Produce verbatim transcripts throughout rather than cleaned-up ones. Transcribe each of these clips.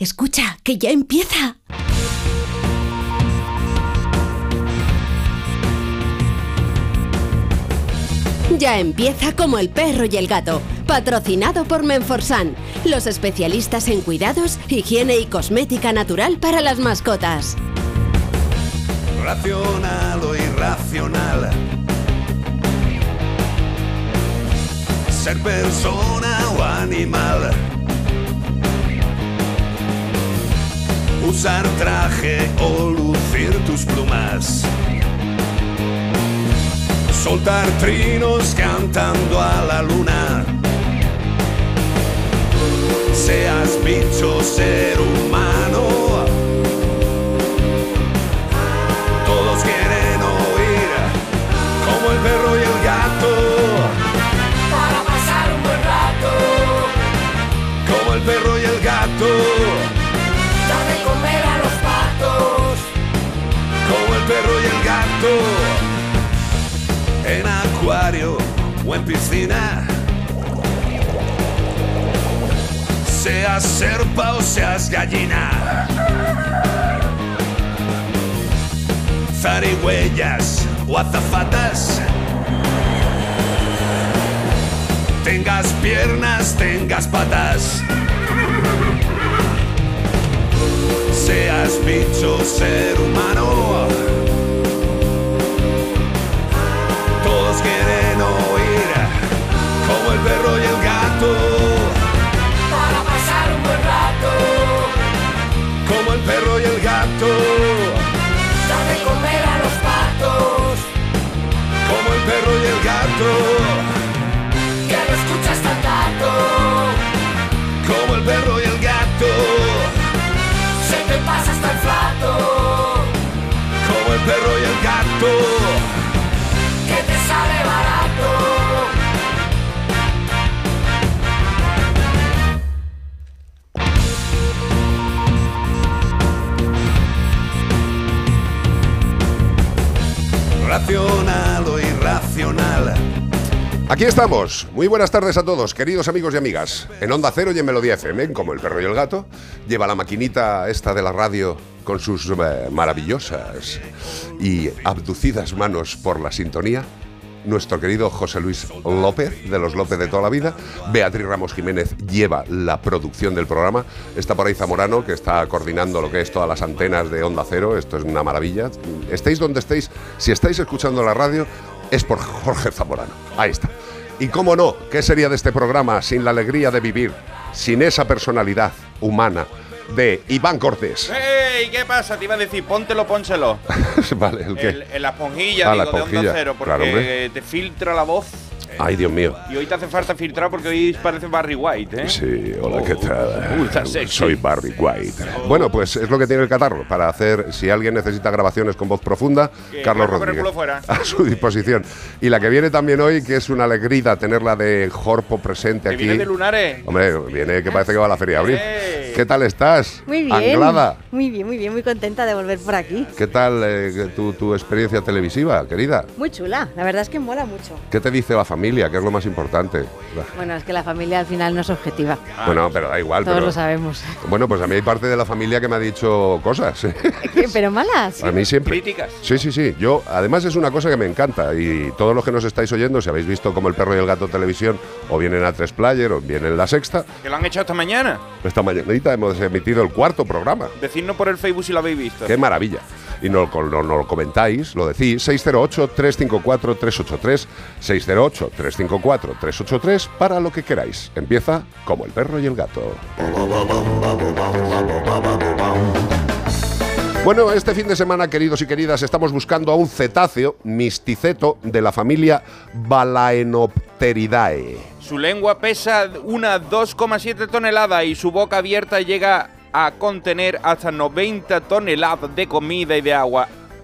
Escucha, que ya empieza. Ya empieza Como el perro y el gato, patrocinado por Menforsan, los especialistas en cuidados, higiene y cosmética natural para las mascotas. Racional o irracional, ser persona o animal, usar traje o lucir tus plumas, soltar trinos cantando a la luna. Seas bicho, ser humano, todos quieren oír como el perro y el gato, para pasar un buen rato. como el perro y el gato, Dame comer a los patos. como el perro y el gato. En acuario o en piscina, seas serpa o seas gallina, zarigüeyas o azafatas, tengas piernas, tengas patas, seas bicho, ser humano, todos quieren oír como el perro y el gato, Para pasar un buen rato. como el perro y el gato, Dame comer a los patos. como el perro y el gato, Que lo escuchas tan gato. como el perro y el gato, Se te pasa hasta el flato. como el perro y el gato, Que te sale barato. racional o irracional. Aquí estamos. Muy buenas tardes a todos, queridos amigos y amigas. En Onda Cero y en Melodía F M, como el perro y el gato, lleva la maquinita esta de la radio con sus eh, maravillosas y abducidas manos por la sintonía. Nuestro querido José Luis López, de los López de toda la vida. Beatriz Ramos Jiménez lleva la producción del programa. Está por ahí Zamorano, que está coordinando lo que es todas las antenas de Onda Cero. Esto es una maravilla. Estéis donde estéis, si estáis escuchando la radio, es por Jorge Zamorano. Ahí está. Y cómo no, ¿qué sería de este programa sin la alegría de vivir, sin esa personalidad humana de Iván Cortés? ¡Ey! ¿Qué pasa? Te iba a decir, póntelo, pónselo. Vale, ¿el qué? El, en la esponjilla, Ah, digo, la de esponjilla, Onda Cero, porque claro, hombre. te filtra la voz. Ay, Dios mío. Y hoy te hace falta filtrar porque hoy parece Barry White, ¿eh? Sí, hola, ¿qué tal? Uh, está sexy. Soy Barry White. Bueno, pues es lo que tiene el catarro. Para hacer, si alguien necesita grabaciones con voz profunda, Que Carlos Marco Rodríguez. Perculo fuera. A su disposición. Y la que viene también hoy, que es una alegría tenerla de Jorpo presente ¿Que aquí. viene de Lunares? Hombre, viene que parece que va a la feria de abril. ¡Ey! ¿Qué tal estás? Muy bien. Anglada. Muy bien, muy bien, muy contenta de volver por aquí. ¿Qué tal eh, tu, tu experiencia televisiva, querida? Muy chula, la verdad es que mola mucho. ¿Qué te dice la familia? ¿Qué es lo más importante? Bueno, es que la familia al final no es objetiva. Bueno, pero da igual. Todos pero, lo sabemos. Bueno, pues a mí hay parte de la familia que me ha dicho cosas. ¿Qué? ¿Pero malas? A mí siempre. Críticas. Sí, sí, sí. Yo, además, es una cosa que me encanta. Y todos los que nos estáis oyendo, si habéis visto como el perro y el gato televisión, o bien en A tres Player, o bien en La Sexta, Que lo han hecho esta mañana. esta mañanita hemos emitido el cuarto programa. Decidnos por el Facebook si lo habéis visto. ¡Qué maravilla! Y nos no, no, no lo comentáis, lo decís, seis cero ocho, tres cinco cuatro, tres ocho tres, seis cero ocho, tres cinco cuatro, tres ocho tres, para lo que queráis. Empieza Como el perro y el gato. Bueno, este fin de semana, queridos y queridas, estamos buscando a un cetáceo misticeto de la familia Balaenopteridae. Su lengua pesa unas dos coma siete toneladas y su boca abierta llega a contener hasta noventa toneladas de comida y de agua.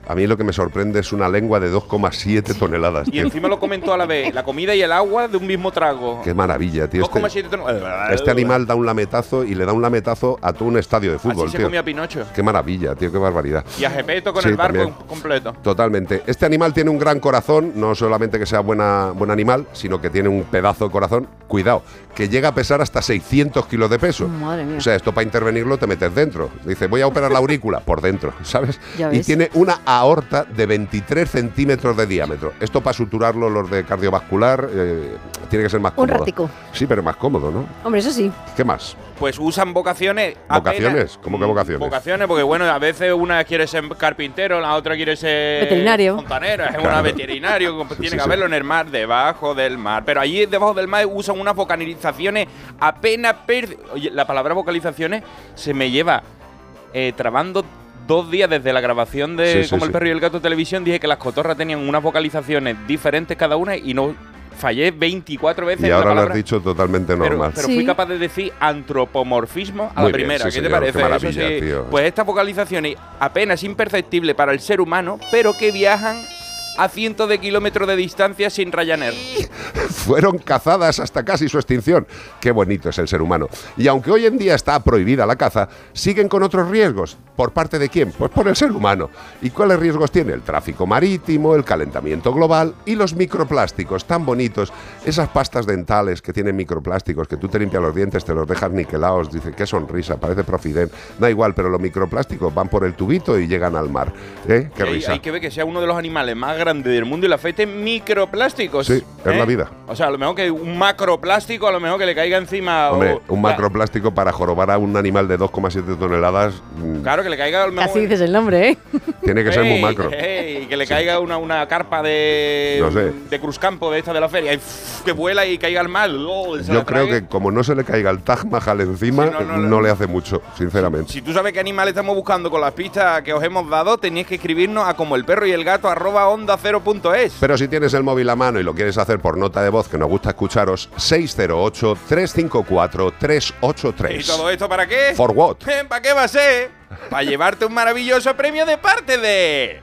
A mí lo que me sorprende es una lengua de dos coma siete toneladas. Y tío. encima lo comentó a la vez, la comida y el agua de un mismo trago. Qué maravilla, tío. dos coma Este, siete toneladas. este animal da un lametazo y le da un lametazo a todo un estadio de fútbol, Así se tío. comía Pinocho. Qué maravilla, tío, qué barbaridad. Y a Gepetto con Sí, el barco también. completo. Totalmente. Este animal tiene un gran corazón, no solamente que sea buena, buen animal, sino que tiene un pedazo de corazón. Cuidado, que llega a pesar hasta seiscientos kilos de peso. Madre mía. O sea, esto para intervenirlo te metes dentro. Dice, voy a operar la aurícula, por dentro, ¿sabes? Ya Y ves. tiene una aorta de veintitrés centímetros de diámetro. Esto para suturarlo los de cardiovascular eh, tiene que ser más Un cómodo. ratico. Sí, pero más cómodo, ¿no? Hombre, eso sí. ¿Qué más? Pues usan vocaciones. ¿Vocaciones? apenas- ¿Cómo que vocaciones? Vocaciones, porque bueno, a veces una quiere ser carpintero, la otra quiere ser Veterinario. fontanero, es Claro. una veterinario, como tiene Sí, que sí. haberlo en el mar, debajo del mar. Pero allí debajo del mar usan unas vocalizaciones apenas per... Oye, la palabra vocalizaciones se me lleva eh, trabando dos días desde la grabación de Sí, sí, Como sí. el perro y el gato televisión. Dije que las cotorras tenían unas vocalizaciones diferentes cada una y no fallé veinticuatro veces Y en la ahora lo has palabra. dicho totalmente Pero, normal. pero Sí. fui capaz de decir antropomorfismo a Muy la bien, primera. sí, ¿Qué te señor, parece? qué maravilla, Eso sí, tío. pues estas vocalizaciones apenas imperceptibles para el ser humano, pero que viajan a cientos de kilómetros de distancia sin Ryanair. Fueron cazadas hasta casi su extinción. Qué bonito es el ser humano. Y aunque hoy en día está prohibida la caza, siguen con otros riesgos. ¿Por parte de quién? Pues por el ser humano. ¿Y cuáles riesgos tiene? El tráfico marítimo, el calentamiento global y los microplásticos tan bonitos. Esas pastas dentales que tienen microplásticos, que tú te limpias los dientes, te los dejas niquelados. Dice, qué sonrisa, parece Profiden. Da igual, pero los microplásticos van por el tubito y llegan al mar. ¿Eh? Qué Y hay, risa. hay que ver que sea uno de los animales más grandes del mundo y le afecten microplásticos. Sí, es la vida. O sea, a lo mejor que un macroplástico, a lo mejor que le caiga encima. Hombre, o- un la- macroplástico para jorobar a un animal de dos coma siete toneladas mm, Claro, que le caiga a lo mejor. Así dices el nombre, ¿eh? tiene que ser muy Ey, macro. ey, que le caiga una, una carpa de, No sé. de Cruzcampo de esta de la feria y ¡fuf! Que vuela y caiga al mar. Oh, se la Yo creo trague. que como no se le caiga el Taj Mahal encima, Sí, no, no, no, no. le hace mucho, sinceramente. Si tú sabes qué animal estamos buscando con las pistas que os hemos dado, tenéis que escribirnos a como el perro y el gato arroba onda cero punto es. Pero si tienes el móvil a mano y lo quieres hacer por nota de voz, que nos gusta escucharos, seis cero ocho, tres cinco cuatro, tres ocho ¿Y tres. todo esto para qué? For what? ¿Para qué va a ser? Para llevarte un maravilloso premio de parte de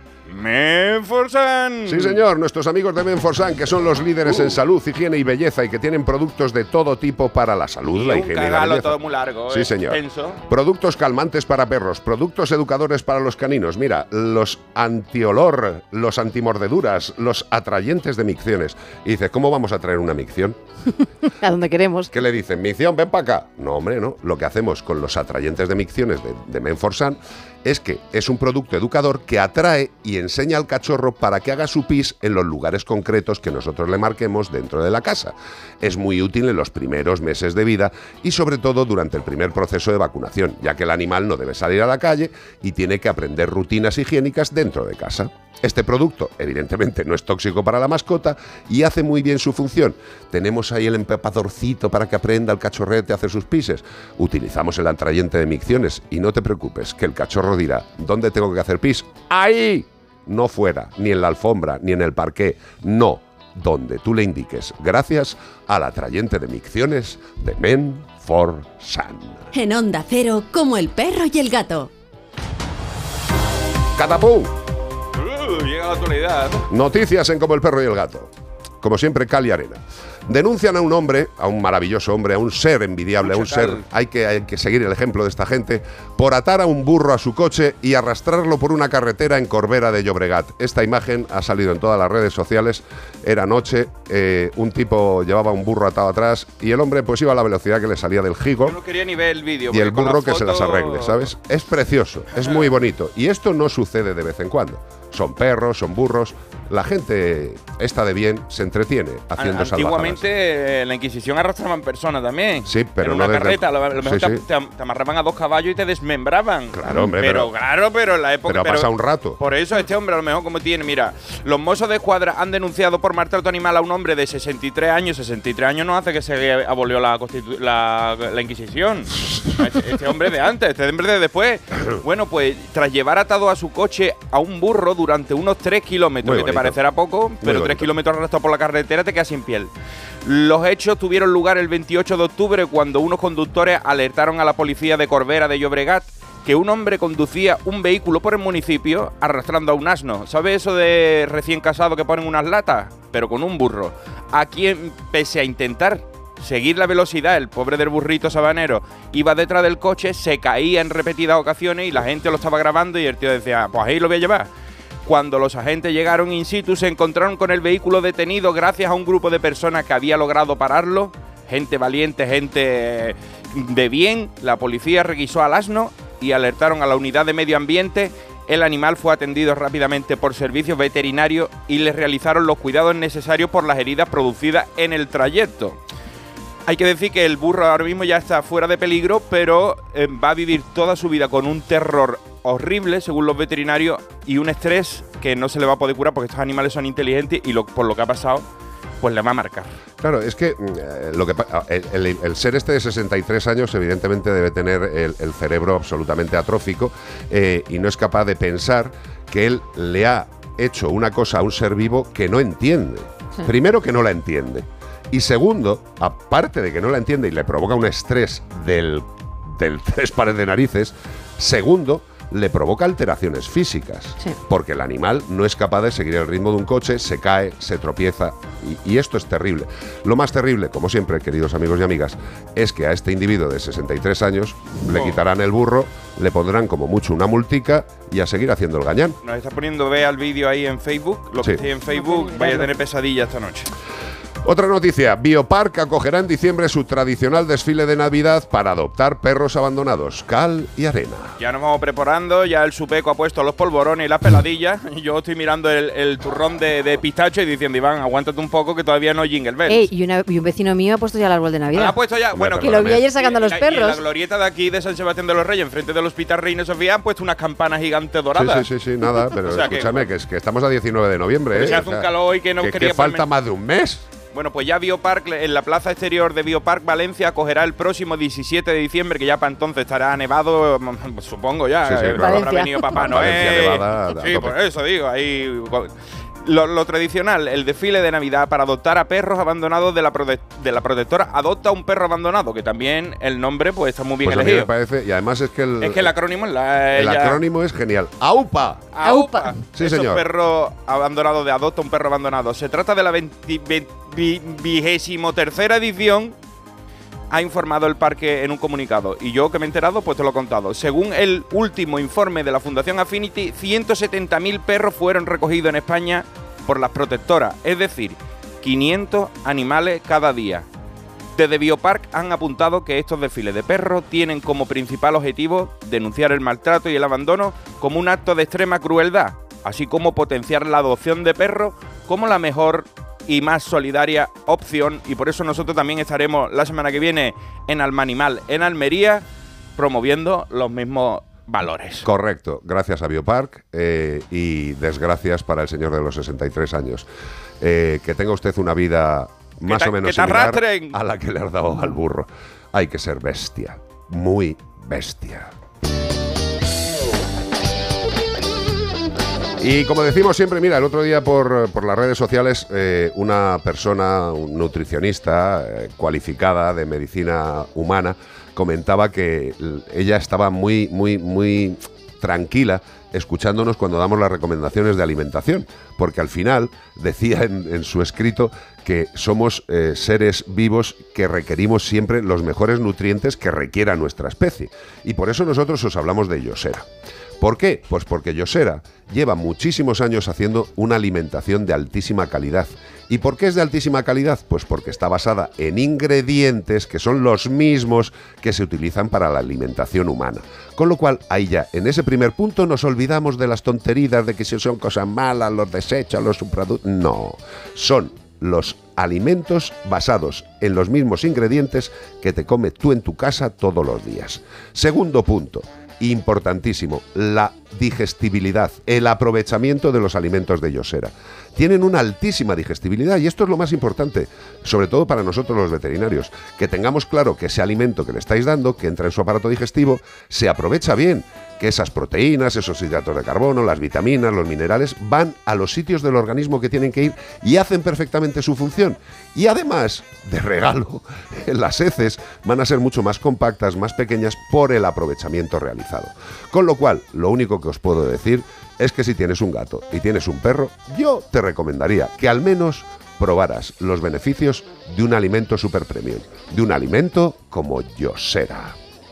Menforsan. Sí, señor, nuestros amigos de Menforsan, que son los líderes en salud, higiene y belleza y que tienen productos de todo tipo para la salud, Y la un higiene y la cagalo belleza. todo muy largo, Sí, eh, señor. extenso. Productos calmantes para perros, productos educadores para los caninos. Mira, los antiolor, los antimordeduras, los atrayentes de micciones. Y dices, ¿cómo vamos a traer una micción? A donde queremos. ¿Qué le dicen? ¿Micción? Ven para acá. No, hombre, no. Lo que hacemos con los atrayentes de micciones de, de Menforsan es que es un producto educador que atrae y enseña al cachorro para que haga su pis en los lugares concretos que nosotros le marquemos dentro de la casa. Es muy útil en los primeros meses de vida y sobre todo durante el primer proceso de vacunación, ya que el animal no debe salir a la calle y tiene que aprender rutinas higiénicas dentro de casa. Este producto, evidentemente, no es tóxico para la mascota y hace muy bien su función. Tenemos ahí el empapadorcito para que aprenda el cachorrete a hacer sus pises. Utilizamos el atrayente de micciones y no te preocupes, que el cachorro dirá, ¿dónde tengo que hacer pis? ¡Ahí! No fuera, ni en la alfombra, ni en el parqué. No, donde tú le indiques, gracias al atrayente de micciones de Menforsan. En Onda Cero, como el perro y el gato. ¡Catapum! Uh, llega la actualidad. Noticias en Como el perro y el gato. Como siempre, cal y arena. Denuncian a un hombre, a un maravilloso hombre, a un ser envidiable, a un Chacal. ser... Hay que, hay que seguir el ejemplo de esta gente, por atar a un burro a su coche y arrastrarlo por una carretera en Corbera de Llobregat. Esta imagen ha salido en todas las redes sociales. Era noche, eh, un tipo llevaba un burro atado atrás y el hombre pues iba a la velocidad que le salía del gigo. Yo no quería ni ver el vídeo. Y el porque con burro la que se las foto- arregle, ¿sabes? Es precioso, es muy bonito. Y esto no sucede de vez en cuando. Son perros, son burros. La gente esta de bien se entretiene haciendo salvajadas. Antiguamente eh, la Inquisición arrastraban personas también. Sí, pero en no una desde- carreta, a lo, a lo mejor Sí, te, sí. te- te amarraban a dos caballos y te desmembraban. Claro, hombre, Pero, pero- claro, pero en la época. Pero ha pasado un rato. Por eso este hombre a lo mejor como tiene, mira, los mozos de escuadra han denunciado por maltrato animal a un hombre de sesenta y tres años. sesenta y tres años no hace que se abolió la, constitu- la, la Inquisición. Este, este hombre de antes, este hombre de después. Bueno, pues tras llevar atado a su coche a un burro durante unos tres kilómetros, Muy que te bonito. parecerá poco, pero tres bonito. kilómetros arrastrado por la carretera te quedas sin piel. Los hechos tuvieron lugar el veintiocho de octubre cuando unos conductores alertaron a la policía de Corbera de Llobregat que un hombre conducía un vehículo por el municipio arrastrando a un asno. ¿Sabes eso de recién casado que ponen unas latas? Pero con un burro. A quien, pese a intentar seguir la velocidad, el pobre del burrito sabanero iba detrás del coche, se caía en repetidas ocasiones y la gente lo estaba grabando y el tío decía, pues ahí lo voy a llevar. Cuando los agentes llegaron in situ se encontraron con el vehículo detenido gracias a un grupo de personas que había logrado pararlo. Gente valiente, gente de bien. La policía requisó al asno y alertaron a la unidad de medio ambiente. El animal fue atendido rápidamente por servicios veterinarios y le realizaron los cuidados necesarios por las heridas producidas en el trayecto. Hay que decir que el burro ahora mismo ya está fuera de peligro, pero eh, va a vivir toda su vida con un terror horrible, según los veterinarios, y un estrés que no se le va a poder curar porque estos animales son inteligentes y lo, por lo que ha pasado, pues le va a marcar. Claro, es que, eh, lo que el, el, el ser este de sesenta y tres años evidentemente debe tener el, el cerebro absolutamente atrófico eh, y no es capaz de pensar que él le ha hecho una cosa a un ser vivo que no entiende. Sí. Primero, que no la entiende. Y segundo, aparte de que no la entiende y le provoca un estrés del, del tres pares de narices, segundo, le provoca alteraciones físicas, sí. Porque el animal no es capaz de seguir el ritmo de un coche, se cae, se tropieza, y, y esto es terrible. Lo más terrible, como siempre, queridos amigos y amigas, es que a este individuo de sesenta y tres años oh. le quitarán el burro, le pondrán como mucho una multica y a seguir haciendo el gañán. Nos está poniendo, vea el vídeo ahí en Facebook, lo que sí. esté en Facebook, vaya a tener pesadilla esta noche. Otra noticia, Biopark acogerá en diciembre su tradicional desfile de Navidad para adoptar perros abandonados, cal y arena. Ya nos vamos preparando, ya el Supeco ha puesto los polvorones y las peladillas. Yo estoy mirando el, el turrón de, de pistacho y diciendo, Iván, aguántate un poco que todavía no Jingle Bells. Ey, y, una, y un vecino mío ha puesto ya el árbol de Navidad. ¿Ha puesto ya? Bueno, que lo vi ayer sacando a los y, perros. Y en la glorieta de aquí de San Sebastián de los Reyes, enfrente del Hospital Reina Sofía, han puesto unas campanas gigantes doradas. Sí, sí, sí, sí nada, pero o sea escúchame, que, que, es, que estamos a diecinueve de noviembre, ¿eh? Se hace o sea, un calor hoy que no que, quería que falta más de un mes. Bueno, pues ya Biopark, en la plaza exterior de Biopark Valencia, acogerá el próximo diecisiete de diciembre, que ya para entonces estará nevado, supongo ya. Sí, sí, eh, claro. habrá venido Papá Noel. Nevada, sí, por eso digo, ahí... Lo, lo tradicional, el desfile de Navidad para adoptar a perros abandonados de la, prote de la protectora Adopta un perro abandonado, que también el nombre pues está muy bien pues elegido. A mí me parece, y además es que el, es que el acrónimo es la... El ella, acrónimo es genial. ¡Aupa! ¡Aupa! Sí, Esos señor. perros abandonados de Adopta un perro abandonado. Se trata de la vigésimo tercera edición, ha informado el parque en un comunicado. Y yo que me he enterado, pues te lo he contado. Según el último informe de la Fundación Affinity, ciento setenta mil perros fueron recogidos en España por las protectoras, es decir, quinientos animales cada día. Desde Biopark han apuntado que estos desfiles de perros tienen como principal objetivo denunciar el maltrato y el abandono como un acto de extrema crueldad, así como potenciar la adopción de perros como la mejor y más solidaria opción, y por eso nosotros también estaremos la semana que viene en Alma Animal, en Almería, promoviendo los mismos valores. Correcto, gracias a Biopark eh, y desgracias para el señor de los sesenta y tres años. Eh, que tenga usted una vida más te, o menos que te similar arrastren. a la que le has dado al burro. Hay que ser bestia, muy bestia. Y como decimos siempre, mira, el otro día por, por las redes sociales eh, una persona, un nutricionista eh, cualificada de medicina humana, comentaba que ella estaba muy, muy, muy tranquila escuchándonos cuando damos las recomendaciones de alimentación, porque al final decía en, en su escrito que somos eh, seres vivos que requerimos siempre los mejores nutrientes que requiera nuestra especie. Y por eso nosotros os hablamos de Yosera. ¿Por qué? Pues porque Yosera lleva muchísimos años haciendo una alimentación de altísima calidad. ¿Y por qué es de altísima calidad? Pues porque está basada en ingredientes que son los mismos que se utilizan para la alimentación humana. Con lo cual, ahí ya, en ese primer punto, nos olvidamos de las tonterías de que si son cosas malas, los desechos, los subproductos... No, son los alimentos basados en los mismos ingredientes que te comes tú en tu casa todos los días. Segundo punto, importantísimo, la digestibilidad, el aprovechamiento de los alimentos de Yosera. Tienen una altísima digestibilidad y esto es lo más importante, sobre todo para nosotros los veterinarios, que tengamos claro que ese alimento que le estáis dando, que entra en su aparato digestivo, se aprovecha bien, que esas proteínas, esos hidratos de carbono, las vitaminas, los minerales, van a los sitios del organismo que tienen que ir y hacen perfectamente su función. Y además, de regalo, las heces van a ser mucho más compactas, más pequeñas por el aprovechamiento realizado. Con lo cual, lo único que os puedo decir es que si tienes un gato y tienes un perro, yo te recomendaría que al menos probaras los beneficios de un alimento super premium, de un alimento como Yosera.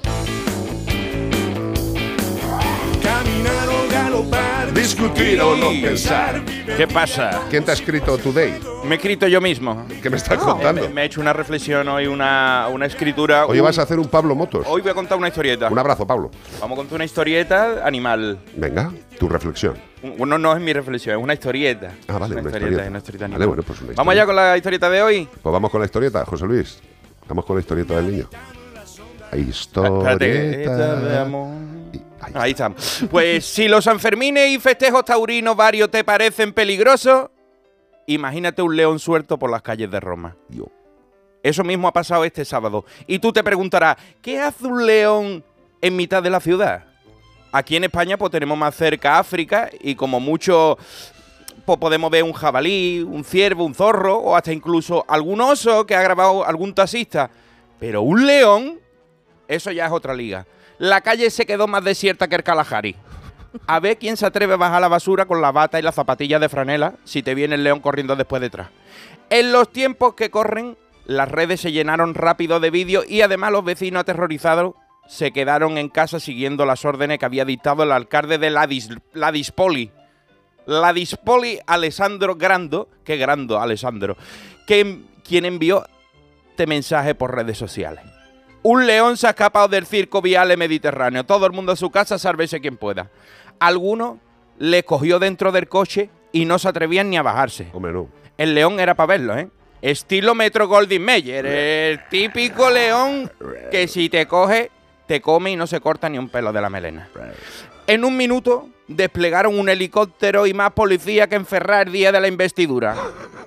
Caminar o galopar, discutir o no pensar. ¿Qué pasa? ¿Quién te ha escrito Today? Me he escrito yo mismo. ¿Qué me estás contando? Me, me he hecho una reflexión hoy, una, una escritura. Hoy un- vas a hacer un Pablo Motos. Hoy voy a contar una historieta. Un abrazo, Pablo. Vamos a contar una historieta animal. Venga, tu reflexión. Bueno, no es mi reflexión, es una historieta. Ah, vale, Es una una historieta. es una historieta Vale, animal. bueno, pues una Vamos allá con la historieta de hoy. Pues vamos con la historieta, José Luis. Vamos con la historieta del niño. La historieta Espérate, de amor. Y- ahí Ahí estamos. Pues si los Sanfermines y festejos taurinos varios te parecen peligrosos, imagínate un león suelto por las calles de Roma. Dios. Eso mismo ha pasado este sábado. Y tú te preguntarás, ¿qué hace un león en mitad de la ciudad? Aquí en España pues tenemos más cerca África y como mucho pues, podemos ver un jabalí, un ciervo, un zorro o hasta incluso algún oso que ha grabado algún taxista. Pero un león, eso ya es otra liga. La calle se quedó más desierta que el Kalahari. A ver quién se atreve a bajar la basura con la bata y las zapatillas de franela si te viene el león corriendo después detrás. En los tiempos que corren, las redes se llenaron rápido de vídeos y además los vecinos aterrorizados se quedaron en casa siguiendo las órdenes que había dictado el alcalde de Ladis, Ladispoli. Ladispoli Alessandro Grando, qué grando Alessandro, que, quien envió este mensaje por redes sociales. Un león se ha escapado del circo Viale Mediterráneo. Todo el mundo a su casa, sálvese quien pueda. Algunos le cogió dentro del coche y no se atrevían ni a bajarse. Hombre, no. El león era para verlo, ¿eh? Estilo Metro Goldwyn Mayer. El típico león que si te coge, te come y no se corta ni un pelo de la melena. En un minuto desplegaron un helicóptero y más policía que en Ferrar el día de la investidura.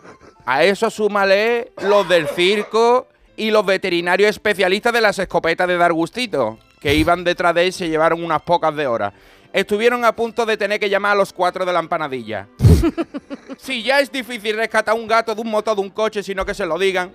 A eso súmale los del circo y los veterinarios especialistas de las escopetas de dar gustito, que iban detrás de él y se llevaron unas pocas de horas. Estuvieron a punto de tener que llamar a los cuatro de la empanadilla. Si ya es difícil rescatar un gato de un motor de un coche, sino que se lo digan,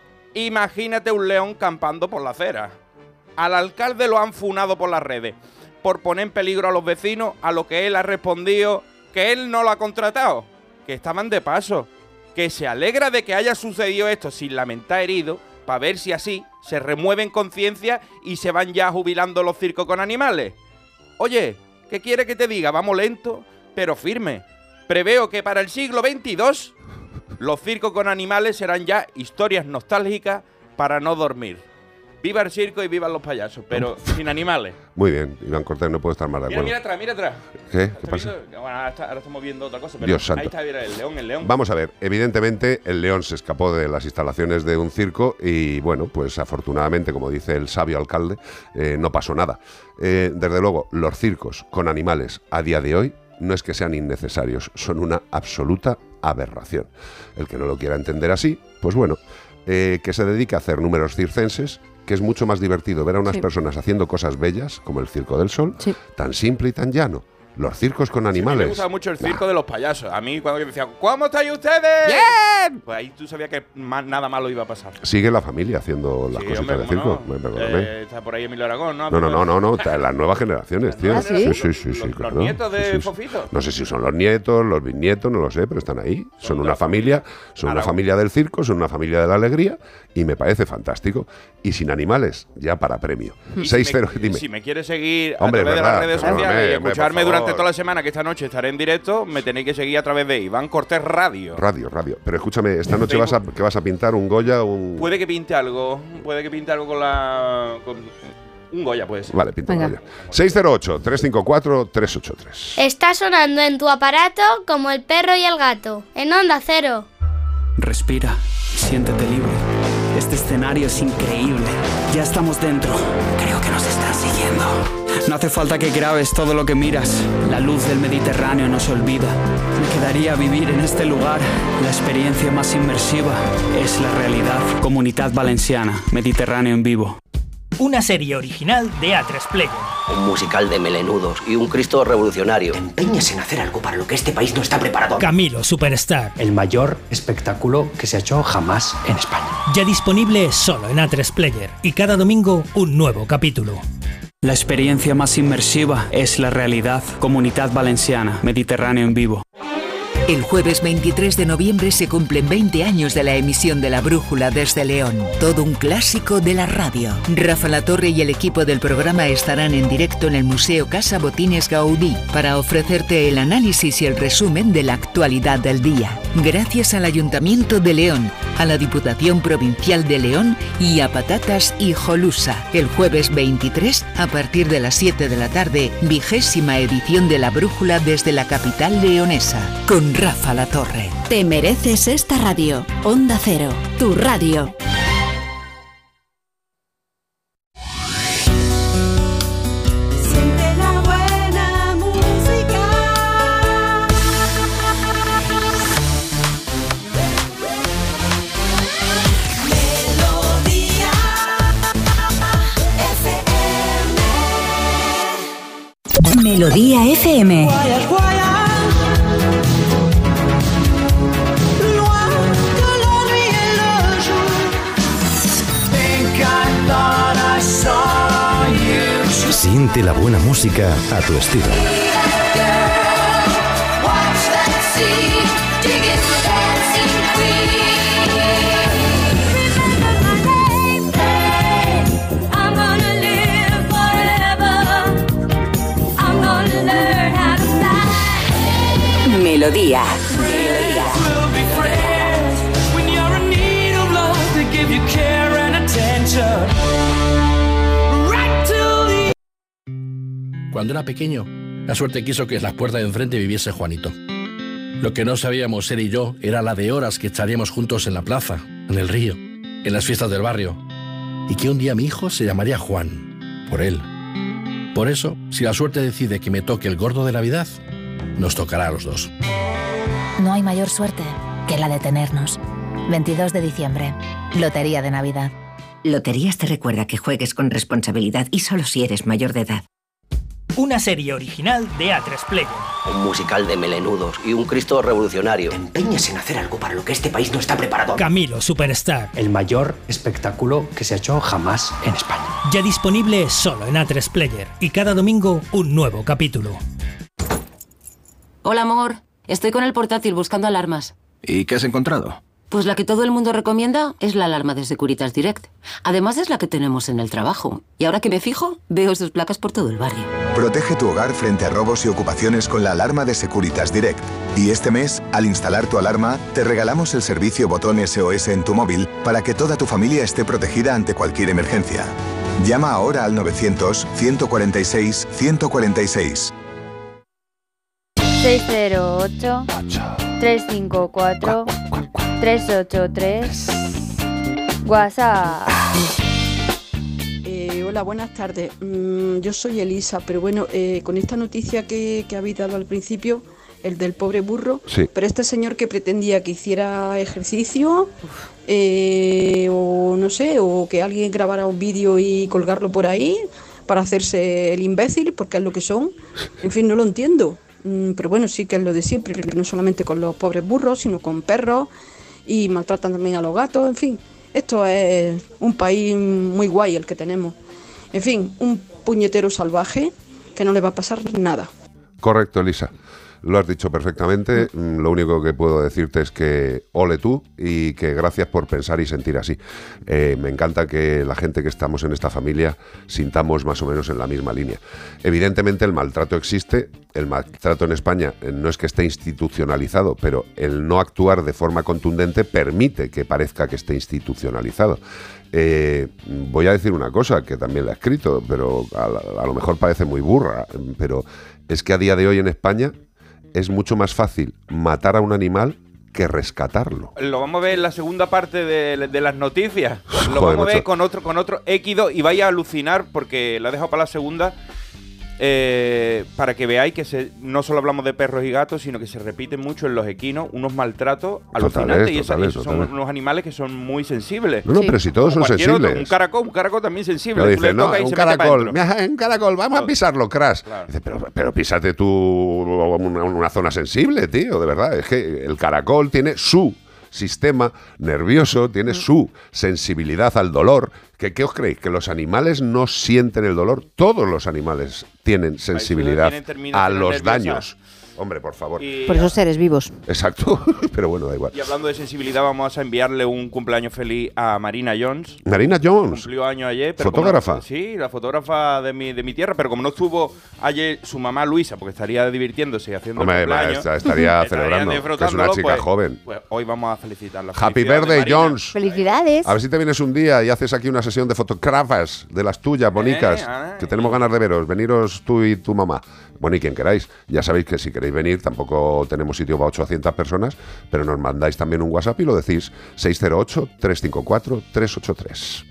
imagínate un león campando por la acera. Al alcalde lo han funado por las redes, por poner en peligro a los vecinos, a lo que él ha respondido que él no lo ha contratado, que estaban de paso, que se alegra de que haya sucedido esto sin lamentar herido, para ver si así se remueven conciencia y se van ya jubilando los circos con animales. Oye, ¿qué quiere que te diga? Vamos lento, pero firme. Preveo que para el siglo veintidós los circos con animales serán ya historias nostálgicas para no dormir. Viva el circo y vivan los payasos, pero sin animales. Muy bien, Iván Cortés, no puedo estar más de Mira, acuerdo. mira atrás, mira atrás. ¿Qué? ¿Qué ¿Estás pasa? viendo? Bueno, ahora, está- ahora estamos viendo otra cosa, pero Dios santo. ahí está, mira, el león, el león. Vamos a ver, evidentemente el león se escapó de las instalaciones de un circo y bueno, pues afortunadamente, como dice el sabio alcalde, eh, no pasó nada. Eh, desde luego, los circos con animales a día de hoy no es que sean innecesarios, son una absoluta aberración. El que no lo quiera entender así, pues bueno, eh, que se dedique a hacer números circenses, que es mucho más divertido ver a unas Sí. personas haciendo cosas bellas, como el Circo del Sol, Sí. tan simple y tan llano. Los circos con Sí, a mí animales. me gusta mucho el circo de los payasos. A mí cuando decían, ¿cómo estáis ustedes? ¡Bien! Pues ahí tú sabías que ma- nada malo iba a pasar. Sigue la familia haciendo las Sí, cositas hombre, del ¿cómo circo. no? Me- perdóname. Eh, está por ahí Emilio Aragón, ¿no? No, no, no, no, no, está en las nuevas generaciones, tío. ¿Ah, sí? sí, sí, sí, sí, Los- claro. los nietos de Sí, sí, sí. Fofito. No sé si son los nietos, los bisnietos, no lo sé, pero están ahí. Son de una la familia, son una Aragón. familia del circo, son una familia de la alegría y me parece fantástico. Y sin animales, ya para premio. Y seis cero, si me, dime. Si me quieres seguir Hombre, a través de verdad, las redes perdóname, sociales y hombre, escucharme por durante favor. toda la semana, que esta noche estaré en directo, me tenéis que seguir a través de Iván Cortés Radio. Radio, radio. Pero escúchame, esta noche vas a, que vas a pintar un Goya, un... Puede que pinte algo, puede que pinte algo con la... con un Goya, puede ser. Vale, pinta un Venga. Goya. seis cero ocho, tres cinco cuatro, tres ocho tres. Está sonando en tu aparato como el perro y el gato. En Onda Cero. Respira, siéntete libre. Este Este escenario es increíble. Ya estamos dentro. Creo que nos están siguiendo. No hace falta que grabes todo lo que miras. La luz del Mediterráneo no se olvida. Me quedaría a vivir en este lugar. La experiencia más inmersiva es la realidad. Comunidad Valenciana, Mediterráneo en vivo. Una serie original de A tres Player. Un musical de melenudos y un Cristo revolucionario. Empeñas en hacer algo para lo que este país no está preparado. Camilo Superstar. El mayor espectáculo que se ha hecho jamás en España. Ya disponible solo en A tres Player. Y cada domingo un nuevo capítulo. La experiencia más inmersiva es la realidad. Comunidad Valenciana, Mediterráneo en vivo. El jueves veintitrés de noviembre se cumplen veinte años de la emisión de La Brújula desde León. Todo un clásico de la radio. Rafa Latorre y el equipo del programa estarán en directo en el Museo Casa Botines Gaudí para ofrecerte el análisis y el resumen de la actualidad del día. Gracias al Ayuntamiento de León, a la Diputación Provincial de León y a Patatas y Jolusa. El jueves veintitrés, a partir de las siete de la tarde, vigésima edición de La Brújula desde la capital leonesa. Con Rafa Latorre. Te mereces esta radio. Onda Cero, tu radio. Siente la buena música. Melodía F M. Melodía F M. Siente la buena música a tu estilo. Melodía. Cuando era pequeño, la suerte quiso que en las puertas de enfrente viviese Juanito. Lo que no sabíamos él y yo era la de horas que echaríamos juntos en la plaza, en el río, en las fiestas del barrio. Y que un día mi hijo se llamaría Juan, por él. Por eso, si la suerte decide que me toque el gordo de Navidad, nos tocará a los dos. No hay mayor suerte que la de tenernos. veintidós de diciembre, Lotería de Navidad. Loterías te recuerda que juegues con responsabilidad y solo si eres mayor de edad. Una serie original de A tres Player. Un musical de melenudos y un Cristo revolucionario. Empeñas en hacer algo para lo que este país no está preparado. Camilo Superstar. El mayor espectáculo que se ha hecho jamás en España. Ya disponible solo en A tres Player. Y cada domingo un nuevo capítulo. Hola, amor. Estoy con el portátil buscando alarmas. ¿Y qué has encontrado? Pues la que todo el mundo recomienda es la alarma de Securitas Direct. Además es la que tenemos en el trabajo. Y ahora que me fijo, veo sus placas por todo el barrio. Protege tu hogar frente a robos y ocupaciones con la alarma de Securitas Direct. Y este mes, al instalar tu alarma, te regalamos el servicio botón S O S en tu móvil para que toda tu familia esté protegida ante cualquier emergencia. Llama ahora al novecientos, ciento cuarenta y seis, ciento cuarenta y seis. seis cero ocho, tres cinco cuatro, tres ocho tres. WhatsApp. Eh, hola, buenas tardes. Mm, yo soy Elisa, pero bueno, eh, con esta noticia que, que habéis dado al principio, el del pobre burro, sí. Pero este señor que pretendía que hiciera ejercicio, eh, o no sé, o que alguien grabara un vídeo y colgarlo por ahí para hacerse el imbécil, porque es lo que son. En fin, no lo entiendo. Mm, pero bueno, sí que es lo de siempre, no solamente con los pobres burros, sino con perros, y maltratan también a los gatos, en fin. Esto es un país muy guay el que tenemos. En fin, un puñetero salvaje que no le va a pasar nada. Correcto, Elisa. Lo has dicho perfectamente. Lo único que puedo decirte es que ole tú y que gracias por pensar y sentir así. Eh, me encanta que la gente que estamos en esta familia sintamos más o menos en la misma línea. Evidentemente el maltrato existe. El maltrato en España no es que esté institucionalizado, pero el no actuar de forma contundente permite que parezca que esté institucionalizado. Eh, voy a decir una cosa que también la he escrito, pero a, a lo mejor parece muy burra, pero es que a día de hoy en España es mucho más fácil matar a un animal que rescatarlo. Lo vamos a ver en la segunda parte de, de las noticias. Lo Joder, vamos a ver macho. con otro, con otro Équido y vaya a alucinar porque lo he dejado para la segunda. Eh, para que veáis que se, no solo hablamos de perros y gatos, sino que se repiten mucho en los equinos unos maltratos alucinantes. Totales, y esa- totales, y esos totales. son unos animales que son muy sensibles. No, no, pero si todos Como son cualquier otro, sensibles. un caracol, un caracol también sensible. Pero Tú le dice, no, tocas y un se mete pa' caracol, dentro. mira, un caracol, vamos a pisarlo, crash. Dice, pero, pero písate tú una, una zona sensible, tío, de verdad. Es que el caracol tiene su sistema nervioso, tiene su sensibilidad al dolor. ¿Qué, ¿Qué os creéis? ¿Que los animales no sienten el dolor? Todos los animales tienen sensibilidad tienen a terminaciones los nerviosas. daños. Hombre, por favor. Y- Por esos seres vivos. Exacto, pero bueno, da igual. Y hablando de sensibilidad, vamos a enviarle un cumpleaños feliz a Marina Jones. Marina Jones. Cumplió años ayer. Pero ¿Fotógrafa? como no- sí, la fotógrafa de mi, de mi tierra. Pero como no estuvo ayer su mamá Luisa, porque estaría divirtiéndose y haciendo Hombre, el cumpleaños, esta- estaría celebrando, que es una disfrutándolo, chica pues- joven. Pues hoy vamos a felicitarla. Happy Felicidades, birthday, Marina. Jones. Felicidades. A ver si te vienes un día y haces aquí una sesión de fotografas de las tuyas, bonicas, eh. que tenemos ganas de veros. Veniros tú y tu mamá. Bueno, y quien queráis. Ya sabéis que si queréis venir, tampoco tenemos sitio para ochocientas personas, pero nos mandáis también un WhatsApp y lo decís seis cero ocho, tres cinco cuatro, tres ocho tres.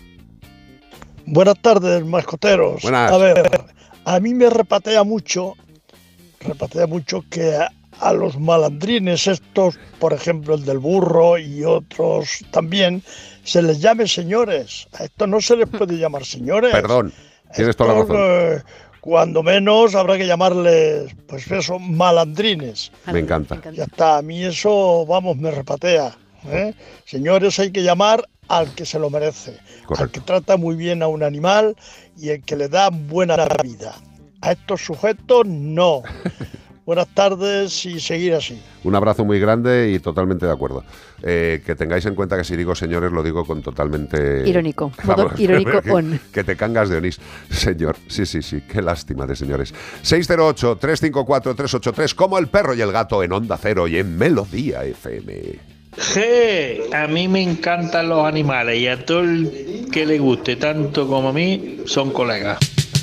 Buenas tardes, mascoteros. Buenas. A ver, a mí me repatea mucho, repatea mucho que a, a los malandrines estos, por ejemplo el del burro y otros también, se les llame señores. A esto no se les puede llamar señores. Perdón, tienes toda la Estos, razón. eh, cuando menos habrá que llamarles, pues eso, malandrines. Me encanta. Ya está, a mí eso, vamos, me repatea. ¿eh? Señores, hay que llamar al que se lo merece, al que trata muy bien a un animal y el que le da buena vida. A estos sujetos, no. Buenas tardes y seguir así. Un abrazo muy grande y totalmente de acuerdo. Eh, que tengáis en cuenta que si digo señores lo digo con totalmente... Irónico. Modo irónico que, on. que te cangas de Onís. Señor, sí, sí, sí. Qué lástima de señores. seis cero ocho, tres cinco cuatro, tres ocho tres como el perro y el gato en Onda Cero y en Melodía F M. Hey, a mí me encantan los animales y a todo el que le guste tanto como a mí son colegas.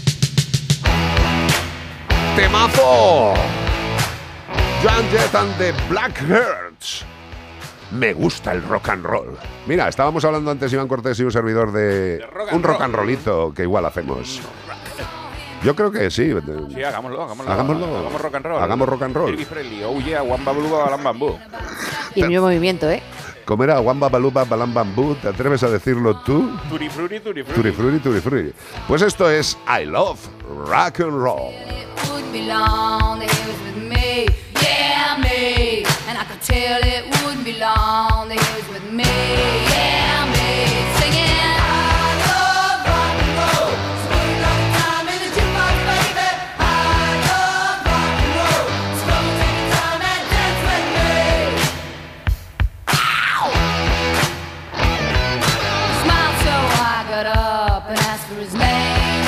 ¡Temazo! Joan Jett and the Blackhearts. Me gusta el rock and roll. Mira, estábamos hablando antes, Iván Cortés y un servidor, de, rock un and rock roll. and rollito que igual hacemos. Yo creo que sí. Sí, hagámoslo, hagámoslo. Hagámoslo. Hagamos rock and roll. Hagamos rock and roll. Elvis Presley, oh yeah, One Babaloo, Balam Bamboo. Y el mismo movimiento, ¿eh? ¿Cómo era? Wamba Baluba Balam Bambú. ¿Te atreves a decirlo tú? Turi frutti, turi frutti. Turifruri, turifruri. Pues esto es I Love Rock and Roll. Would belong, that he was with me, yeah me. And I could tell it wouldn't be long, that he was with me, yeah me. Singing, I love rock and roll, swing like time in the jukebox, baby. I love rock and roll, so come take your time and dance with me. Ow! He smiled, so I got up and asked for his name.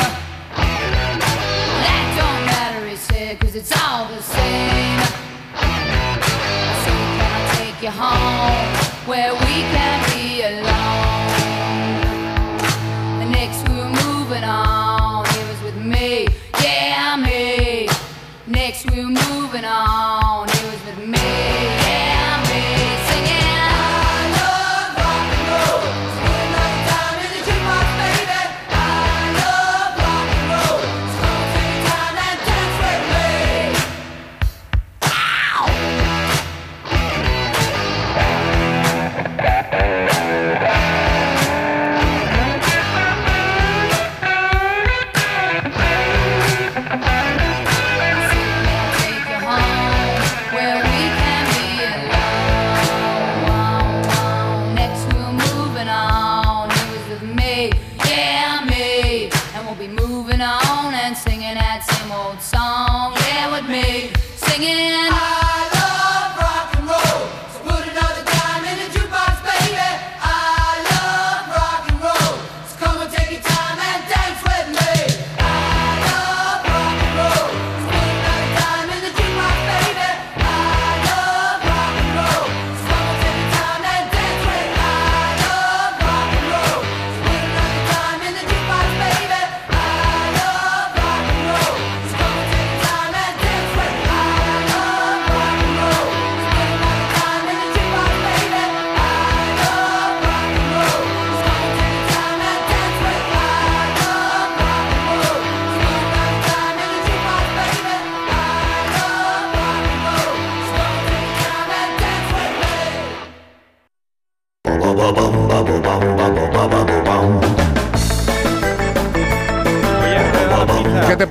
That don't matter, he said, 'cause it's all the same. I said, can I take you home where we can be alone? And next we were moving on, he was with me, yeah me. Next we were moving on, he was with me, yeah me. Singing, I love rock and roll, swing like time in the jukebox, baby. I love rock and roll, so take your time and dance with me. Take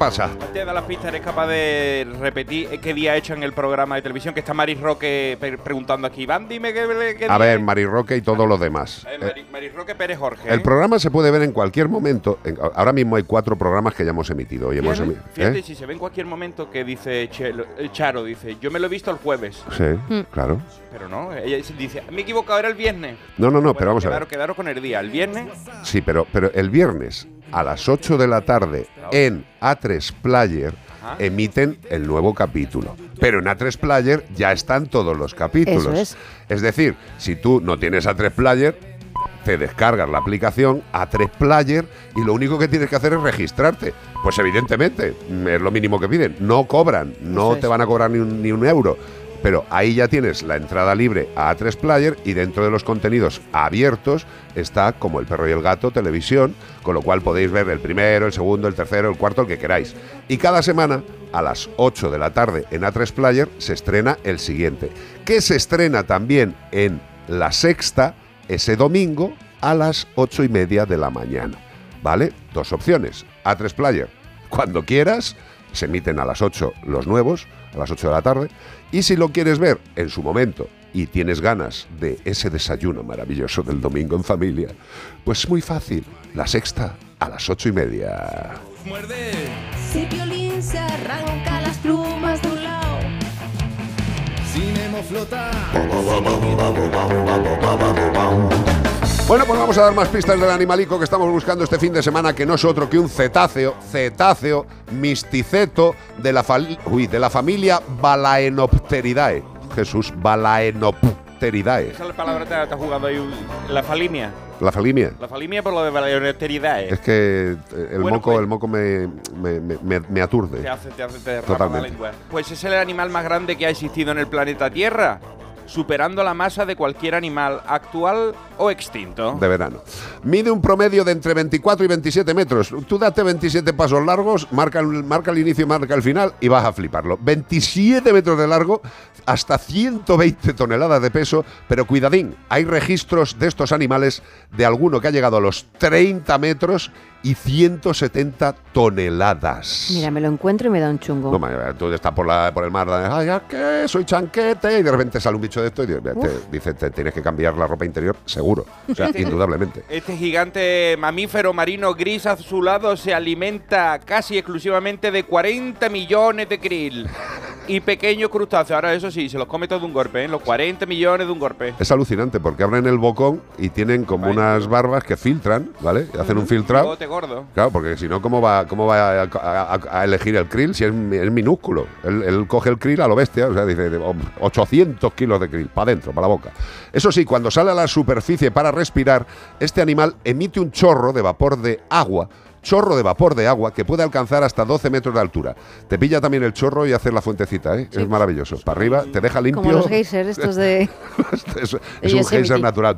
pasa? Te da las pistas, eres capaz de repetir qué día ha hecho en el programa de televisión, que está Maris Roque pre- preguntando aquí. Van, dime qué, qué día. A ver, Mari Roque y todos los demás. Eh, Mari, Maris Roque Pérez Jorge. El ¿eh? programa se puede ver en cualquier momento. En- ahora mismo hay cuatro programas que ya hemos emitido. Y hemos Fíjate, emi- fíjate ¿eh? si se ve en cualquier momento que dice Chelo- el Charo, dice, yo me lo he visto el jueves. Sí, claro. Pero no, ella dice, me he equivocado, era el viernes. No, no, no, pero vamos a Quedaros, ver. quedaros con el día, el viernes. Sí, pero, pero el viernes a las ocho de la tarde en A tres Player Ajá. emiten el nuevo capítulo. Pero en A tres Player ya están todos los capítulos. Eso es. Es decir, si tú no tienes A tres Player, te descargas la aplicación A tres Player y lo único que tienes que hacer es registrarte. Pues evidentemente, es lo mínimo que piden. No cobran, no Eso te es. van a cobrar ni un, ni un euro. Pero ahí ya tienes la entrada libre a A tres Player y dentro de los contenidos abiertos está como El Perro y el Gato Televisión, con lo cual podéis ver el primero, el segundo, el tercero, el cuarto, el que queráis. Y cada semana a las ocho de la tarde en A tres Player se estrena el siguiente, que se estrena también en La Sexta ese domingo a las ocho y media de la mañana. ¿Vale? Dos opciones. A tres Player, cuando quieras, se emiten a las ocho los nuevos, a las ocho de la tarde. Y si lo quieres ver en su momento y tienes ganas de ese desayuno maravilloso del domingo en familia, pues muy fácil, La Sexta a las ocho y media. Si Piolín se arranca las plumas de un lado. Si Nemo flota. Bueno, pues vamos a dar más pistas del animalico que estamos buscando este fin de semana, que no es otro que un cetáceo, cetáceo, misticeto de la, fal- uy, de la familia Balaenopteridae. Jesús, Balaenopteridae. Esa es la palabra que está jugando ahí, un- la falimia. La falimia. La falimia por lo de balaenopteridae. Es que eh, el Bueno, moco, pues- el moco me, me, me- me- me aturde. Te hace, te hace, te derrama Totalmente. la lengua. Pues es el animal más grande que ha existido en el planeta Tierra, superando la masa de cualquier animal actual o extinto. De verano. Mide un promedio de entre veinticuatro y veintisiete metros. Tú date veintisiete pasos largos, marca el, marca el inicio y marca el final y vas a fliparlo. veintisiete metros de largo, hasta ciento veinte toneladas de peso, pero cuidadín, hay registros de estos animales de alguno que ha llegado a los treinta metros y ciento setenta toneladas. Mira, me lo encuentro y me da un chungo. No, ma, tú estás por, la, por el mar, ay, ¿a qué? Soy chanquete, y de repente sale un bicho de esto y te, te, dice, te tienes que cambiar la ropa interior, seguro. O sea, indudablemente. Este gigante mamífero marino gris azulado se alimenta casi exclusivamente de cuarenta millones de krill y pequeños crustáceos. Ahora, eso sí, se los come todo de un golpe, ¿eh? Los cuarenta millones de un golpe. Es alucinante porque abren el bocón y tienen como Vaya. unas barbas que filtran, ¿vale? Y hacen un filtrado. Bigote gordo. Claro, porque si no, ¿cómo va, cómo va a, a- a elegir el krill si es, es minúsculo? Él, él coge el krill a lo bestia, o sea, dice de- ochocientos kilos de krill, para adentro, para la boca. Eso sí, cuando sale a la superficie para respirar, este animal emite un chorro de vapor de agua, chorro de vapor de agua que puede alcanzar hasta doce metros de altura. Te pilla también el chorro y haces la fuentecita, ¿eh? Es maravilloso. Para arriba, te deja limpio. Como los geysers estos de... es, es un Yosemite. geyser natural.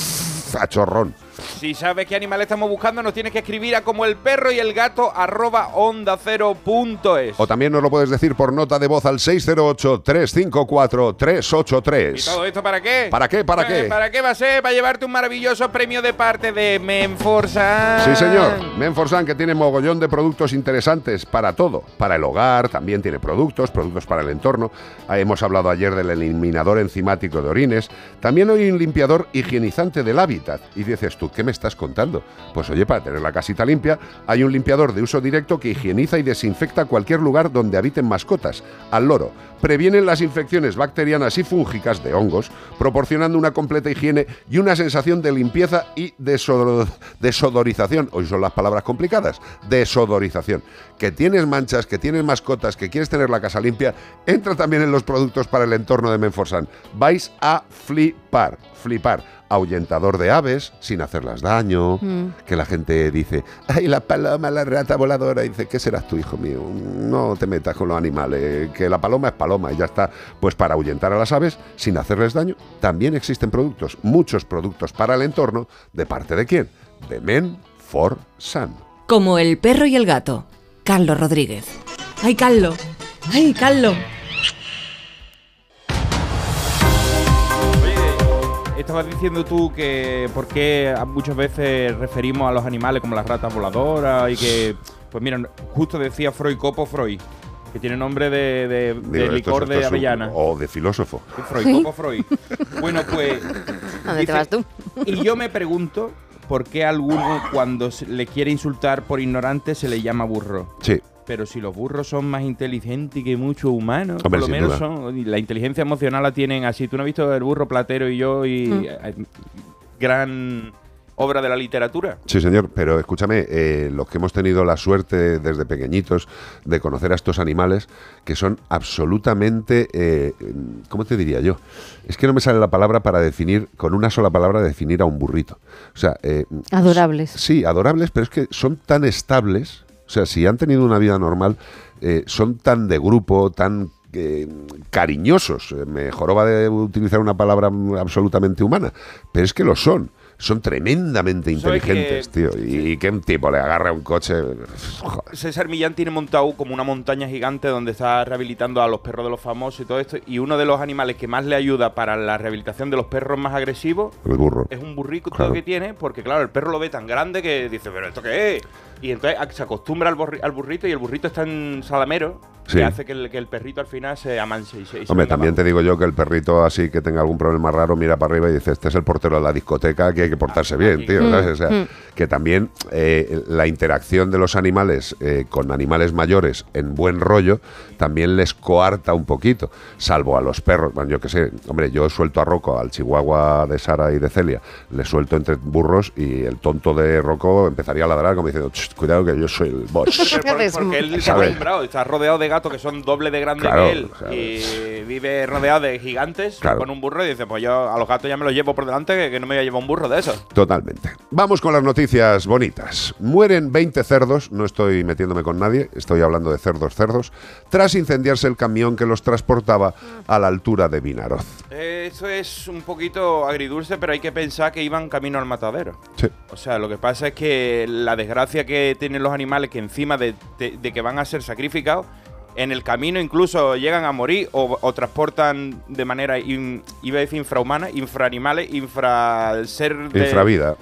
A chorrón. Si sabes qué animal estamos buscando, nos tienes que escribir a como el perro y el gato arroba onda cero punto es. O también nos lo puedes decir por nota de voz al seis cero ocho, tres cinco cuatro, tres ocho ¿Y tres. todo esto para qué? ¿Para qué? ¿Para Eh, qué? ¿Para qué va a ser? Para llevarte un maravilloso premio de parte de Menforsan. Sí, señor. Menforsan, que tiene mogollón de productos interesantes para todo. Para el hogar, también tiene productos, productos para el entorno. Ah, hemos hablado ayer del eliminador enzimático de orines. También hay un limpiador higienizante del hábitat. Y dices tú, ¿qué me estás contando? Pues oye, para tener la casita limpia, hay un limpiador de uso directo que higieniza y desinfecta cualquier lugar donde habiten mascotas. Al loro. Previenen las infecciones bacterianas y fúngicas de hongos, proporcionando una completa higiene y una sensación de limpieza y desodor- desodorización. Hoy son las palabras complicadas. Desodorización. Que tienes manchas, que tienes mascotas, que quieres tener la casa limpia, entra también en los productos para el entorno de Menforsan. Vais a flipar, flipar. Ahuyentador de aves, sin hacerlas daño, Mm. que la gente dice, ay, la paloma, la rata voladora, y dice, ¿qué serás tú, hijo mío? No te metas con los animales, que la paloma es paloma y ya está. Pues para ahuyentar a las aves, sin hacerles daño, también existen productos, muchos productos para el entorno, ¿de parte de quién? De Menforsan. Como el perro y el gato. Carlos Rodríguez. ¡Ay, Carlos! ¡Ay, Carlos! Estabas diciendo tú que por qué muchas veces referimos a los animales como las ratas voladoras y que Pues mira, justo decía Freud Copo Freud, que tiene nombre de, de, Digo, de esto licor es- de esto es un- avellana. o de filósofo. Freud Copo Freud. Bueno, pues... ¿Dónde te vas tú? Y yo me pregunto por qué a alguno cuando se le quiere insultar por ignorante se le llama burro. Sí. Pero si los burros son más inteligentes que muchos humanos, Hombre, por lo sin menos duda. son... y la inteligencia emocional la tienen así. ¿Tú no has visto El burro platero y yo y... Mm. eh, gran obra de la literatura? Sí, señor, pero escúchame, eh, los que hemos tenido la suerte desde pequeñitos de conocer a estos animales, que son absolutamente, eh, ¿cómo te diría yo? Es que no me sale la palabra para definir, con una sola palabra, definir a un burrito. O sea, eh, Adorables. sí, adorables, pero es que son tan estables, o sea, si han tenido una vida normal, eh, son tan de grupo, tan eh, cariñosos. Eh, Me joroba de utilizar una palabra absolutamente humana, pero es que lo son. Son tremendamente ¿Sabes inteligentes, que- tío. Y, y que un tipo le agarra un coche. Joder. César Millán tiene montado como una montaña gigante donde está rehabilitando a los perros de los famosos y todo esto. Y uno de los animales que más le ayuda para la rehabilitación de los perros más agresivos El burro. es un burrico Claro. que tiene, porque claro, el perro lo ve tan grande que dice, ¿pero esto qué es? Y entonces a- se acostumbra al, borri- al burrito y el burrito es tan salamero Sí. que hace que el, que el perrito al final se amanse y se, y se Hombre, venga también abajo. te digo yo que el perrito así que tenga algún problema raro mira para arriba y dice, este es el portero de la discoteca, que hay que portarse bien, tío. Mm, ¿sabes? O sea, mm. que también eh, la interacción de los animales eh, con animales mayores en buen rollo también les coarta un poquito, salvo a los perros. Bueno, yo qué sé, hombre, yo suelto a Rocco, al chihuahua de Sara y de Celia, le suelto entre burros y el tonto de Rocco empezaría a ladrar como diciendo, "Ch, cuidado que yo soy el boss". Pero por- porque él está ¿Sabes? acostumbrado, está rodeado de gatos que son doble de grandes Claro, que él ¿sabes? y vive rodeado de gigantes Claro. con un burro y dice, pues yo a los gatos ya me los llevo por delante, que, que no me voy a llevar un burro de esos. Totalmente. Vamos con las noticias bonitas. Mueren veinte cerdos, no estoy metiéndome con nadie, estoy hablando de cerdos cerdos, tras incendiarse el camión que los transportaba a la altura de Vinaroz. Eh, Eso es un poquito agridulce, pero hay que pensar que iban camino al matadero. Sí. O sea, lo que pasa es que la desgracia que tienen los animales, que encima de, de- de que van a ser sacrificados, en el camino incluso llegan a morir o, o transportan de manera, in- iba a decir infrahumana, infraanimales, infra ser de... Infravida.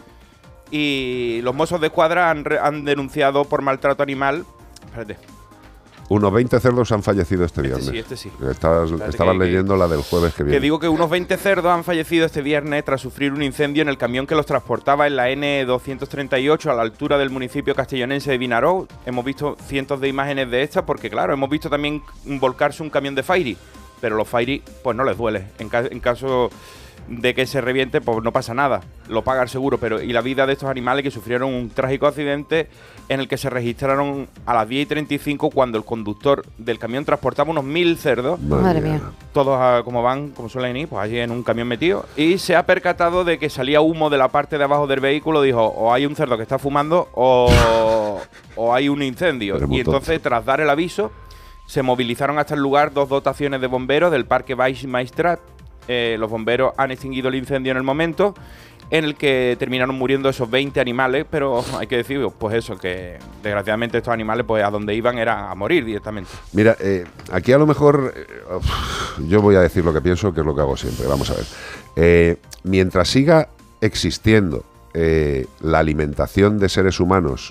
Y los mozos de escuadra han, re- han denunciado por maltrato animal. Espérate. Unos veinte cerdos han fallecido este Este viernes. sí, este sí. Estabas, Espérate estabas que- que- leyendo la del jueves que viene. Que digo que unos veinte cerdos han fallecido este viernes tras sufrir un incendio en el camión que los transportaba en la N doscientos treinta y ocho a la altura del municipio castellonense de Vinaró. Hemos visto cientos de imágenes de estas porque, claro, hemos visto también volcarse un camión de Fairy, pero los Fairy pues no les duele. En, ca- en caso de que se reviente, pues no pasa nada, lo paga el seguro. Pero y la vida de estos animales que sufrieron un trágico accidente en el que se registraron a las diez y treinta y cinco cuando el conductor del camión transportaba unos mil cerdos. Madre mía. Todos ah, como van, como suelen ir, pues allí en un camión metido. Y se ha percatado de que salía humo de la parte de abajo del vehículo. Dijo, o hay un cerdo que está fumando o, o hay un incendio. Pero muy Y entonces, tras dar el aviso, se movilizaron hasta el lugar dos dotaciones de bomberos del Parque Baix Maestrat. Eh, los bomberos han extinguido el incendio en el momento, en el que terminaron muriendo esos veinte animales, pero hay que decir, pues eso, que desgraciadamente estos animales, pues a donde iban era a morir directamente. Mira, eh, aquí a lo mejor eh, uf, yo voy a decir lo que pienso, que es lo que hago siempre. Vamos a ver. Eh, mientras siga existiendo eh, la alimentación de seres humanos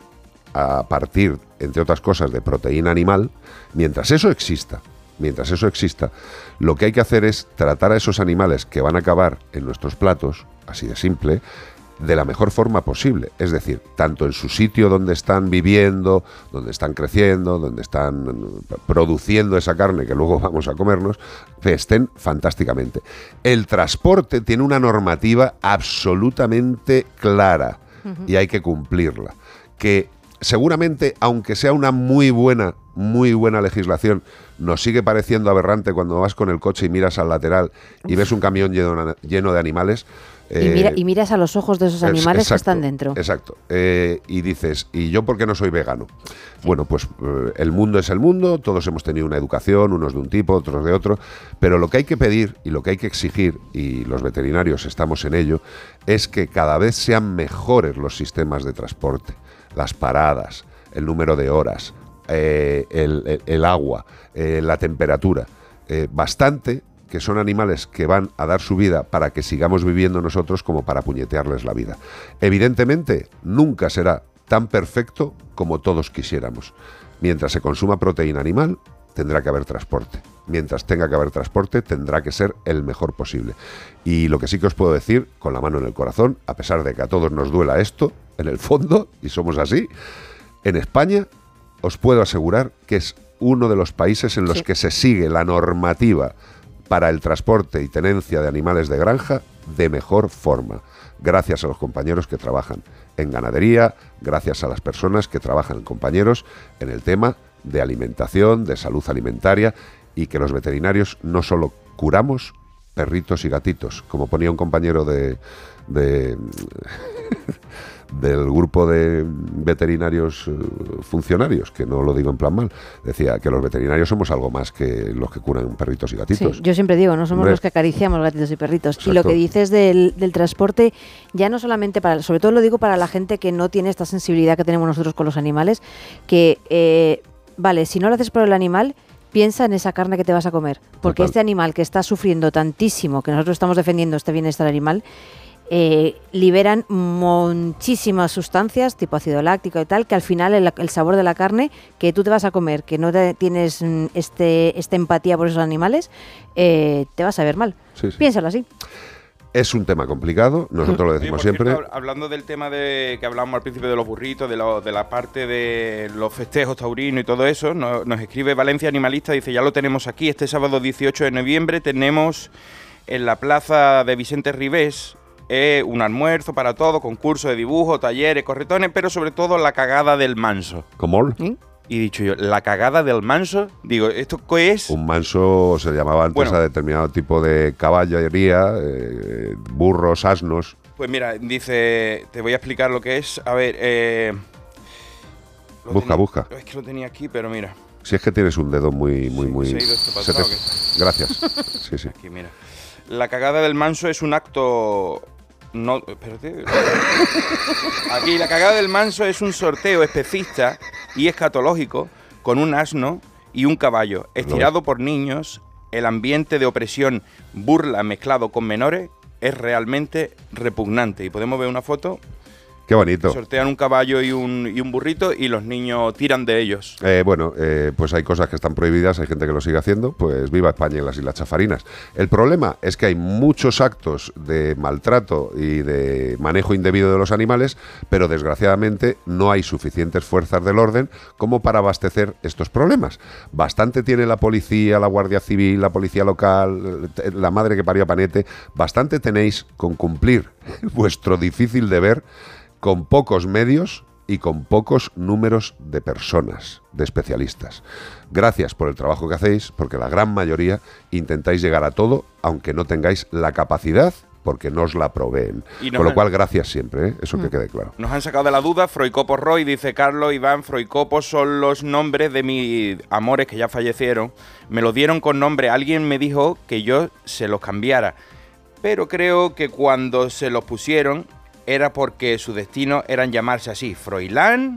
a partir, entre otras cosas, de proteína animal, mientras eso exista, mientras eso exista, lo que hay que hacer es tratar a esos animales que van a acabar en nuestros platos, así de simple, de la mejor forma posible. Es decir, tanto en su sitio donde están viviendo, donde están creciendo, donde están produciendo esa carne que luego vamos a comernos, que estén fantásticamente. El transporte tiene una normativa absolutamente clara Ujú. y hay que cumplirla. Que seguramente, aunque sea una muy buena, muy buena legislación, nos sigue pareciendo aberrante cuando vas con el coche y miras al lateral y ves un camión lleno, lleno de animales. Y, eh, mira, y miras a los ojos de esos es- animales que exacto, están dentro. Exacto. Eh, y dices, ¿y yo por qué no soy vegano? Bueno, pues eh, el mundo es el mundo, todos hemos tenido una educación, unos de un tipo, otros de otro, pero lo que hay que pedir y lo que hay que exigir, y los veterinarios estamos en ello, es que cada vez sean mejores los sistemas de transporte, las paradas, el número de horas, eh, el, el- el agua, eh, la temperatura. Eh, bastante que son animales que van a dar su vida para que sigamos viviendo nosotros como para puñetearles la vida. Evidentemente, nunca será tan perfecto como todos quisiéramos. Mientras se consuma proteína animal, tendrá que haber transporte. Mientras tenga que haber transporte, tendrá que ser el mejor posible. Y lo que sí que os puedo decir, con la mano en el corazón, a pesar de que a todos nos duela esto, en el fondo, y somos así, en España os puedo asegurar que es uno de los países en los sí. que se sigue la normativa para el transporte y tenencia de animales de granja de mejor forma, gracias a los compañeros que trabajan en ganadería, gracias a las personas que trabajan, compañeros, en el tema de alimentación, de salud alimentaria, y que los veterinarios no solo curamos perritos y gatitos, como ponía un compañero de, de del grupo de veterinarios funcionarios, que no lo digo en plan mal, decía que los veterinarios somos algo más que los que curan perritos y gatitos. Sí, yo siempre digo, no somos Hombre. los que acariciamos gatitos y perritos. Exacto. Y lo que dices del, del transporte, ya no solamente para, sobre todo lo digo para la gente que no tiene esta sensibilidad que tenemos nosotros con los animales, que, eh, vale, si no lo haces por el animal, piensa en esa carne que te vas a comer, porque Total. este animal que está sufriendo tantísimo, que nosotros estamos defendiendo este bienestar animal, Eh, liberan muchísimas sustancias tipo ácido láctico y tal, que al final el, el sabor de la carne que tú te vas a comer, que no te, tienes este esta empatía por esos animales, eh, te va a saber mal. Sí, sí. Piénsalo así. Es un tema complicado, nosotros lo decimos Oye, siempre. Cierto, hablando del tema de que hablamos al principio de los burritos, de, lo, de la parte de los festejos taurinos y todo eso, nos, nos escribe Valencia Animalista, dice, ya lo tenemos aquí, este sábado dieciocho de noviembre tenemos en la plaza de Vicente Rivés Eh, un almuerzo para todo, concurso de dibujo, talleres, corretones, pero sobre todo la cagada del manso. ¿Cómo? ¿Sí? Y dicho yo, la cagada del manso, digo, ¿esto qué es? Un manso se llamaba antes bueno, a determinado tipo de caballería, eh, burros, asnos. Pues mira, dice, te voy a explicar lo que es. A ver, eh, busca, tenía, busca. Es que lo tenía aquí, pero mira. Si es que tienes un dedo muy, muy, muy. ¿Se ha ido esto pasado, te... Gracias. Sí, sí. Aquí, mira. La cagada del manso es un acto. No, espérate. Aquí, la cagada del manso es un sorteo especista y escatológico con un asno y un caballo, estirado por niños. El ambiente de opresión, burla mezclado con menores es realmente repugnante. Y podemos ver una foto. Qué bonito. Sortean un caballo y un, y un burrito y los niños tiran de ellos. Eh, bueno, eh, pues hay cosas que están prohibidas, hay gente que lo sigue haciendo, pues viva España y las Islas Chafarinas. El problema es que hay muchos actos de maltrato y de manejo indebido de los animales, pero desgraciadamente no hay suficientes fuerzas del orden como para abastecer estos problemas. Bastante tiene la policía, la Guardia Civil, la policía local, la madre que parió a Panete, bastante tenéis con cumplir vuestro difícil deber con pocos medios y con pocos números de personas, de especialistas. Gracias por el trabajo que hacéis, porque la gran mayoría intentáis llegar a todo, aunque no tengáis la capacidad, porque no os la proveen. Con lo han, cual, gracias siempre, ¿eh? Eso mm. que quede claro. Nos han sacado de la duda Froicopo Roy, dice Carlos, Iván, Froicopo son los nombres de mis amores que ya fallecieron. Me lo dieron con nombre, alguien me dijo que yo se los cambiara, pero creo que cuando se los pusieron era porque su destino eran llamarse así, Froilán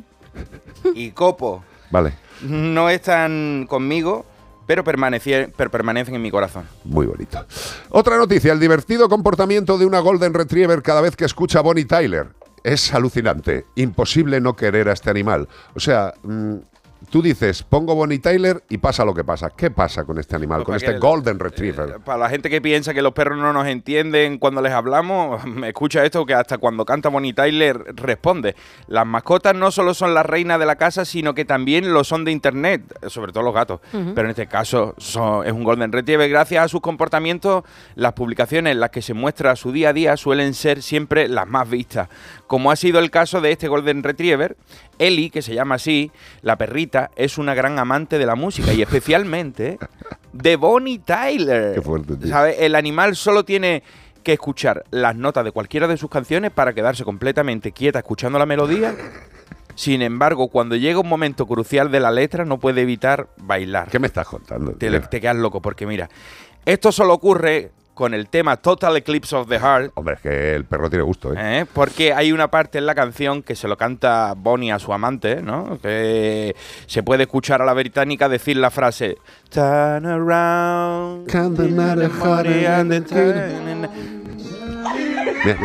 y Copo. Vale. No están conmigo, pero permanecen, pero permanecen en mi corazón. Muy bonito. Otra noticia, el divertido comportamiento de una Golden Retriever cada vez que escucha a Bonnie Tyler. Es alucinante. Imposible no querer a este animal. O sea, mmm, tú dices, pongo Bonnie Tyler y pasa lo que pasa. ¿Qué pasa con este animal, pues con este Golden Retriever? Eh, para la gente que piensa que los perros no nos entienden cuando les hablamos, me escucha esto que hasta cuando canta Bonnie Tyler responde. Las mascotas no solo son las reinas de la casa, sino que también lo son de internet, sobre todo los gatos. Uh-huh. Pero en este caso son, es un Golden Retriever. Gracias a sus comportamientos, las publicaciones en las que se muestra su día a día suelen ser siempre las más vistas. Como ha sido el caso de este Golden Retriever, Ellie, que se llama así, la perrita, es una gran amante de la música y especialmente de Bonnie Tyler. Qué fuerte, tío. ¿Sabe? El animal solo tiene que escuchar las notas de cualquiera de sus canciones para quedarse completamente quieta escuchando la melodía. Sin embargo, cuando llega un momento crucial de la letra, no puede evitar bailar. ¿Qué me estás contando? Te, te quedas loco porque mira, esto solo ocurre con el tema Total Eclipse of the Heart. Hombre, es que el perro tiene gusto, ¿eh? ¿eh? Porque hay una parte en la canción que se lo canta Bonnie a su amante, ¿no? Que se puede escuchar a la británica decir la frase Turn around. Bien, bien.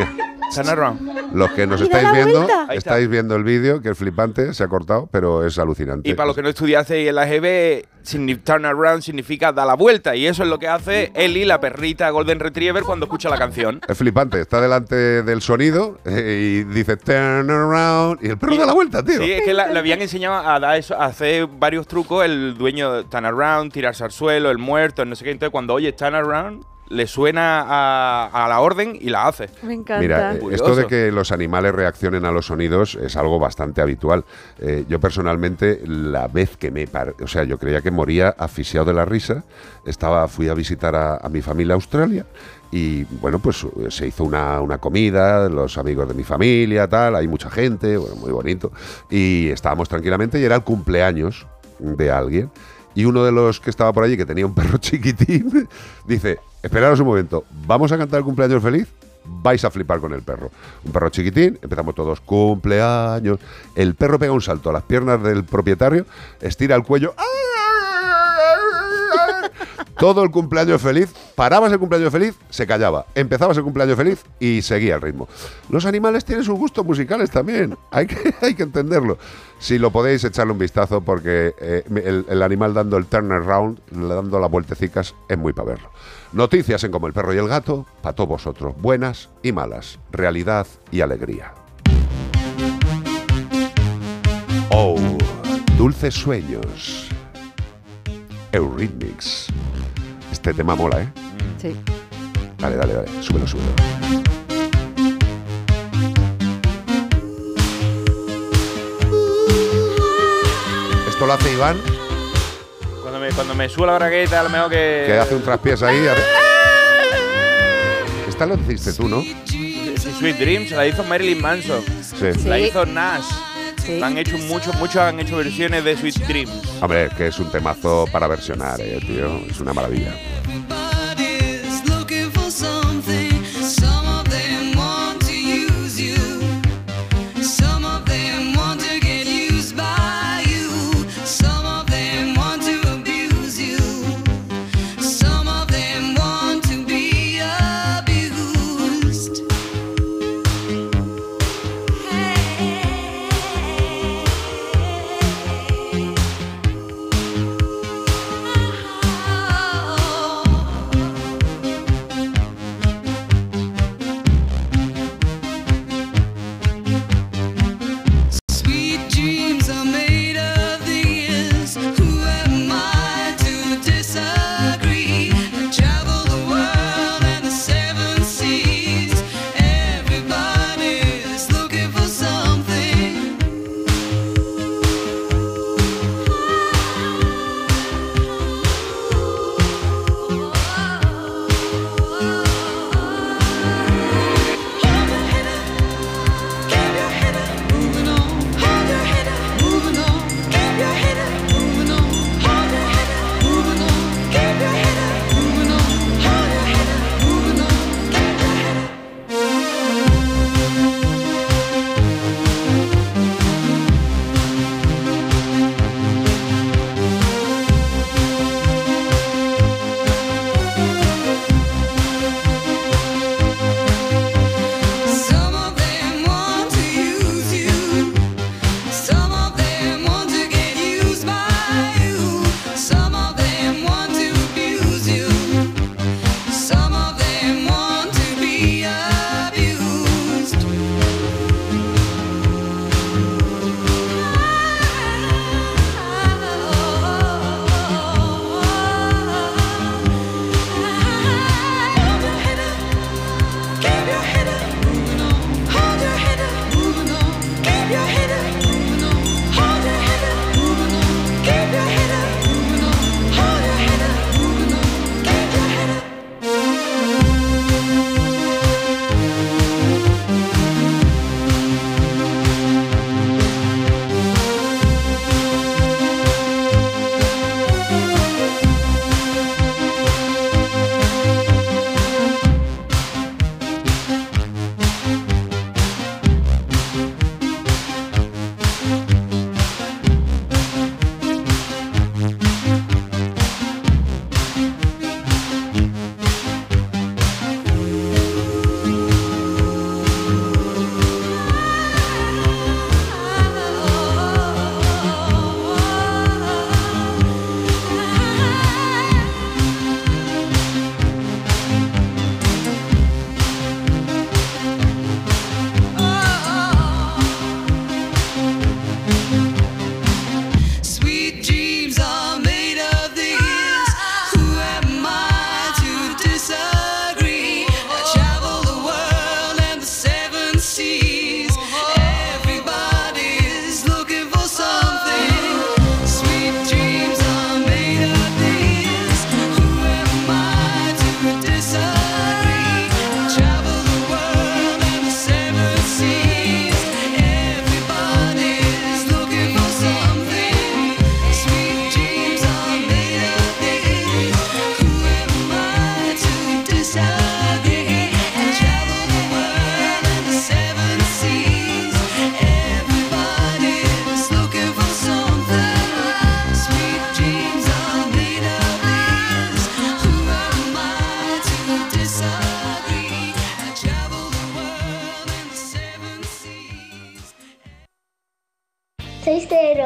Turn around. Los que nos Mira estáis la viendo, vuelta. Ahí está. estáis viendo el vídeo, que es flipante, se ha cortado, pero es alucinante. Y para los que no estudiaseis en la G B, signi- turn around significa da la vuelta. Y eso es lo que hace Ellie, la perrita Golden Retriever, cuando escucha la canción. Es flipante, está delante del sonido eh, y dice turn around y el perro da la vuelta, tío. Sí, es que la- le habían enseñado a, dar eso, a hacer varios trucos, el dueño de turn around, tirarse al suelo, el muerto, no sé qué. Entonces cuando oye turn around, le suena a, a la orden y la hace. Me encanta. Mira, eh, esto de que los animales reaccionen a los sonidos es algo bastante habitual. Eh, yo personalmente, la vez que me... par- o sea, yo creía que moría asfixiado de la risa. Estaba, fui a visitar a, a mi familia a Australia y, bueno, pues eh, se hizo una, una comida, los amigos de mi familia, tal, hay mucha gente, bueno, muy bonito. Y estábamos tranquilamente y era el cumpleaños de alguien. Y uno de los que estaba por allí, que tenía un perro chiquitín, dice, esperaros un momento, ¿vamos a cantar el cumpleaños feliz? Vais a flipar con el perro. Un perro chiquitín, empezamos todos, cumpleaños. El perro pega un salto a las piernas del propietario, estira el cuello. Todo el cumpleaños feliz, parabas el cumpleaños feliz, se callaba. Empezabas el cumpleaños feliz y seguía el ritmo. Los animales tienen sus gustos musicales también, hay que, hay que entenderlo. Si lo podéis, echarle un vistazo porque eh, el, el animal dando el turnaround, dando las vueltecicas, es muy para verlo. Noticias en Como el Perro y el Gato, para todos vosotros, buenas y malas, realidad y alegría. Oh, dulces sueños. Eurythmics. Este tema mola, ¿eh? Sí. Dale, dale, dale. Súbelo, súbelo. Esto lo hace Iván, Cuando me, cuando me suba la bragueta, a lo mejor que... que hace un traspiés ahí. hace- Esta lo hiciste tú, ¿no? Sweet Dreams la hizo Marilyn Manson. Sí. La Sí. hizo Nash. Sí. Han hecho muchos, muchos han hecho versiones de Sweet Dreams. Hombre, es que es un temazo para versionar, eh, tío. Es una maravilla. Everybody's looking for something. Some of them want to use you. Some of them want to get used by you. Some of them want to abuse you. Some of them want to be abused.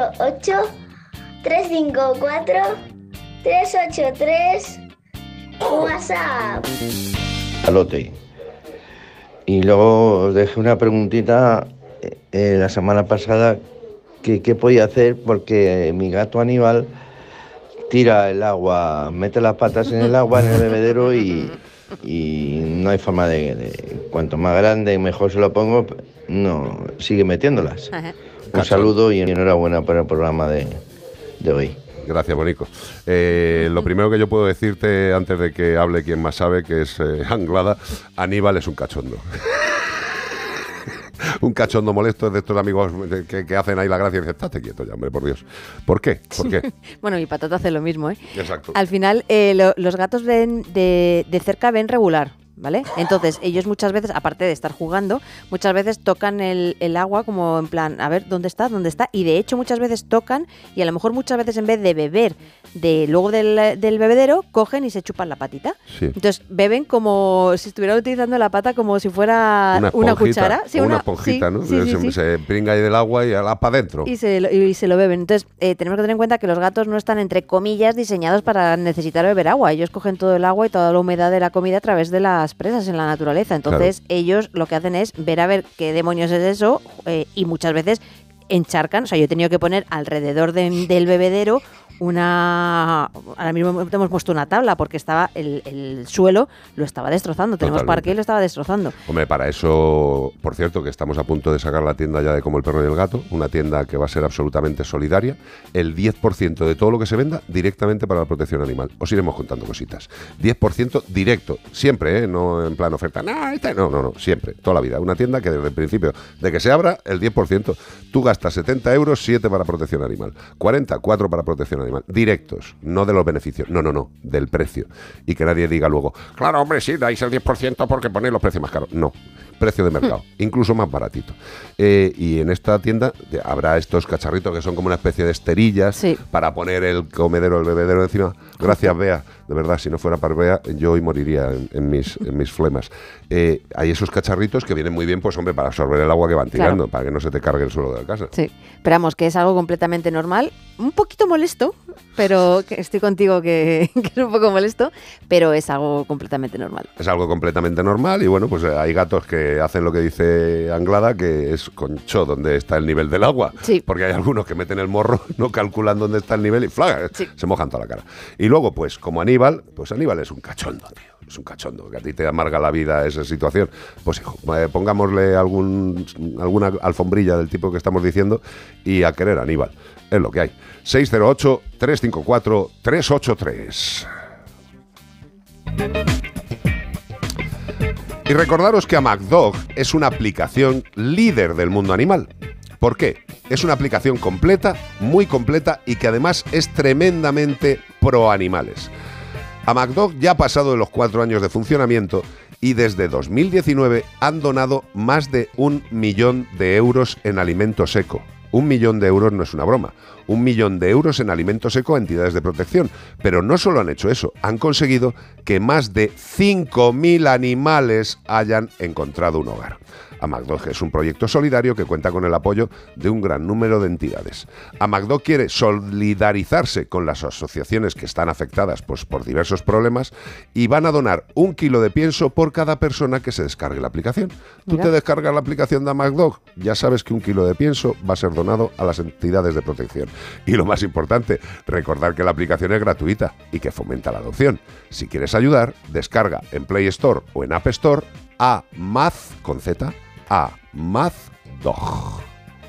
ocho, tres cinco cuatro, tres ocho tres. WhatsApp. Alote. Y luego os dejé una preguntita eh, la semana pasada que qué podía hacer porque mi gato Aníbal tira el agua, mete las patas en el agua, en el bebedero y, y no hay forma de, de... Cuanto más grande y mejor se lo pongo, no, sigue metiéndolas. Ajá. Un saludo y enhorabuena por el programa de, de hoy. Gracias, Bonico. Eh, lo primero que yo puedo decirte antes de que hable quien más sabe, que es eh, Anglada, Aníbal es un cachondo. Un cachondo molesto es de estos amigos que, que hacen ahí la gracia y dicen, estate quieto ya, hombre, por Dios. ¿Por qué? ¿Por qué? Bueno, mi patata hace lo mismo, ¿eh? Exacto. Al final, eh, lo, los gatos ven de, de cerca ven regular. ¿Vale? Entonces, ellos muchas veces, aparte de estar jugando, muchas veces tocan el, el agua como en plan, a ver, ¿dónde está? ¿Dónde está? Y de hecho muchas veces tocan y a lo mejor muchas veces en vez de beber de luego del, del bebedero, cogen y se chupan la patita. Sí. Entonces, beben como si estuvieran utilizando la pata como si fuera una, una cuchara. Sí, una, una esponjita, sí, ¿no? Sí, sí, se, sí. se pringa ahí del agua y la para adentro. Y se, lo, y se lo beben. Entonces, eh, tenemos que tener en cuenta que los gatos no están, entre comillas, diseñados para necesitar beber agua. Ellos cogen todo el agua y toda la humedad de la comida a través de las presas en la naturaleza. Entonces claro. Ellos lo que hacen es ver a ver qué demonios es eso eh, y muchas veces encharcan. O sea, yo he tenido que poner alrededor de, del bebedero una... Ahora mismo hemos puesto una tabla porque estaba el, el suelo lo estaba destrozando. Tenemos Totalmente. parque y lo estaba destrozando. Hombre, para eso, por cierto, que estamos a punto de sacar la tienda ya de Como el Perro y el Gato, una tienda que va a ser absolutamente solidaria. El diez por ciento de todo lo que se venda directamente para la protección animal. Os iremos contando cositas. diez por ciento directo, siempre, ¿eh? No en plan oferta. No, este, no, no, no, siempre, toda la vida. Una tienda que desde el principio de que se abra, el diez por ciento. Tú gastas setenta euros, siete para protección animal. cuarenta, cuatro para protección animal. Directos, no de los beneficios. No, no, no, del precio. Y que nadie diga luego, claro, hombre, sí, dais el diez por ciento porque ponéis los precios más caros. No, precio de mercado, incluso más baratito. Eh, y en esta tienda habrá estos cacharritos que son como una especie de esterillas sí. para poner el comedero, el bebedero encima. Gracias, Bea. De verdad, si no fuera para Bea, yo hoy moriría en, en, mis, en mis flemas. Eh, hay esos cacharritos que vienen muy bien, pues hombre, para absorber el agua que van tirando, claro. para que no se te cargue el suelo de la casa. Sí, esperamos que es algo completamente normal, un poquito molesto, pero que estoy contigo que, que es un poco molesto, pero es algo completamente normal. Es algo completamente normal y bueno, pues hay gatos que hacen lo que dice Anglada, que es concho donde está el nivel del agua. Sí. Porque hay algunos que meten el morro, no calculan dónde está el nivel y flaga, sí. se mojan toda la cara. Y luego, pues como Aníbal, pues Aníbal es un cachondo, tío. Es un cachondo, que a ti te amarga la vida esa situación. Pues hijo, eh, pongámosle algún, alguna alfombrilla del tipo que estamos diciendo y a querer a Aníbal. Es lo que hay. seis cero ocho, tres cinco cuatro, tres ocho tres. Y recordaros que AmagDog es una aplicación líder del mundo animal. ¿Por qué? Es una aplicación completa, muy completa y que además es tremendamente pro animales. AmagDog ya ha pasado de los cuatro años de funcionamiento y desde dos mil diecinueve han donado más de un millón de euros en alimento seco. Un millón de euros no es una broma. Un millón de euros en alimento seco a entidades de protección. Pero no solo han hecho eso, han conseguido que más de cinco mil animales hayan encontrado un hogar. AmagDog es un proyecto solidario que cuenta con el apoyo de un gran número de entidades. AmagDog quiere solidarizarse con las asociaciones que están afectadas pues, por diversos problemas y van a donar un kilo de pienso por cada persona que se descargue la aplicación. Tú Mira. te descargas la aplicación de AmagDog, ya sabes que un kilo de pienso va a ser donado a las entidades de protección. Y lo más importante, recordar que la aplicación es gratuita y que fomenta la adopción. Si quieres ayudar, descarga en Play Store o en App Store a Maz con Z, a AmagDog.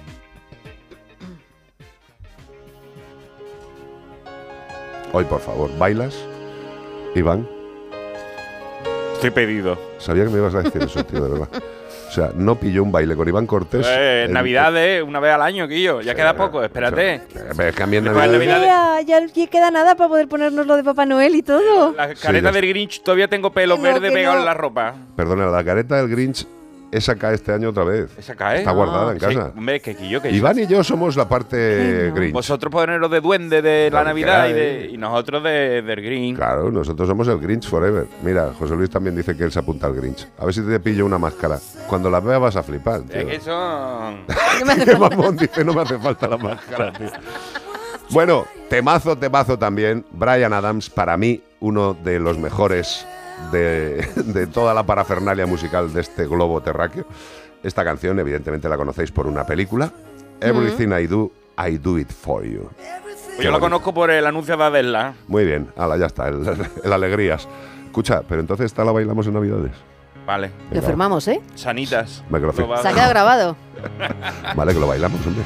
Hoy, por favor, ¿bailas, Iván? Estoy pedido. Sabía que me ibas a decir eso, tío, de verdad. O sea, no pilló un baile con Iván Cortés. Eh, en Navidades, una vez al año, Quillo. Ya sí, queda poco, espérate. Es que a mí en Navidades... Ya, ya queda nada para poder ponernos lo de Papá Noel y todo. La careta sí, del Grinch, todavía tengo pelos verdes pegados no. en la ropa. Perdona, la careta del Grinch Esa cae este año otra vez. ¿Esa cae? Está guardada Ah, en sí, casa. hombre, que quillo, que Iván y yo somos la parte Grinch. Vosotros poneros de duende de la Lo que Navidad y, queráis. de, y nosotros de, del Grinch. Claro, nosotros somos el Grinch forever. Mira, José Luis también dice que él se apunta al Grinch. A ver si te pillo una máscara. Cuando la veas vas a flipar, tío. Es que son... Qué mamón, dice, no me hace falta la máscara, tío. Bueno, temazo, temazo también. Bryan Adams, para mí, uno de los mejores de, de toda la parafernalia musical de este globo terráqueo. Esta canción, evidentemente, la conocéis por una película. Everything I Do, I Do It For You. Pues yo la conozco por el anuncio de Adela. Muy bien, ala, ya está, el, el Alegrías. Escucha, pero entonces esta la bailamos en Navidades. Vale. Lo firmamos, ¿eh? Sanitas. Me lo Se ha quedado grabado. Vale, que lo bailamos, hombre.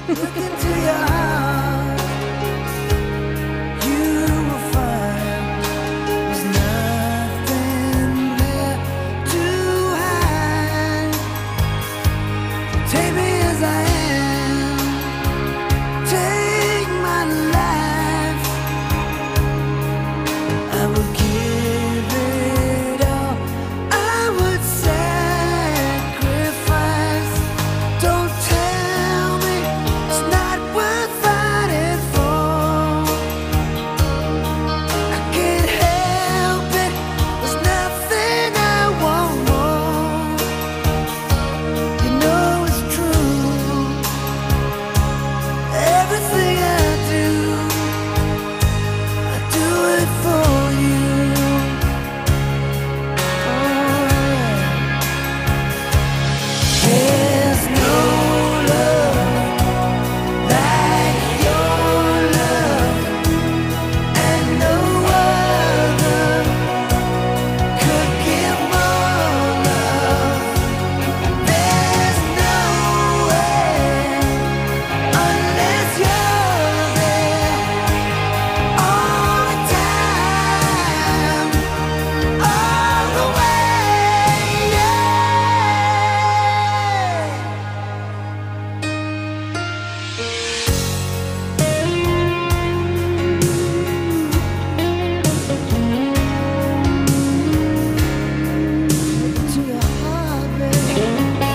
Take me as I am, take my life. I would give it all, I would sacrifice. Don't tell me it's not worth fighting for. I can't help it, there's nothing I want more. You know it's true. Everything I do, I do it for you. There's no love like your love, and no other could give more love. There's no way unless you're there all the time, all the way, yeah. To your heart, baby.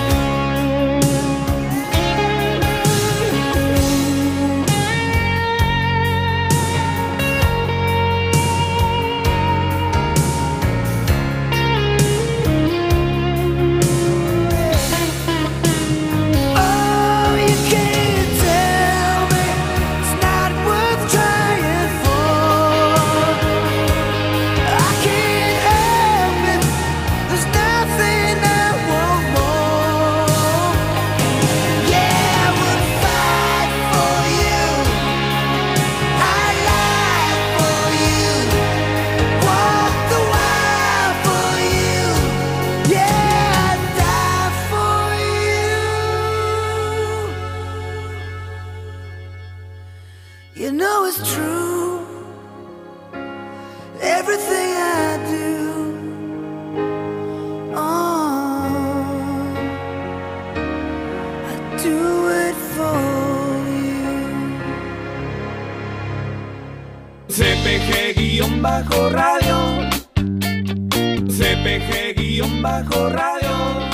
Oh, you can't tell me it's not worth trying for. I can't help it, there's nothing I want more. Yeah, I would fight for you, I lie for you, walk the while for you. Yeah, I'd die for you. You know it's true. Everything I do, oh, I do it for you. C P G-radio, C P G-radio.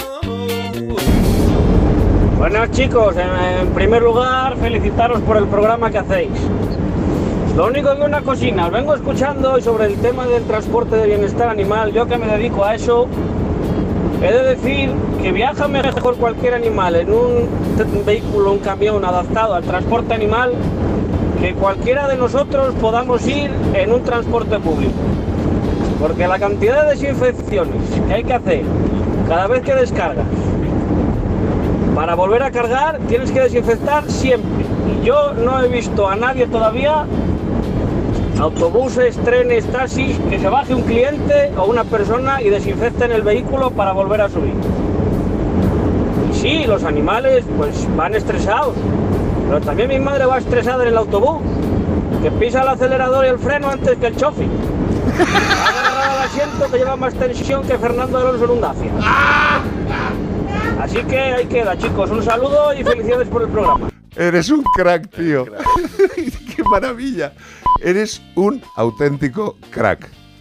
Buenas chicos, en, en primer lugar felicitaros por el programa que hacéis. Lo único que una cocina, os vengo escuchando y sobre el tema del transporte de bienestar animal, yo que me dedico a eso, he de decir que viaja mejor cualquier animal en un t- vehículo, un camión adaptado al transporte animal, que cualquiera de nosotros podamos ir en un transporte público. Porque la cantidad de desinfecciones que hay que hacer cada vez que descargas, para volver a cargar tienes que desinfectar siempre. Y yo no he visto a nadie todavía, autobuses, trenes, taxis, que se baje un cliente o una persona y desinfecten el vehículo para volver a subir. Y sí, los animales pues van estresados, pero también mi madre va estresada en el autobús, que pisa el acelerador y el freno antes que el chofer. Ha agarrado al asiento que lleva más tensión que Fernando Alonso en un Dacia. Así que ahí queda, chicos. Un saludo y felicidades por el programa. Eres un crack, tío. ¡Qué maravilla! Eres un auténtico crack.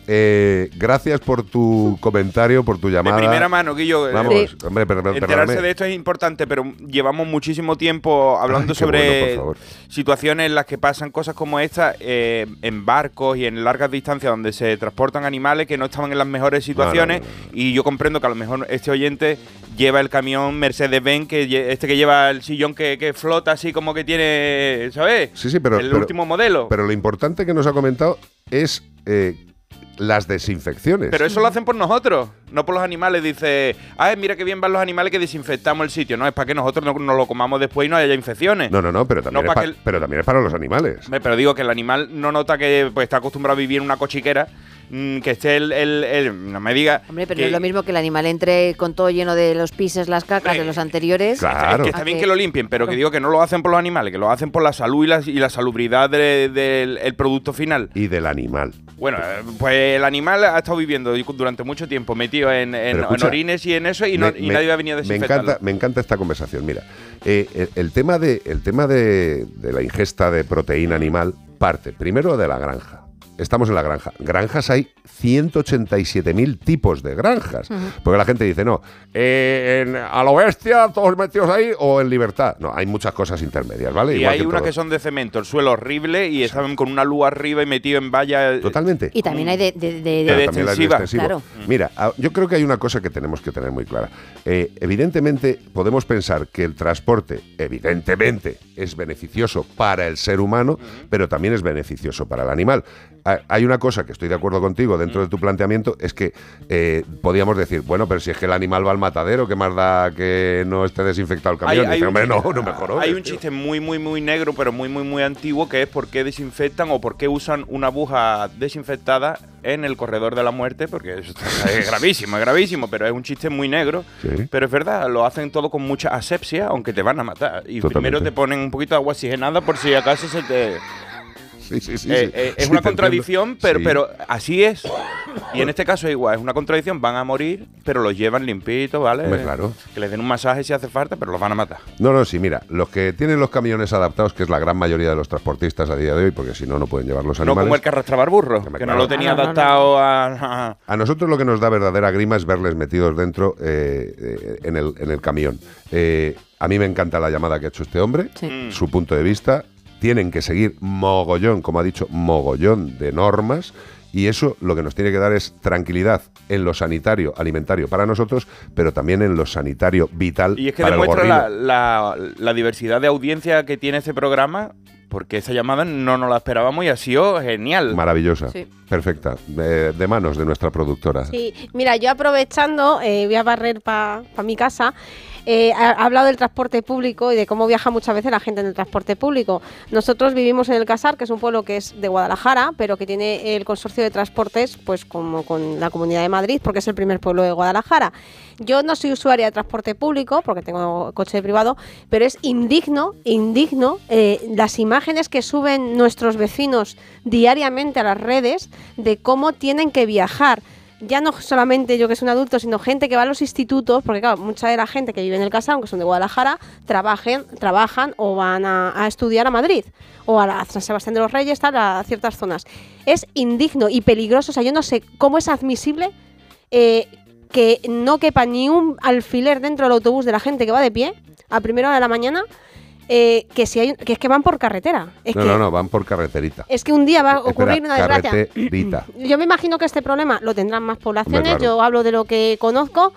eh, gracias por tu comentario, por tu llamada. De primera mano, Guillo. eh, Vamos, sí. hombre, per, per, Enterarse perdóname. de esto es importante, pero llevamos muchísimo tiempo hablando Ay, qué sobre bueno, por favor. situaciones en las que pasan cosas como esta eh, en barcos y en largas distancias donde se transportan animales que no estaban en las mejores situaciones. No, no, no, no. Y yo comprendo que a lo mejor este oyente lleva el camión Mercedes-Benz, que lle- este que lleva el sillón que, que flota así como que tiene, ¿sabes? Sí, sí, pero, el pero- último modelo. Pero lo importante que nos ha comentado es eh, las desinfecciones. Pero eso lo hacen por nosotros, no por los animales. Dice, ay, mira qué bien van los animales que desinfectamos el sitio. No, es para que nosotros no, no lo comamos después y no haya infecciones. No, no, no, pero también, No, es pa' pa- que el- pero también es para los animales. Hombre, pero digo que el animal no nota que pues, está acostumbrado a vivir en una cochiquera, mmm, que esté el, el, el- No me diga... Hombre, pero que, no es lo mismo que el animal entre con todo lleno de los pises, las cacas de los anteriores. Claro. Es que está a bien que- que lo limpien, pero que digo que no lo hacen por los animales, que lo hacen por la salud y la, y la salubridad de- del el producto final. Y del animal. Bueno, eh, pues el animal ha estado viviendo durante mucho tiempo metido en, en, Pero escucha, en orines y en eso y, no, Me- y me- nadie va a venir a me desinfectarlo. encanta, me encanta esta conversación. Mira, eh, el, el tema, de, el tema de, de la ingesta de proteína animal parte primero de la granja. Estamos en la granja. Granjas hay ciento ochenta y siete mil tipos de granjas. Ujú. Porque la gente dice, no, eh, en- a lo bestia, todos metidos ahí, o en libertad. No, hay muchas cosas intermedias, ¿vale? Y Igual hay en unas todo. que son de cemento, el suelo horrible y estaban con una luz arriba y metido en valla. Totalmente. Y también hay de, de, de- de- Pero también la de extensiva. extensivo. Claro. Mira, a- yo creo que hay una cosa que tenemos que tener muy clara. Eh, evidentemente, podemos pensar que el transporte, evidentemente, es beneficioso para el ser humano, pero también es beneficioso para el animal. Ha- Hay una cosa que estoy de acuerdo contigo dentro de tu planteamiento, es que eh, podíamos decir, bueno, pero si es que el animal va al matadero, ¿qué más da que no esté desinfectado el camión? Dice, un hombre, no, chiste- no me jodas, hay un tío". chiste muy, muy, muy negro, pero muy, muy, muy antiguo, que es por qué desinfectan o por qué usan una aguja desinfectada en el corredor de la muerte, porque eso es gravísimo, es gravísimo, pero es un chiste muy negro. Sí. Pero es verdad, lo hacen todo con mucha asepsia, aunque te van a matar. Y Totalmente. primero te ponen un poquito de agua oxigenada por si acaso se te... Sí, sí, sí, Eh, sí. eh, es Sí, una te contradicción, entiendo. pero, Sí. pero así es. Y en este caso es igual, es una contradicción, van a morir, pero los llevan limpitos, ¿vale? Hombre, claro. Que les den un masaje si hace falta, pero los van a matar. No, no, sí, mira, los que tienen los camiones adaptados, que es la gran mayoría de los transportistas a día de hoy, porque si no, no pueden llevar los No animales. como el que arrastraba el burro, que no claro. lo tenía No, no, no, adaptado a... a- A nosotros lo que nos da verdadera grima es verles metidos dentro eh, eh, en, el, en el camión. Eh, a mí me encanta la llamada que ha hecho este hombre, Sí. su punto de vista. Tienen que seguir mogollón, como ha dicho, mogollón de normas. Y eso lo que nos tiene que dar es tranquilidad en lo sanitario, alimentario para nosotros, pero también en lo sanitario vital Y es que para el demuestra gorrino. la, la- la diversidad de audiencia que tiene este programa, porque esa llamada no nos la esperábamos y ha sido genial. Maravillosa, Sí. perfecta, de, de manos de nuestra productora. Sí, mira, yo aprovechando, eh, voy a barrer para mi casa. Eh, ha, ha hablado del transporte público y de cómo viaja muchas veces la gente en el transporte público. Nosotros vivimos en el Casar, que es un pueblo que es de Guadalajara, pero que tiene el consorcio de transportes, pues como con la Comunidad de Madrid, porque es el primer pueblo de Guadalajara. Yo no soy usuaria de transporte público, porque tengo coche privado, pero es indigno, indigno eh, las imágenes que suben nuestros vecinos diariamente a las redes de cómo tienen que viajar. Ya no solamente yo que soy un adulto, sino gente que va a los institutos, porque claro, mucha de la gente que vive en el Casar, aunque son de Guadalajara, trabajen, trabajan o van a, a estudiar a Madrid o a, la, a San Sebastián de los Reyes, tal, a ciertas zonas. Es indigno y peligroso, o sea, yo no sé cómo es admisible eh, que no quepa ni un alfiler dentro del autobús de la gente que va de pie a primera hora de la mañana, eh, que, si hay, que es que van por carretera. Es no, que, no, no, van por carreterita. Es que un día va a ocurrir Espera, una desgracia. carreterita. Yo me imagino que este problema lo tendrán más poblaciones, Hombre, claro. yo hablo de lo que conozco.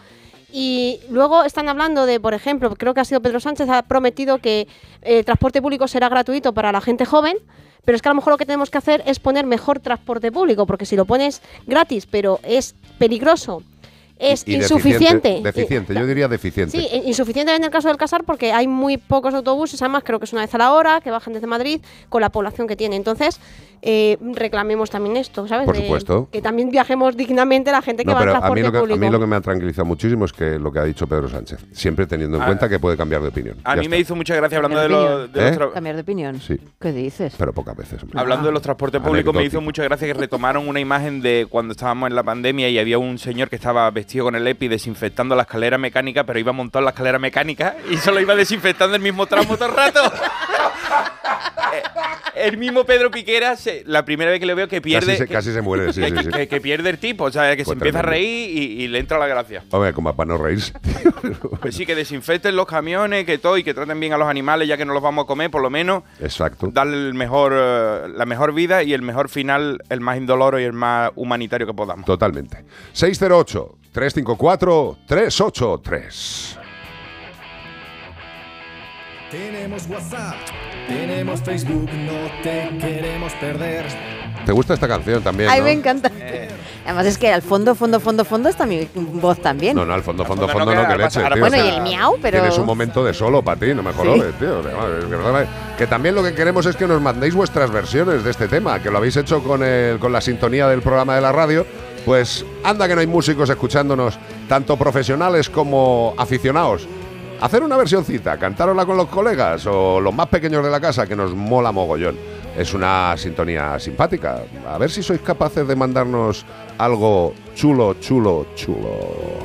Y luego están hablando de, por ejemplo, creo que ha sido Pedro Sánchez, ha prometido que el transporte público será gratuito para la gente joven, pero es que a lo mejor lo que tenemos que hacer es poner mejor transporte público, porque si lo pones gratis, pero es peligroso, es Y insuficiente. Deficiente, deficiente, yo diría deficiente. Sí, insuficiente en el caso del Casar porque hay muy pocos autobuses, además creo que es una vez a la hora, que bajan desde Madrid con la población que tiene. Entonces, eh, reclamemos también esto, ¿sabes? Por De- supuesto. que también viajemos dignamente la gente que No, va en pero a transporte mí, lo que, a público. mí lo que me ha tranquilizado muchísimo es que lo que ha dicho Pedro Sánchez, siempre teniendo en Ah. cuenta que puede cambiar de opinión. A Ya mí me está. hizo mucha gracia hablando de Cambiar de los... de ¿Eh? los tra- Cambiar de opinión. Sí, ¿Qué dices? pero pocas veces. hombre. Hablando de los transportes públicos, me hizo Anecdótico. mucha gracia que retomaron una imagen de cuando estábamos en la pandemia y había un señor que estaba vestido con el EPI desinfectando la escalera mecánica, pero iba montado en la escalera mecánica y solo iba desinfectando el mismo tramo todo el rato. el mismo Pedro Piqueras, se- la primera vez que le veo que pierde. Casi se, que, casi se muere, sí, que, sí, sí. que- que pierde el tipo, o sea, que Fue se empieza tremendo. a reír y, y le entra la gracia. Hombre, como para no reírse. Pues sí, que desinfecten los camiones, que todo, y que traten bien a los animales, ya que no los vamos a comer, por lo menos. Exacto. Darle el mejor, eh, la mejor vida y el mejor final, el más indoloro y el más humanitario que podamos. Totalmente. seis cero ocho, tres cinco cuatro, tres ocho tres. Tenemos WhatsApp, tenemos Facebook, no te queremos perder. ¿Te gusta esta canción también? Ay, ¿no? me encanta. Además es que al fondo, fondo, fondo, fondo está mi voz también. No, no, al fondo, fondo, fondo fondo, no no, queda, que leche, ahora tío. Bueno, O y sea, el miau, pero... Tienes un momento de solo para ti, no me jodes, tío. Es que, perdona, que también lo que queremos es que nos mandéis vuestras versiones de este tema, que lo habéis hecho con, el, con la sintonía del programa de la radio. Pues anda que no hay músicos escuchándonos, tanto profesionales como aficionados. Hacer una versioncita, cantárosla con los colegas o los más pequeños de la casa, que nos mola mogollón. Es una sintonía simpática. A ver si sois capaces de mandarnos algo chulo, chulo, chulo.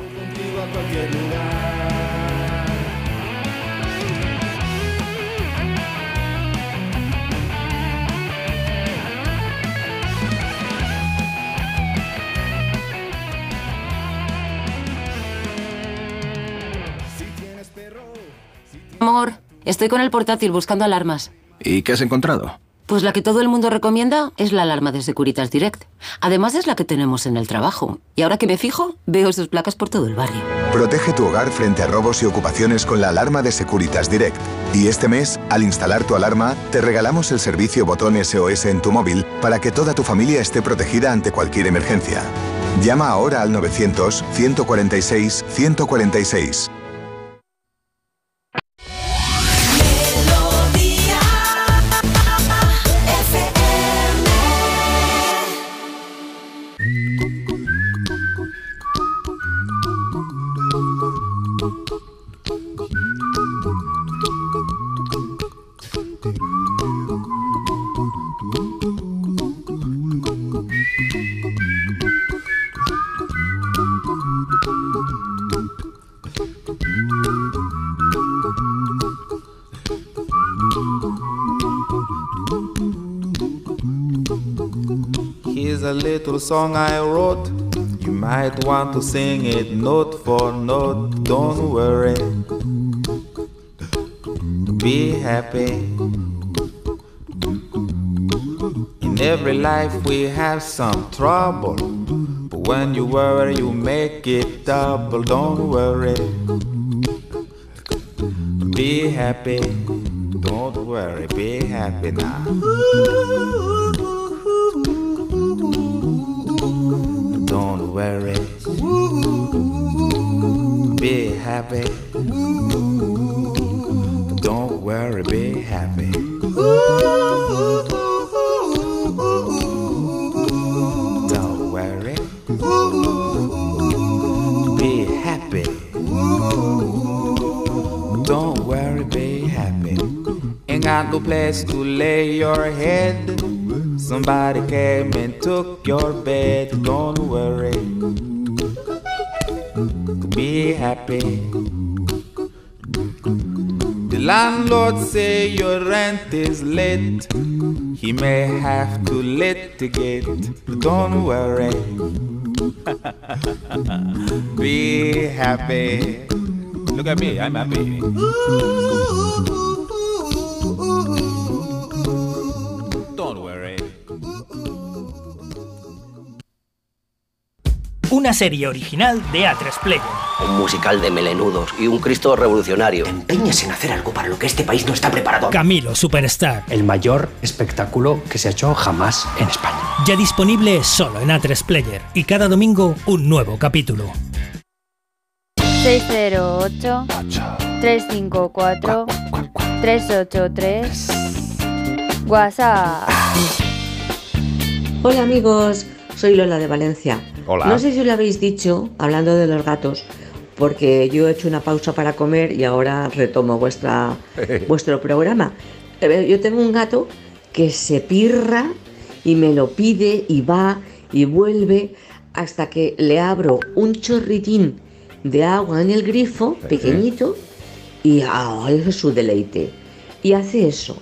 Amor, estoy con el portátil buscando alarmas. ¿Y qué has encontrado? Pues la que todo el mundo recomienda es la alarma de Securitas Direct. Además es la que tenemos en el trabajo. Y ahora que me fijo, veo sus placas por todo el barrio. Protege tu hogar frente a robos y ocupaciones con la alarma de Securitas Direct. Y este mes, al instalar tu alarma, te regalamos el servicio botón S O S en tu móvil para que toda tu familia esté protegida ante cualquier emergencia. Llama ahora al novecientos, ciento cuarenta y seis, ciento cuarenta y seis. Here's a little song I wrote. You might want to sing it note for note. Don't worry. Be happy. In every life we have some trouble. But when you worry, you make it double. Don't worry. Be happy. Don't worry. Be happy now. Don't worry. Be happy. Don't worry, be happy. Don't worry. Be happy. Don't worry, be happy. Ain't got no place to lay your head. Somebody came and took your bed. Don't worry. Be happy. The landlord say your rent is late. He may have to litigate. But don't worry. Be happy. Look at me, I'm happy. Don't worry. Una serie original de A tres Player. Un musical de melenudos y un Cristo revolucionario. Te empeñas en hacer algo para lo que este país no está preparado. Camilo Superstar. El mayor espectáculo que se ha hecho jamás en España. Ya disponible solo en A tres Player. Y cada domingo un nuevo capítulo. seis cero ocho, tres cinco cuatro, tres ocho tres. WhatsApp. Hola amigos, soy Lola de Valencia. Hola. No sé si os lo habéis dicho, hablando de los gatos, porque yo he hecho una pausa para comer y ahora retomo vuestra, vuestro programa. Eh, Yo tengo un gato que se pirra y me lo pide y va y vuelve hasta que le abro un chorritín de agua en el grifo, pequeñito, y ah, eso es su deleite. Y hace eso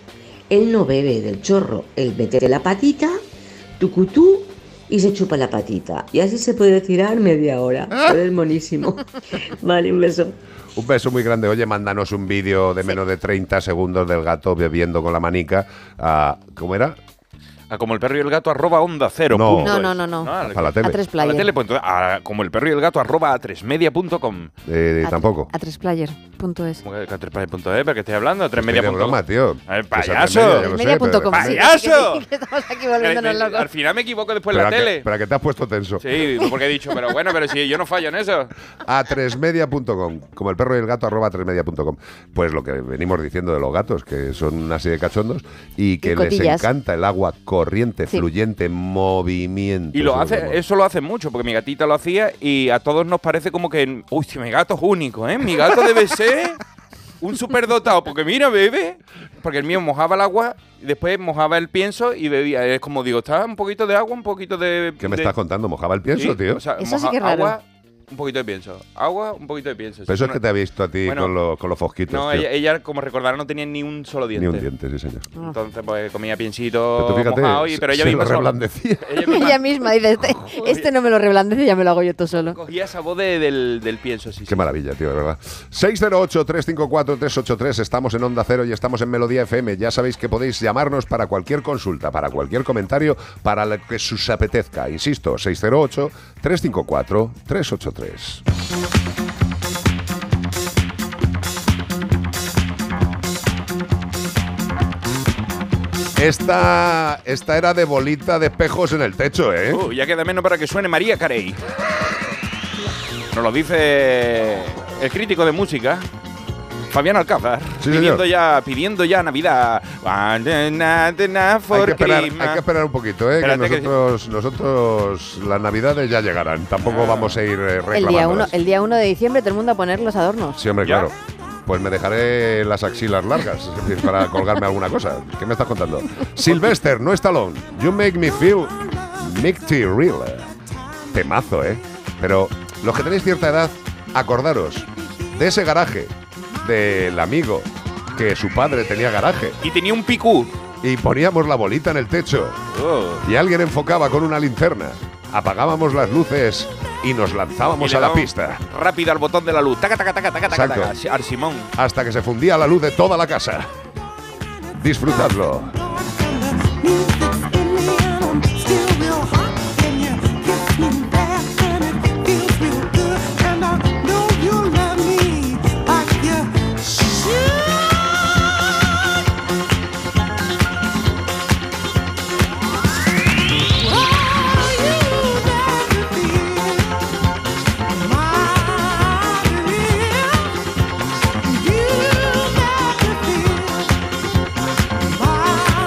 Él no bebe del chorro, él mete la patita, tucutú, y se chupa la patita. Y así se puede tirar media hora. Pero es monísimo. Vale, un beso. Un beso muy grande. Oye, mándanos un vídeo de menos de treinta segundos del gato bebiendo con la manica. Uh, ¿Cómo era? A como el perro y el gato arroba onda cero. No, no, no, no, no. A la tele. A tres player. A la tele, pues, a, como el perro y el gato arroba a tres media punto com. Eh, tampoco. A tres player punto es. ¿Cómo que a tres player punto es? ¿Para qué estoy hablando? A tres media punto com. broma, tío. ¡El payaso! tres media punto com. ¡Payaso! Sí, que estamos aquí volviéndonos locos. Al final me equivoco después en Pero la que, tele. Pero que te has puesto tenso. Sí, porque he dicho, pero bueno, pero si yo no fallo en eso. A tres media punto com, como el perro y el gato arroba a tres media punto com. Pues lo que venimos diciendo de los gatos, que son así de cachondos y que Y les cotillas. encanta el agua corriente, Sí. fluyente, movimiento. Y lo Eso es hace, lo eso lo hace mucho, porque mi gatita lo hacía y a todos nos parece como que, uy, si mi gato es único, ¿eh? Mi gato debe ser un superdotado, porque mira, bebe, porque el mío mojaba el agua, y después mojaba el pienso y bebía. Es como digo, está un poquito de agua, un poquito de... ¿Qué me de- estás contando? ¿Mojaba el pienso, Sí, tío? o sea, Eso sí moja- que es raro. Agua, un poquito de pienso. Agua, un poquito de pienso. Pero eso es no- que te ha visto a ti Bueno, con, los, con los fosquitos. No, tío. ella, ella, como recordará, no tenía ni un solo diente. Ni un diente, sí, señor. Entonces, pues comía piensito Pero tú fíjate, mojado, y, pero ella se misma lo sola. reblandecía. Ella misma Ella misma dice, este, este no me lo reblandece, ya me lo hago yo todo solo. cogía esa voz de- del, del pienso, sí, sí. Qué maravilla, tío, de verdad. seis cero ocho, tres cinco cuatro, tres ocho tres. Estamos en Onda Cero y estamos en Melodía F M. Ya sabéis que podéis llamarnos para cualquier consulta, para cualquier comentario, para lo que os apetezca. Insisto, seis cero ocho, tres cinco cuatro, tres ocho tres. Esta, esta era de bolita de espejos en el techo, ¿eh? Uh, ya queda menos para que suene María Carey. Nos lo dice el crítico de música, Fabián Alcázar, Sí, pidiendo, señor. ya, pidiendo ya Navidad. Hay que, esperar, hay que esperar un poquito, ¿eh? Que Espérate que- nosotros, nosotros las navidades ya llegarán. Tampoco vamos a ir eh, El día, uno, reclamándolas. el día uno de diciembre todo el mundo a poner los adornos. Sí, hombre, ¿Ya? claro. Pues me dejaré las axilas largas, es decir, para colgarme alguna cosa. ¿Qué me estás contando? Sylvester, no Stallone. You make me feel Mickey Real. Temazo, ¿eh? Pero los que tenéis cierta edad, acordaros de ese garaje del amigo que su padre tenía garaje. Y tenía un picú. Y poníamos la bolita en el techo. Oh. Y alguien enfocaba con una linterna. Apagábamos las luces y nos Y lanzábamos le a la daba pista. Rápido al botón de la luz. Taca, taca, taca, taca, taca, Exacto. taca. Al Simón. Hasta que se fundía la luz de toda la casa. Disfrutadlo. Bye.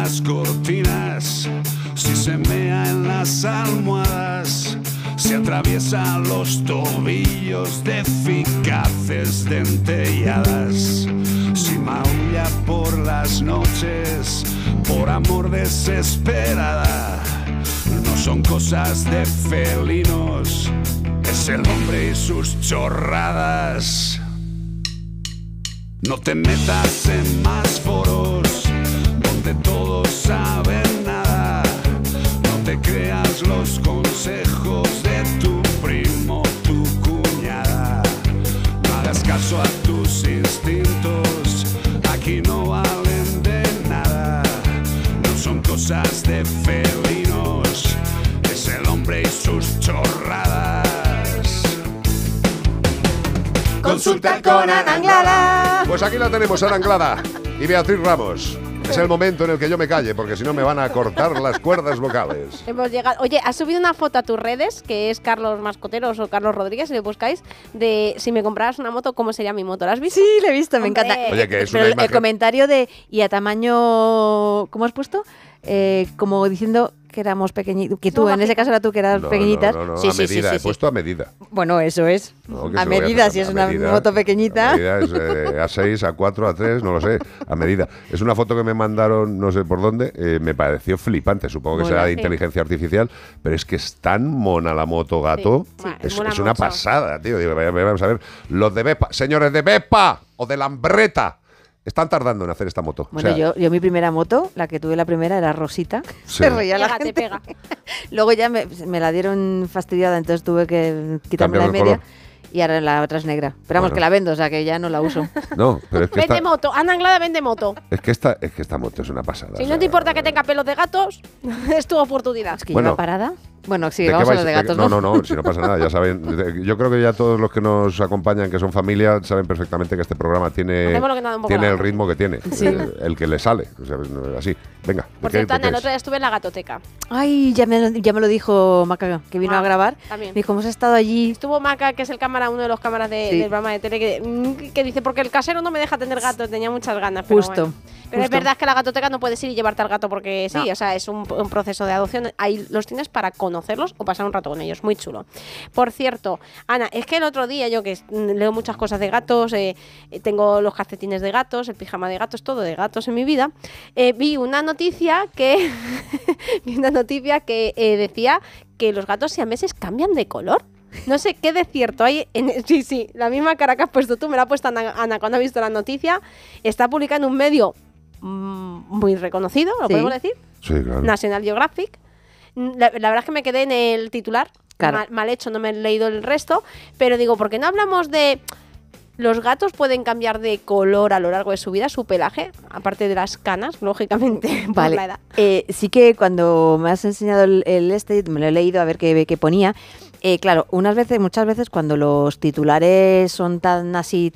las cortinas, si se mea en las almohadas, si atraviesa los tobillos de eficaces dentelladas, si maulla por las noches por amor desesperada. No son cosas de felinos, es el hombre y sus chorradas. No te metas en más foros donde todos saben nada. No te creas los consejos de tu primo, tu cuñada. No hagas caso a tus instintos, aquí no valen de nada. No son cosas de felinos, es el hombre y sus chorradas. Consulta con Ana Anglada. Pues aquí la tenemos, Ana Anglada y Beatriz Ramos. Es el momento en el que yo me calle, porque si no me van a cortar las cuerdas vocales. Hemos llegado. Oye, has subido una foto a tus redes, que es Carlos Mascoteros o Carlos Rodríguez, si le buscáis, de si me compraras una moto, ¿cómo sería mi moto? ¿La has visto? Sí, la he visto, me Hombre. encanta. Oye, que es Pero una el, imagen- el comentario de y a tamaño, ¿cómo has puesto? Eh, como diciendo que éramos pequeñitos, que tú, Somos en ese caso era tú que eras No, pequeñitas. No, no, no, Sí, a sí, sí, medida, sí, he sí. puesto a medida. Bueno, eso es. No, que a se lo voy a medida, hacer, si es a una medida. moto pequeñita. A medida es eh, A seis, A cuatro, A tres, no lo sé, a medida. Es una foto que me mandaron, no sé por dónde, eh, me pareció flipante, supongo que Mola, será de sí. inteligencia artificial, pero es que es tan mona la moto gato, Sí, sí, es, mola es una mucho. pasada, tío. Digo, vamos a ver, los de Vespa, señores de Vespa o de Lambreta, están tardando en hacer esta moto. Bueno, O sea, yo, yo mi primera moto, la que tuve la primera era Rosita. Sí. Se reía la Pega, te gente. pega. Luego ya me, me la dieron fastidiada, entonces tuve que quitarme la de Cambiar el media. color. Y ahora la otra es negra. Pero vamos, Bueno. que la vendo, o sea que ya no la uso. no, pero es que, Vende esta, moto. Ana Anglada vende moto. es, que esta, es que esta moto es una pasada. Si o no sea, te importa que tenga pelos de gatos, es tu oportunidad. Es que Bueno. lleva parada. Bueno, sí, ¿de qué vamos a vais- los de de qué- gatos, no, ¿no? no, no, si no pasa nada, ya saben. de- Yo creo que ya todos los que nos acompañan, que son familia, saben perfectamente que este programa tiene, Hacemos lo que nada, un poco tiene la el gana. ritmo que tiene, Sí. eh, el que le sale. O sea, no, así, venga. ¿de Por qué- cierto, de Ana, qué el es? otro día estuve en la gatoteca. Ay, ya me, lo- ya me lo dijo Maca, que vino Ah, a grabar. también. Me dijo, hemos estado allí. Estuvo Maca, que es el cámara, uno de los cámaras de- Sí. del programa de tele, que, mm, que dice, porque el casero no me deja tener gatos, tenía muchas ganas. Pero Justo. bueno. Pero es justo. verdad que la gatoteca no puedes ir y llevarte al gato porque sí, No. o sea, es un, un proceso de adopción. Ahí los tienes para conocerlos o pasar un rato con ellos, muy chulo. Por cierto, Ana, es que el otro día yo que mm, leo muchas cosas de gatos, eh, eh, tengo los calcetines de gatos, el pijama de gatos, todo de gatos en mi vida, eh, vi una noticia que vi una noticia que eh, decía que los gatos siameses cambian de color. No sé qué de cierto hay. En, sí, sí, la misma cara que has puesto tú, me la ha puesto Ana, Ana cuando ha visto la noticia. Está publicada en un medio mm, muy reconocido, ¿lo Sí. podemos decir? Sí, claro. National Geographic. La, la verdad es que me quedé en el titular. Claro. Mal, mal hecho, no me he leído el resto. Pero digo, ¿por qué no hablamos de... Los gatos pueden cambiar de color a lo largo de su vida, su pelaje, aparte de las canas, lógicamente, por Vale. la edad. Eh, sí que cuando me has enseñado el, el este, me lo he leído a ver qué, qué ponía. Eh, claro, unas veces, muchas veces cuando los titulares son tan así,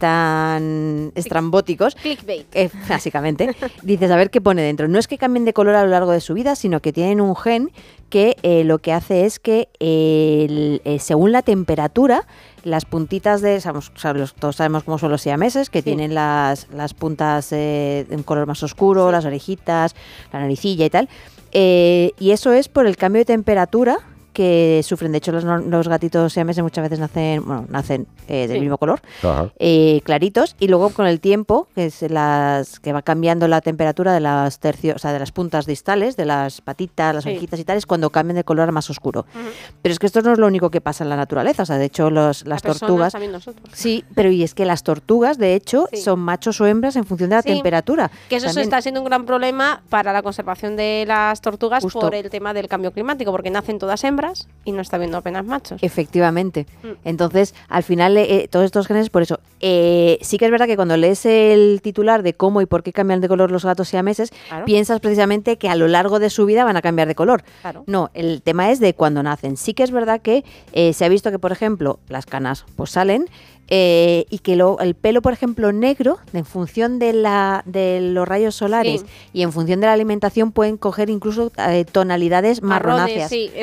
tan estrambóticos, Clickbait. eh, básicamente, dices a ver qué pone dentro. No es que cambien de color a lo largo de su vida, sino que tienen un gen que eh, lo que hace es que eh, el- eh, según la temperatura, las puntitas de, sabemos, sabemos- todos sabemos cómo son los siameses, que Sí. tienen las, las puntas eh, de un color más oscuro, las orejitas, la naricilla y tal. Eh, y eso es por el cambio de temperatura que sufren. De hecho, los, no- los gatitos siameses muchas veces nacen, bueno, nacen eh, del Sí. mismo color, Ajá. eh, claritos, y luego con el tiempo, que es las que va cambiando la temperatura de las tercios, o sea, de las puntas distales, de las patitas, las Sí. orejitas y tal, es cuando cambian de color a más oscuro. Ujú. Pero es que esto no es lo único que pasa en la naturaleza, o sea, de hecho los, las Las personas, tortugas... también nosotros. Sí, pero y es que las tortugas, de hecho, Sí. son machos o hembras en función de la Sí. temperatura. Que eso También- está siendo un gran problema para la conservación de las tortugas Justo. por el tema del cambio climático, porque nacen todas hembras y no está habiendo apenas machos. Efectivamente. Mm. Entonces, al final, eh, todos estos genes, por eso, eh, sí que es verdad que cuando lees el titular de cómo y por qué cambian de color los gatos siameses, Claro. piensas precisamente que a lo largo de su vida van a cambiar de color. Claro. No, el tema es de cuando nacen. Sí que es verdad que eh, se ha visto que, por ejemplo, las canas pues salen eh, y que lo- el pelo, por ejemplo, negro, en función de, la, de los rayos solares Sí. y en función de la alimentación, pueden coger incluso eh, tonalidades Marrones, marronáceas. sí, eso es muy Eso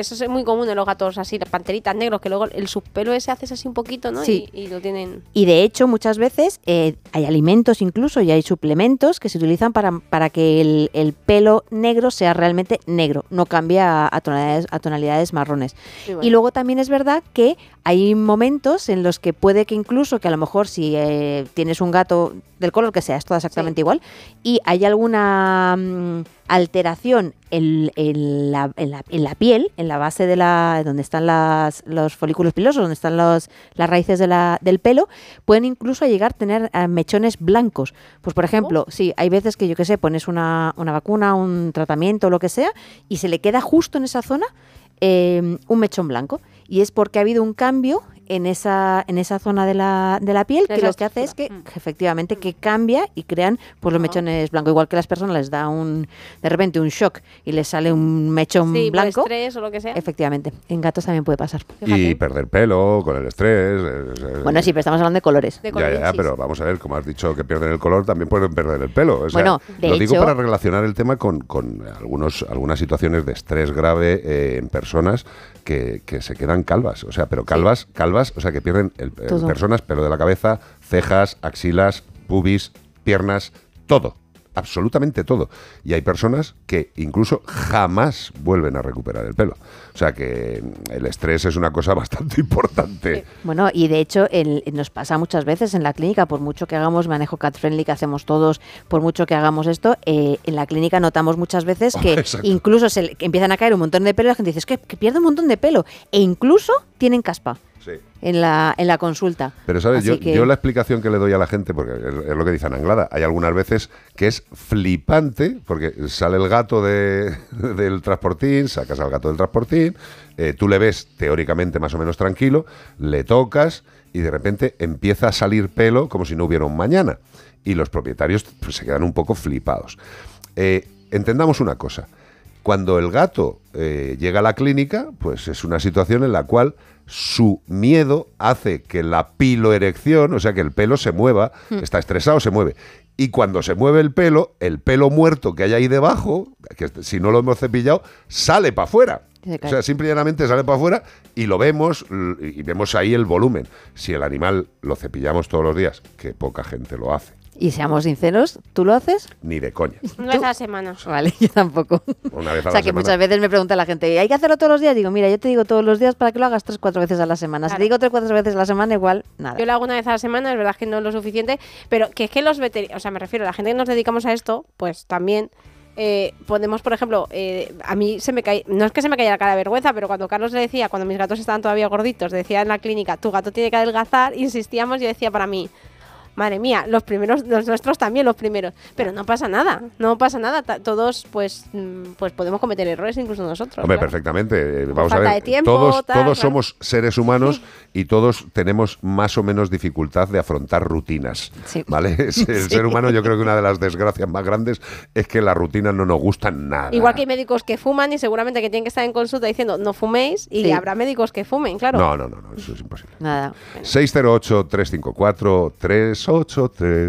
común en los gatos así, las panteritas negros, que luego el subpelo ese haces así un poquito, ¿no? Sí. Y, y lo tienen... Y de hecho, muchas veces eh, hay alimentos incluso y hay suplementos que se utilizan para, para que el, el pelo negro sea realmente negro, no cambia a, a, tonalidades, a tonalidades marrones. Sí, bueno. Y luego también es verdad que hay momentos en los que puede que incluso, que a lo mejor si eh, tienes un gato del color que sea, es todo exactamente sí. igual, y hay alguna mm, alteración en, en, la, en, la, en la piel, en la base de la donde están las, los folículos pilosos, donde están los, las raíces de la, del pelo, pueden incluso llegar a tener uh, mechones blancos. Pues por ejemplo, oh. sí, hay veces que yo qué sé, pones una, una vacuna, un tratamiento o lo que sea, y se le queda justo en esa zona eh, un mechón blanco. Y es porque ha habido un cambio en esa en esa zona de la, de la piel, que lo que hace es que mm. efectivamente que cambia y crean pues los mechones blancos, igual que a las personas les da un de repente un shock y les sale un mechón sí, blanco, por estrés o lo que sea. Efectivamente, en gatos también puede pasar. Fíjate. Y perder pelo con el estrés. Es, bueno, sí, pero estamos hablando de colores. De colores ya, ya, sí, pero sí. Vamos a ver, como has dicho que pierden el color, también pueden perder el pelo. O sea, bueno, de lo hecho, digo para relacionar el tema con, con algunos algunas situaciones de estrés grave eh, en personas que, que se quedan calvas, o sea, pero calvas, sí. calvas, o sea, que pierden el, el, personas, pelo de la cabeza, cejas, axilas, pubis, piernas, todo, absolutamente todo. Y hay personas que incluso jamás vuelven a recuperar el pelo. O sea que el estrés es una cosa bastante importante. Bueno, y de hecho el, nos pasa muchas veces en la clínica, por mucho que hagamos manejo cat friendly que hacemos todos, por mucho que hagamos esto, eh, en la clínica notamos muchas veces que oh, incluso se que empiezan a caer un montón de pelo y la gente dice, es que, que pierde un montón de pelo. E incluso tienen caspa. Sí. En la, en la consulta. Pero sabes, yo, que... yo la explicación que le doy a la gente, porque es, es lo que dice Ana Anglada, hay algunas veces que es flipante, porque sale el gato de, del transportín, sacas al gato del transportín, eh, tú le ves teóricamente más o menos tranquilo, le tocas y de repente empieza a salir pelo como si no hubiera un mañana. Y los propietarios pues, se quedan un poco flipados. Eh, entendamos una cosa. Cuando el gato eh, llega a la clínica, pues es una situación en la cual su miedo hace que la piloerección, o sea que el pelo se mueva, mm. está estresado, se mueve. Y cuando se mueve el pelo, el pelo muerto que hay ahí debajo, que si no lo hemos cepillado, sale para afuera. O sea, simple y llanamente sale para afuera y lo vemos y vemos ahí el volumen. Si el animal lo cepillamos todos los días, que poca gente lo hace. Y seamos sinceros, ¿tú lo haces? Ni de coña. Una vez a la semana. Vale, yo tampoco. Una vez a o sea, la que semana. Muchas veces me pregunta la gente, ¿hay que hacerlo todos los días? Digo, mira, yo te digo todos los días para que lo hagas tres, cuatro veces a la semana. Claro. Si te digo tres, cuatro veces a la semana, igual, nada. Yo lo hago una vez a la semana, es verdad que no es lo suficiente, pero que es que los veterinarios, o sea, me refiero a la gente que nos dedicamos a esto, pues también... Eh, podemos, por ejemplo, eh, a mí se me cae, no es que se me caiga la cara de vergüenza, pero cuando Carlos le decía, cuando mis gatos estaban todavía gorditos, decía en la clínica, tu gato tiene que adelgazar, insistíamos y yo decía para mí, madre mía, los primeros, los nuestros también los primeros, pero no pasa nada, no pasa nada, todos pues pues podemos cometer errores incluso nosotros. Hombre, claro. perfectamente, vamos falta a ver, de tiempo, todos, tal, todos claro. somos seres humanos y todos tenemos más o menos dificultad de afrontar rutinas, sí. ¿vale? El sí. ser humano, yo creo que una de las desgracias más grandes es que las rutinas no nos gustan nada. Igual que hay médicos que fuman y seguramente que tienen que estar en consulta diciendo no fuméis y sí. habrá médicos que fumen, claro. No, no, no, no eso es imposible. Nada. seis cero ocho, tres cinco cuatro, tres ocho tres.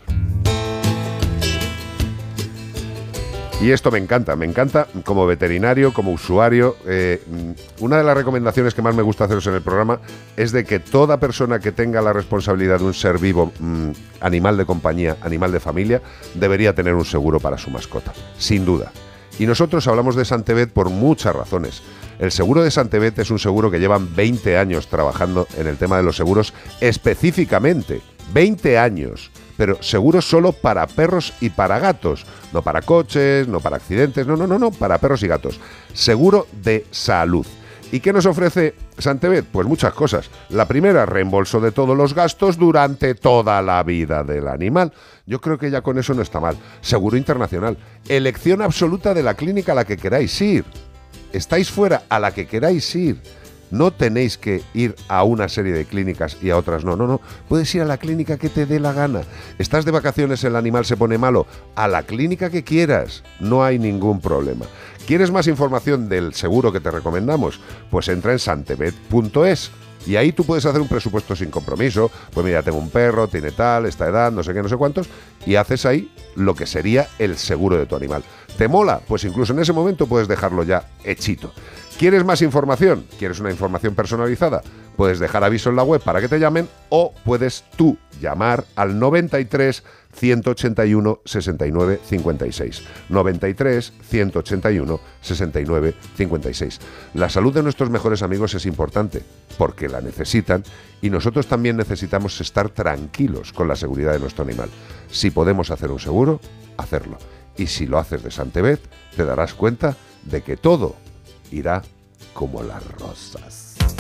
Y esto me encanta, me encanta como veterinario, como usuario. Eh, una de las recomendaciones que más me gusta haceros en el programa es de que toda persona que tenga la responsabilidad de un ser vivo, mmm, animal de compañía, animal de familia, debería tener un seguro para su mascota, sin duda. Y nosotros hablamos de Santebet por muchas razones. El seguro de Santebet es un seguro que llevan veinte años trabajando en el tema de los seguros específicamente. veinte años. Pero seguro solo para perros y para gatos, no para coches, no para accidentes, no, no, no, no, para perros y gatos. Seguro de salud. ¿Y qué nos ofrece Santebet? Pues muchas cosas. La primera, reembolso de todos los gastos durante toda la vida del animal. Yo creo que ya con eso no está mal. Seguro internacional. Elección absoluta de la clínica a la que queráis ir. Estáis fuera a la que queráis ir. No tenéis que ir a una serie de clínicas y a otras no, no, no. Puedes ir a la clínica que te dé la gana. Estás de vacaciones, el animal se pone malo. A la clínica que quieras, no hay ningún problema. ¿Quieres más información del seguro que te recomendamos? Pues entra en santebet punto es. Y ahí tú puedes hacer un presupuesto sin compromiso. Pues mira, tengo un perro, tiene tal, esta edad, no sé qué, no sé cuántos. Y haces ahí lo que sería el seguro de tu animal. ¿Te mola? Pues incluso en ese momento puedes dejarlo ya hechito. ¿Quieres más información? ¿Quieres una información personalizada? Puedes dejar aviso en la web para que te llamen o puedes tú llamar al noventa y tres, ciento ochenta y uno, sesenta y nueve, cincuenta y seis. noventa y tres, ciento ochenta y uno, sesenta y nueve, cincuenta y seis. La salud de nuestros mejores amigos es importante porque la necesitan y nosotros también necesitamos estar tranquilos con la seguridad de nuestro animal. Si podemos hacer un seguro, hacerlo. Y si lo haces de Santebet, te darás cuenta de que todo irá como las rosas.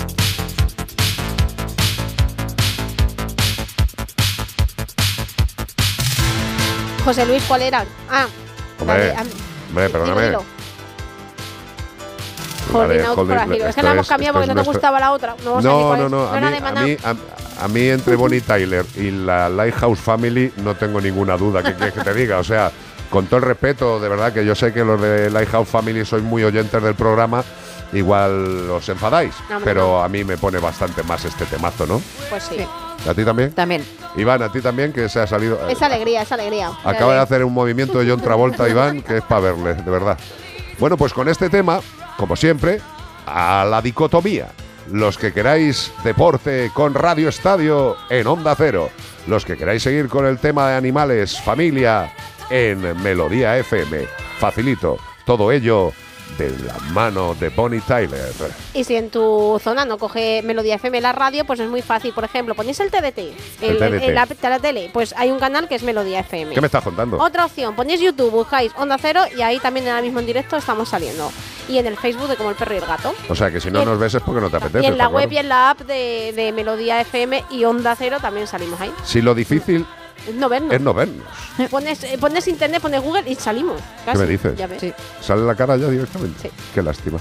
José Luis, ¿cuál era? Ah, Hombre, dale, hombre, perdóname. dilo, dilo. Holding Out for a Hero. Es que la hemos cambiado porque no te gustaba la otra. No, no, no, no. A mí, a, mí, a, a mí entre Bonnie Tyler y la Lighthouse Family no tengo ninguna duda que, que, que te diga. O sea, con todo el respeto, de verdad que yo sé que los de Lighthouse Family sois muy oyentes del programa. Igual os enfadáis, no, pero no. A mí me pone bastante más este temazo, ¿no? Pues sí. ¿A ti también? También. Iván, ¿a ti también? Que se ha salido... Es alegría, es alegría. Acaba de hacer un movimiento de John Travolta, Iván, que es para verle, de verdad. Bueno, pues con este tema, como siempre, a la dicotomía. Los que queráis deporte con Radio Estadio en Onda Cero. Los que queráis seguir con el tema de animales, familia, en Melodía F M. Facilito. Todo ello de la mano de Bonnie Tyler. Y si en tu zona no coge Melodía F M la radio, pues es muy fácil. Por ejemplo, ponéis el T D T, el, el T D T. En la, la tele, pues hay un canal que es Melodía F M. ¿Qué me estás contando? Otra opción, ponéis YouTube, buscáis Onda Cero y ahí también ahora mismo en directo estamos saliendo. Y en el Facebook de Como el Perro y el Gato. O sea que si no nos ves es porque no te apetece. Y en la claro. web y en la app de, de Melodía F M y Onda Cero también salimos ahí. Si lo difícil es no vernos. Es no vernos. Pones, pones internet, pones Google y salimos. Casi. ¿Qué me dices? Ya ves. Sí. ¿Sale la cara ya directamente? Sí. Qué lástima.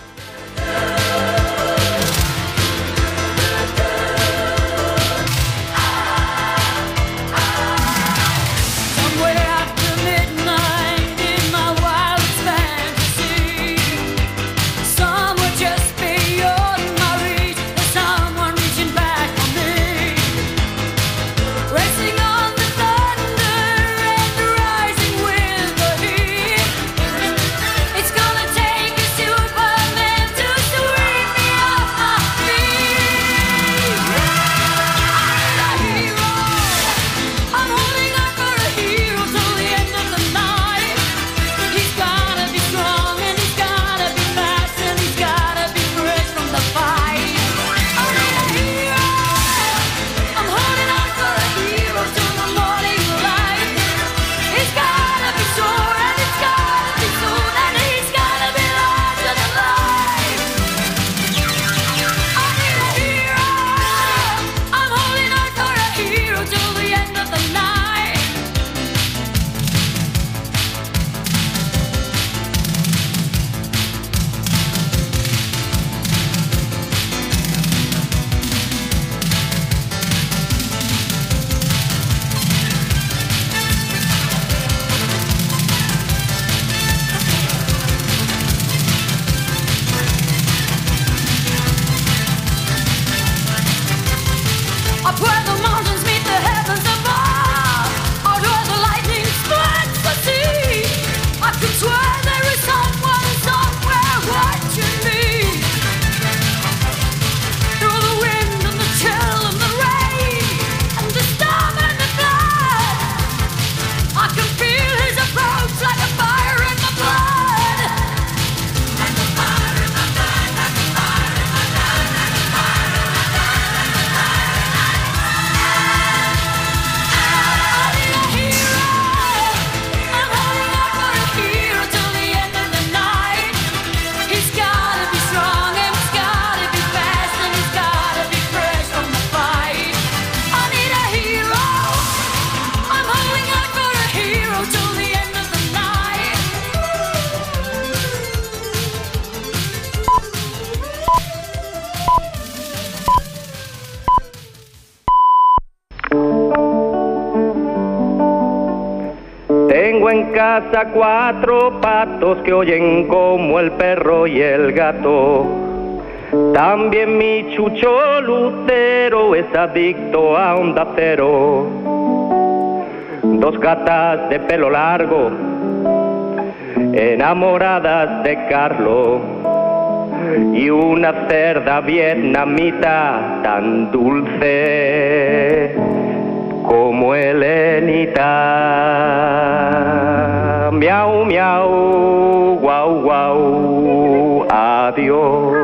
Tengo en casa cuatro patos que oyen como el perro y el gato. También mi chucho Lucero es adicto a Onda Cero. Dos gatas de pelo largo, enamoradas de Carlos. y una cerda vietnamita tan dulce como Helenita. Miau, miau, guau, guau, adiós.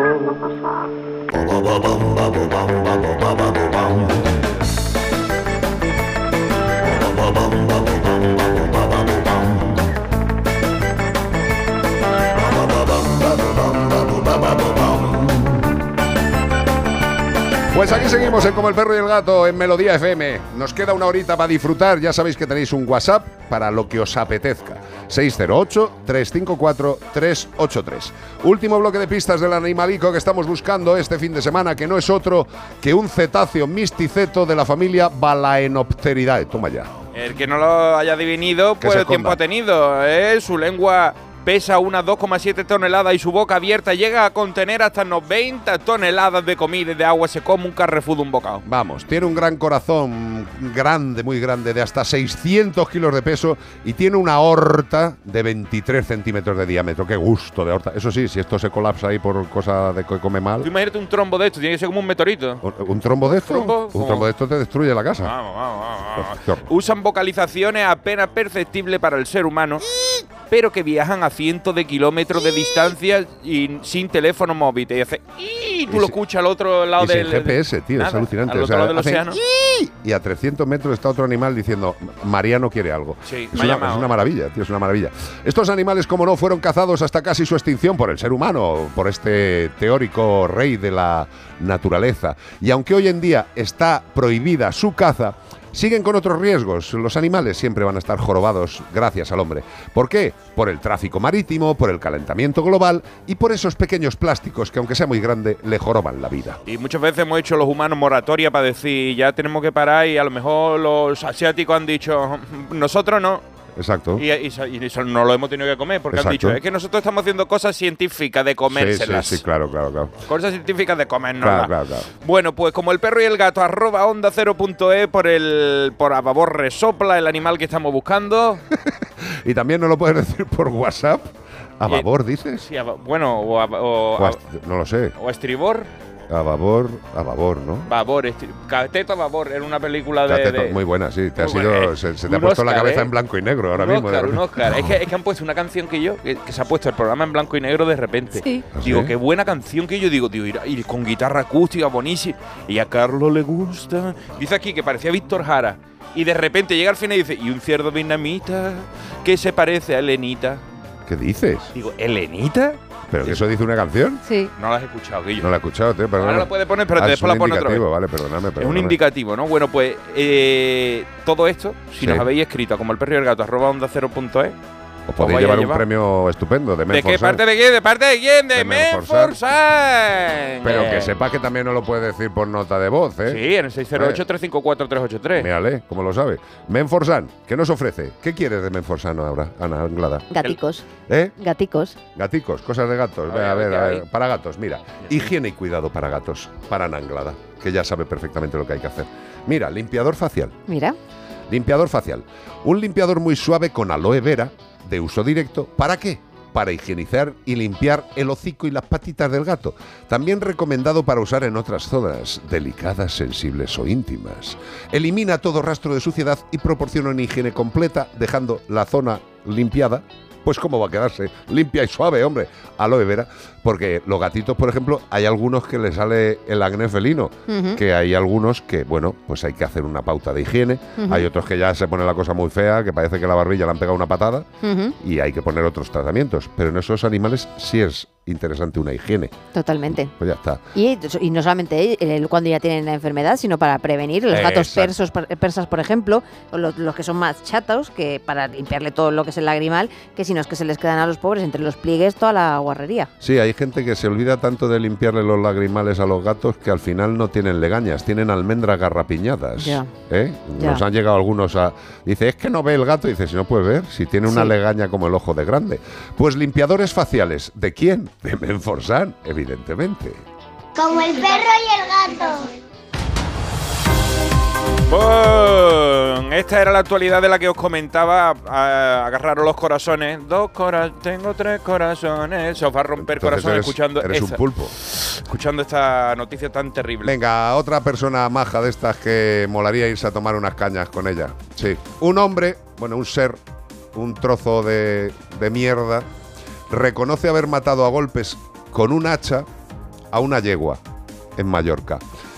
Pues aquí seguimos en Como el Perro y el Gato en Melodía F M. Nos queda una horita para disfrutar. Ya sabéis que tenéis un WhatsApp para lo que os apetezca. seis cero ocho, tres cinco cuatro, tres ocho tres. Último bloque de pistas del animalico que estamos buscando este fin de semana, que no es otro que un cetáceo misticeto de la familia Balaenopteridae. Toma ya. El que no lo haya adivinido, Que pues se tiempo esconda. ha tenido. ¿eh? Su lengua pesa unas dos coma siete toneladas y su boca abierta llega a contener hasta noventa toneladas de comida y de agua. Se come un Carrefour de un bocado. Vamos, tiene un gran corazón, grande, muy grande, de hasta seiscientos kilos de peso y tiene una aorta de veintitrés centímetros de diámetro. ¡Qué gusto de aorta! Eso sí, si esto se colapsa ahí por cosa de que come mal… Tú imagínate un trombo de esto, tiene que ser como un meteorito. ¿Un, un trombo de esto? ¿Trombo? Un Como- trombo de esto te destruye la casa. Vamos, vamos, vamos, vamos. Qué horror. Usan vocalizaciones apenas perceptibles para el ser humano, pero que viajan a cientos de kilómetros de distancia y sin teléfono móvil. Y hace… Y tú Y lo si- escuchas al otro lado Y sin del… G P S, tío, es nada, alucinante. Al O otro sea, lado del hacen océano. y a trescientos metros está otro animal diciendo Mariano quiere algo. Sí, es, me ha una, llamado. es una maravilla, tío, es una maravilla. Estos animales, como no, fueron cazados hasta casi su extinción por el ser humano, por este teórico rey de la naturaleza. Y aunque hoy en día está prohibida su caza, siguen con otros riesgos. Los animales siempre van a estar jorobados gracias al hombre. ¿Por qué? Por el tráfico marítimo, por el calentamiento global y por esos pequeños plásticos que, aunque sea muy grande, le joroban la vida. Y muchas veces hemos hecho los humanos moratoria para decir ya tenemos que parar y a lo mejor los asiáticos han dicho nosotros no. Exacto. Y, y, y eso no lo hemos tenido que comer porque Exacto. han dicho es que nosotros estamos haciendo cosas científicas de comérselas. Sí, sí, sí, claro, claro, claro. Cosas científicas de comérnoslas. Claro, claro, claro. Bueno, pues como el perro y el gato, arroba onda cero punto e por el por a favor resopla el animal que estamos buscando. Y también nos lo puedes decir por WhatsApp. A Y- babor, dices. Sí, a- bueno, o a, o, O a a- est- no lo sé. o a estribor. A babor, a babor, ¿no? Babor, estri- Cateto a babor, era una película de… Cateto, de- muy buena, sí. Te ha Muy sido, buena. se, se te ha Un puesto la Oscar, cabeza ¿eh? en blanco y negro ahora un mismo. de Oscar, un repente. Oscar. Es que, es que han puesto una canción que yo, que, que se ha puesto el programa en blanco y negro de repente. Sí. ¿Ah, Digo, sí? qué buena canción que yo digo, digo, y, y con guitarra acústica buenísima. Y a Carlos le gusta. Dice aquí que parecía Víctor Jara. Y de repente llega al final y dice, y un cerdo vietnamita que se parece a Elenita. ¿Qué dices? Digo, ¿Elenita? ¿Pero que eso dice una canción? Sí. No la has escuchado, que yo. No la he escuchado, tío, perdona. Ahora la puedes poner, pero Ah, es después la un pones otra vez. indicativo, vale, perdóname, Es un perdóname. indicativo, ¿no? Bueno, pues eh, todo esto, si Sí. nos habéis escrito como el perro y el gato, arroba onda cero punto e. Os podéis vais a llevar un llevar. premio estupendo de ¿De qué Menforsan. parte de quién? ¿De parte de quién? De, De Menforsan. Pero que Eh, sepas que también nos lo puedes decir por nota de voz, ¿eh? Sí, en el seis cero ocho, tres cinco cuatro, tres ocho tres. Mírale, ¿cómo lo sabe? Menforsan, ¿qué nos ofrece? ¿Qué quieres de Menforsan ahora, Ana Anglada? Gaticos. ¿Eh? Gaticos. Gaticos, cosas de gatos. A ver, a ver, ¿qué a hay? ver. Para gatos, mira. Higiene y cuidado para gatos. Para Ana Anglada, que ya sabe perfectamente lo que hay que hacer. Mira, limpiador facial. Mira. Limpiador facial. Un limpiador muy suave con aloe vera, de uso directo. ¿Para qué? Para higienizar y limpiar el hocico y las patitas del gato. También recomendado para usar en otras zonas delicadas, sensibles o íntimas. Elimina todo rastro de suciedad y proporciona una higiene completa, dejando la zona limpiada. Pues cómo va a quedarse, limpia y suave, hombre. Aloe vera, porque los gatitos, por ejemplo, hay algunos que les sale el acné felino, Ujú. que hay algunos que, bueno, pues hay que hacer una pauta de higiene. Ujú. Hay otros que ya se pone la cosa muy fea, que parece que la barbilla le han pegado una patada Ujú. y hay que poner otros tratamientos. Pero en esos animales sí es interesante una higiene. Totalmente. Pues ya está. Y, y no solamente el- cuando ya tienen la enfermedad, sino para prevenir los gatos Exacto. persos, per- persas, por ejemplo, o los, los que son más chatos, que para limpiarle todo lo que es el lagrimal, que si no es que se les quedan a los pobres entre los pliegues toda la guarrería. Sí, hay gente que se olvida tanto de limpiarle los lagrimales a los gatos que al final no tienen legañas, tienen almendras garrapiñadas. Ya. ¿Eh? Ya. Nos han llegado algunos a… Dice, es que no ve el gato. Dice, si no puedes ver, si tiene una Sí. legaña como el ojo de grande. Pues limpiadores faciales. ¿De quién? De Menforsan, evidentemente. Como el perro y el gato. Bon, Esta era la actualidad de la que os comentaba. A, agarraros los corazones. Dos corazones, tengo tres corazones. Se os va a romper Entonces corazones eres- escuchando eres un esta- pulpo. escuchando esta noticia tan terrible. Venga, otra persona maja de estas que molaría irse a tomar unas cañas con ella. Sí. Un hombre, bueno, un ser, un trozo de, de mierda, reconoce haber matado a golpes con un hacha a una yegua en Mallorca.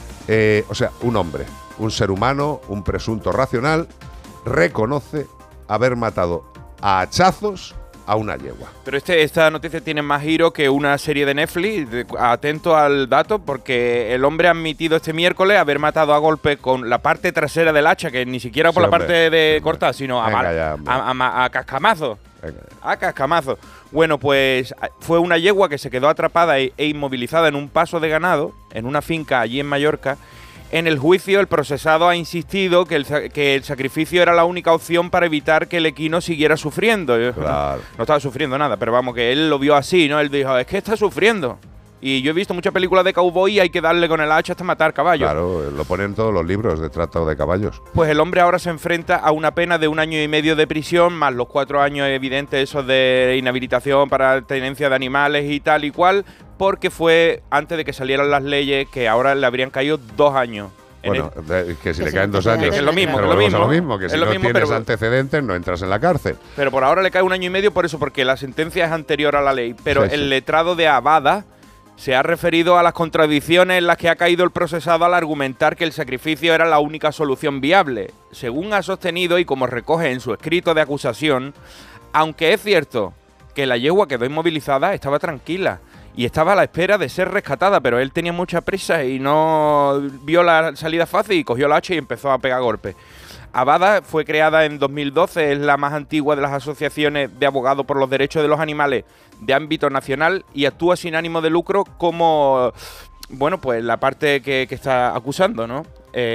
Eh, o sea, un hombre, un ser humano, un presunto racional, reconoce haber matado a hachazos a una yegua. Pero este, esta noticia tiene más giro que una serie de Netflix. De- atento al dato, porque el hombre ha admitido este miércoles haber matado a golpe con la parte trasera del hacha, que ni siquiera por Sí, la hombre. parte de cortar, sino a, Venga mal- ya, hombre. a, a ma- a cascamazo. Venga. A cascamazo. Bueno, pues a- fue una yegua que se quedó atrapada e, e inmovilizada en un paso de ganado, en una finca allí en Mallorca. En el juicio, el procesado ha insistido que el, sa- que el sacrificio era la única opción para evitar que el equino siguiera sufriendo. Claro. No estaba sufriendo nada, pero vamos, que él lo vio así, ¿no? Él dijo, es que está sufriendo. Y yo he visto muchas películas de cowboy y hay que darle con el hacha hasta matar caballos. Claro, lo ponen en todos los libros de trato de caballos. Pues el hombre ahora se enfrenta a una pena de un año y medio de prisión, más los cuatro años evidentes esos de inhabilitación para tenencia de animales y tal y cual, porque fue antes de que salieran las leyes que ahora le habrían caído dos años. En Bueno, de- que si Que le sí, caen dos que años. es lo mismo, Pero que lo volvemos a mismo. lo mismo, que Es si lo no mismo, tienes pero- antecedentes no entras en la cárcel. Pero por ahora le cae un año y medio por eso, porque la sentencia es anterior a la ley. Pero Sí, sí. el letrado de Abada se ha referido a las contradicciones en las que ha caído el procesado al argumentar que el sacrificio era la única solución viable. Según ha sostenido y como recoge en su escrito de acusación, aunque es cierto que la yegua quedó inmovilizada, estaba tranquila y estaba a la espera de ser rescatada, pero él tenía mucha prisa y no vio la salida fácil y cogió la hacha y empezó a pegar golpes. Abada fue creada en dos mil doce, es la más antigua de las asociaciones de abogados por los derechos de los animales de ámbito nacional y actúa sin ánimo de lucro como, bueno, pues la parte que, que está acusando, ¿no?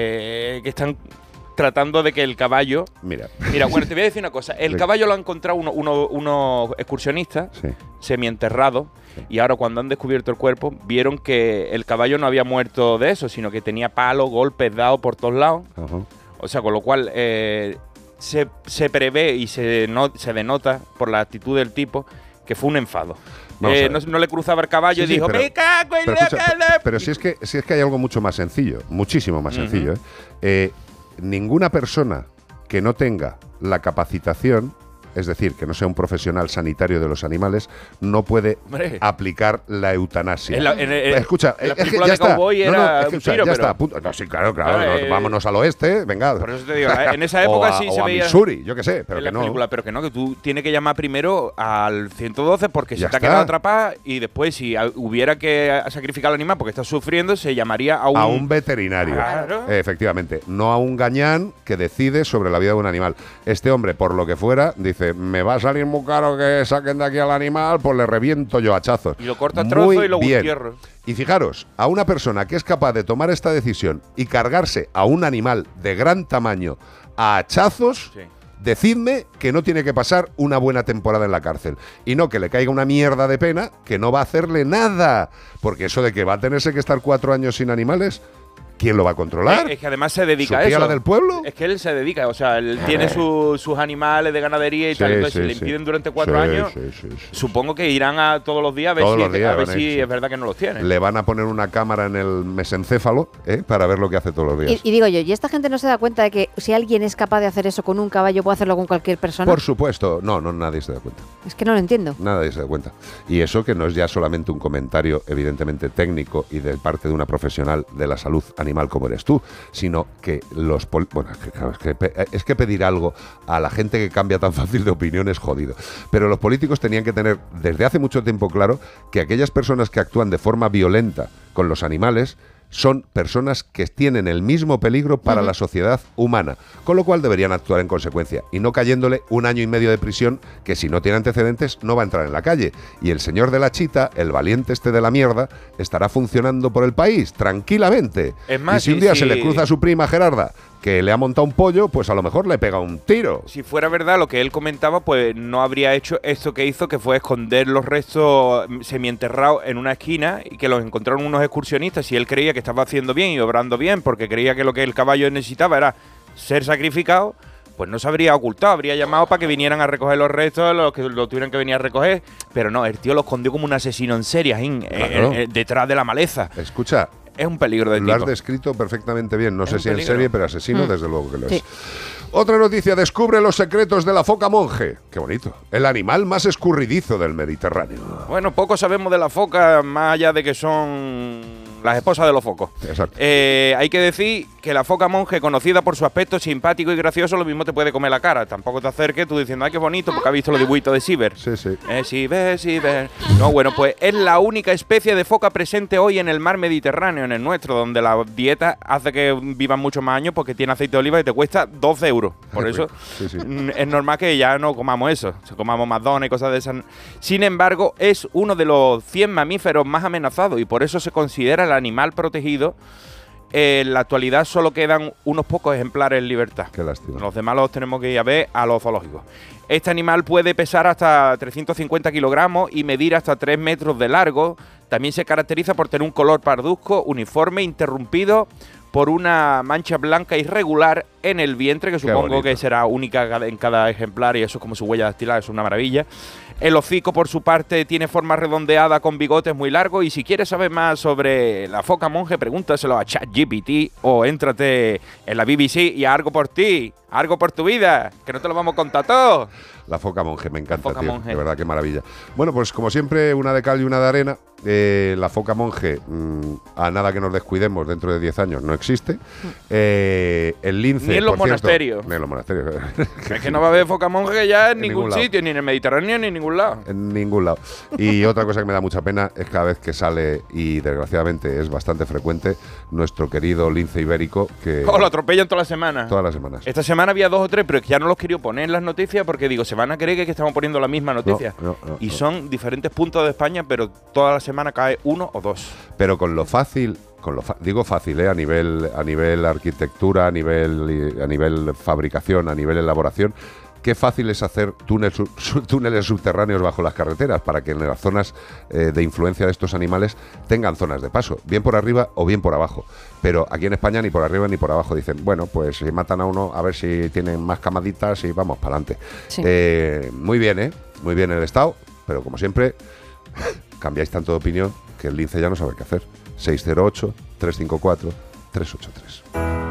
Eh, que están tratando de que el caballo... Mira. Mira, bueno, te voy a decir una cosa. El Sí. caballo lo han encontrado uno- uno- unos excursionistas Sí. semienterrados y ahora cuando han descubierto el cuerpo vieron que el caballo no había muerto de eso, sino que tenía palos, golpes dados por todos lados. Ajá. O sea, con lo cual eh, se, se prevé y se, no- se denota por la actitud del tipo que fue un enfado. Vamos a Eh, ver. no, no le cruzaba el caballo Sí, y sí, dijo, pero- ¡me cago en Pero, la escucha, cara! pe- pero si, es que, si es que hay algo mucho más sencillo, muchísimo más Ujú. sencillo. ¿eh? Eh, ninguna persona que no tenga la capacitación, es decir, que no sea un profesional sanitario de los animales, no puede Hombre. aplicar la eutanasia. En la- en el- Escucha, en la es que película ya de está. Cowboy No, no, era escucha, un tiro, ya pero- está. punto. No, sí, claro, claro. Claro, no, eh, vámonos al oeste, venga. Por eso te digo, en esa época o a, sí se o a veía... Missouri, yo qué sé, pero en que la no. película, pero que no, que tú tienes que llamar primero al ciento doce porque Ya se te ha está. quedado atrapada y después si a- hubiera que sacrificar al animal porque está sufriendo, se llamaría a un... A un veterinario. Claro. Efectivamente. No a un gañán que decide sobre la vida de un animal. Este hombre, por lo que fuera, dice, me va a salir muy caro que saquen de aquí al animal, pues le reviento yo a hachazos. Y lo corta a Muy trozo y lo bien. entierro. Y fijaros, a una persona que es capaz de tomar esta decisión y cargarse a un animal de gran tamaño a hachazos, Sí. decidme que no tiene que pasar una buena temporada en la cárcel. Y no que le caiga una mierda de pena que no va a hacerle nada. Porque eso de que va a tenerse que estar cuatro años sin animales, ¿quién lo va a controlar? Es, es que además se dedica ¿Su a tía, eso. la del pueblo? Es que él se dedica, o sea, él tiene su- sus animales de ganadería y Sí, tal. Entonces, sí, si le sí. impiden durante cuatro Sí, años, sí, sí, sí. supongo que irán a todos los días a ver Todos si, los días a ver van a ir, si sí. es verdad que no los tiene. Le van a poner una cámara en el mesencéfalo, ¿eh? Para ver lo que hace todos los días. Y, y digo yo, ¿y esta gente no se da cuenta de que si alguien es capaz de hacer eso con un caballo, puede hacerlo con cualquier persona? Por supuesto. No, no, nadie se da cuenta. Es que no lo entiendo. Nadie se da cuenta. Y eso que no es ya solamente un comentario evidentemente técnico y de parte de una profesional de la salud animal como eres tú, sino que los... pol- Bueno, es que, claro, es que, pe- es que pedir algo a la gente que cambia tan fácil de opinión es jodido. Pero los políticos tenían que tener desde hace mucho tiempo claro que aquellas personas que actúan de forma violenta con los animales son personas que tienen el mismo peligro para Ujú. la sociedad humana, con lo cual deberían actuar en consecuencia y no cayéndole un año y medio de prisión que si no tiene antecedentes no va a entrar en la calle. Y el señor de la chita, el valiente este de la mierda, estará funcionando por el país tranquilamente. Es más, y si un si- día si- se le cruza a su prima Gerarda que le ha montado un pollo, pues a lo mejor le pega un tiro. Si fuera verdad lo que él comentaba, pues no habría hecho esto que hizo, que fue esconder los restos mm, semienterrados en una esquina y que los encontraron unos excursionistas y él creía que estaba haciendo bien y obrando bien porque creía que lo que el caballo necesitaba era ser sacrificado. pues no se habría ocultado, habría llamado para que vinieran a recoger los restos, los que lo tuvieran que venir a recoger, pero no, el tío lo escondió como un asesino en serie, en, Claro. en- en- detrás de la maleza. Escucha, Es un peligro de lo has tipo. descrito perfectamente bien. No Es sé un si en peligro. serie, pero asesino Mm. desde luego que lo es. Sí. Otra noticia, descubre los secretos de la foca monje. Qué bonito. El animal más escurridizo del Mediterráneo. Bueno, poco sabemos de las focas, más allá de que son las esposas de los focos. Exacto. Eh, hay que decir que la foca monje, conocida por su aspecto simpático y gracioso, lo mismo te puede comer la cara. Tampoco te acerques tú diciendo, ay, qué bonito, porque has visto los dibujitos de Ciber. Sí, sí. Eh, Ciber, Ciber. No, bueno, pues es la única especie de foca presente hoy en el mar Mediterráneo, en el nuestro, donde la dieta hace que vivan muchos más años porque tiene aceite de oliva y te cuesta doce euros. Por eso Sí, sí. mm, es normal que ya no comamos eso, o sea, comamos McDonald's y cosas de esas. Sin embargo, es uno de los cien mamíferos más amenazados y por eso se considera el animal protegido. Eh, en la actualidad solo quedan unos pocos ejemplares en libertad. Qué lástima. Los demás los tenemos que ir a ver a los zoológicos. Este animal puede pesar hasta trescientos cincuenta kilogramos y medir hasta tres metros de largo. También se caracteriza por tener un color parduzco, uniforme, interrumpido por una mancha blanca irregular en el vientre, que Qué supongo bonito. que será única cada- en cada ejemplar y eso es como su huella dactilar, es una maravilla. El hocico, por su parte, tiene forma redondeada con bigotes muy largos y si quieres saber más sobre la foca monje, pregúntaselo a ChatGPT o éntrate en la B B C y algo por ti, algo por tu vida, que no te lo vamos a contar todo. La foca monje, me encanta, Foca tío. monje. De verdad, qué maravilla. Bueno, pues como siempre, una de cal y una de arena. Eh, la foca monje, mm, a nada que nos descuidemos, dentro de diez años no existe. Eh, el lince. Ni en los por cierto- monasterios. Ni en los monasterios. Es que no va a haber foca monje ya en, En ningún, ningún lado. sitio, ni en el Mediterráneo ni en ningún lado. En ningún lado. Y otra cosa que me da mucha pena es cada vez que sale, y desgraciadamente es bastante frecuente, nuestro querido lince ibérico, que Oh, lo atropellan todas las semanas. todas las semanas. Esta semana había dos o tres, pero es que ya no los quería poner en las noticias porque digo, se van a creer que estamos poniendo la misma noticia. No, no, no, y no. son diferentes puntos de España, pero toda la semana cae uno o dos. Pero con lo fácil, con lo fa- digo fácil, ¿eh? a nivel a nivel arquitectura, a nivel a nivel fabricación, a nivel elaboración, qué fácil es hacer túneles, sub- su- túneles subterráneos bajo las carreteras para que en las zonas eh, de influencia de estos animales tengan zonas de paso, bien por arriba o bien por abajo. Pero aquí en España ni por arriba ni por abajo dicen, bueno, pues si matan a uno, a ver si tienen más camaditas y vamos para adelante. Sí. Eh, muy bien, ¿eh? Muy bien el Estado, pero como siempre, cambiáis tanto de opinión que el lince ya no sabe qué hacer. seis cero ocho, tres cinco cuatro, tres ocho tres.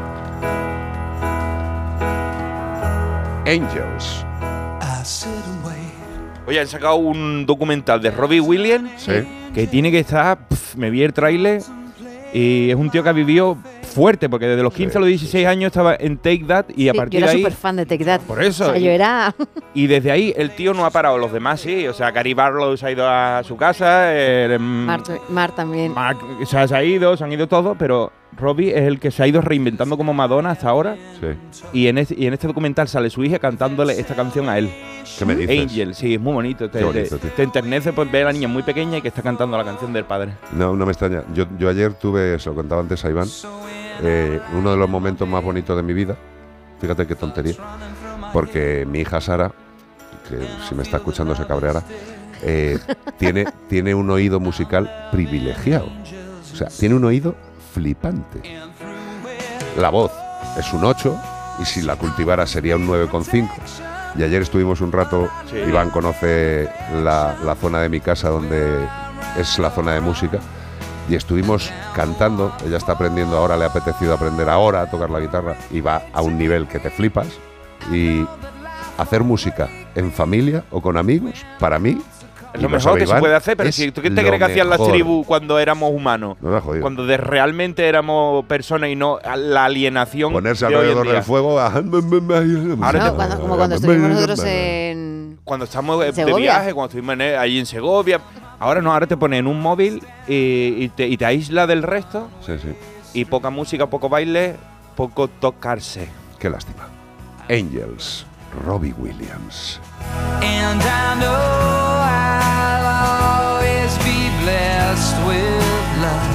Angels. Oye, han sacado un documental de Robbie Williams Sí. que tiene que estar. Pf, me vi el tráiler y es un tío que ha vivido fuerte porque desde los quince a los dieciséis años estaba en Take That y a Sí, partir yo era de ahí. súper fan de Take That. Por eso. O sea, yo era. Y desde ahí el tío no ha parado. Los demás sí. O sea, Gary Barlow se ha ido a su casa. eh, Mar, Mar también. Mark se ha, se ha ido, se han ido todos, pero Robbie es el que se ha ido reinventando como Madonna hasta ahora. Sí. Y en, este, y en este documental sale su hija cantándole esta canción a él. ¿Qué me dices? Angel, sí, es muy bonito. Te, Qué bonito, te- tío. te enternece por ver a la niña muy pequeña y que está cantando la canción del padre. No, no me extraña. Yo, yo ayer tuve, se lo contaba antes a Iván, eh, uno de los momentos más bonitos de mi vida. Fíjate qué tontería. Porque mi hija Sara, que si me está escuchando se cabreará, eh, tiene, tiene un oído musical privilegiado. O sea, tiene un oído flipante. La voz es un ocho y si la cultivara sería un nueve coma cinco. Y ayer estuvimos un rato, Sí. Iván conoce la, la zona de mi casa donde es la zona de música, y estuvimos cantando. Ella está aprendiendo ahora, le ha apetecido aprender ahora a tocar la guitarra y va a un nivel que te flipas. Y hacer música en familia o con amigos, para mí, Es y lo lo mejor sabe que se Iván, puede hacer, pero es si tú qué te lo crees que hacían las mejor. tribus cuando éramos humanos, No me ha jodido. cuando de realmente éramos personas y no a la alienación Ponerse de hoy en alrededor día. del fuego. a- Ahora No, cuando- como cuando estuvimos nosotros en. Cuando estamos de Segovia. viaje, cuando estuvimos en- ahí en Segovia. Ahora no, ahora te ponen un móvil y, y te, y te aísla del resto. Sí, sí. Y poca música, poco baile, poco tocarse. Qué lástima. Angels, Robbie Williams. And I know I'll always be blessed with love.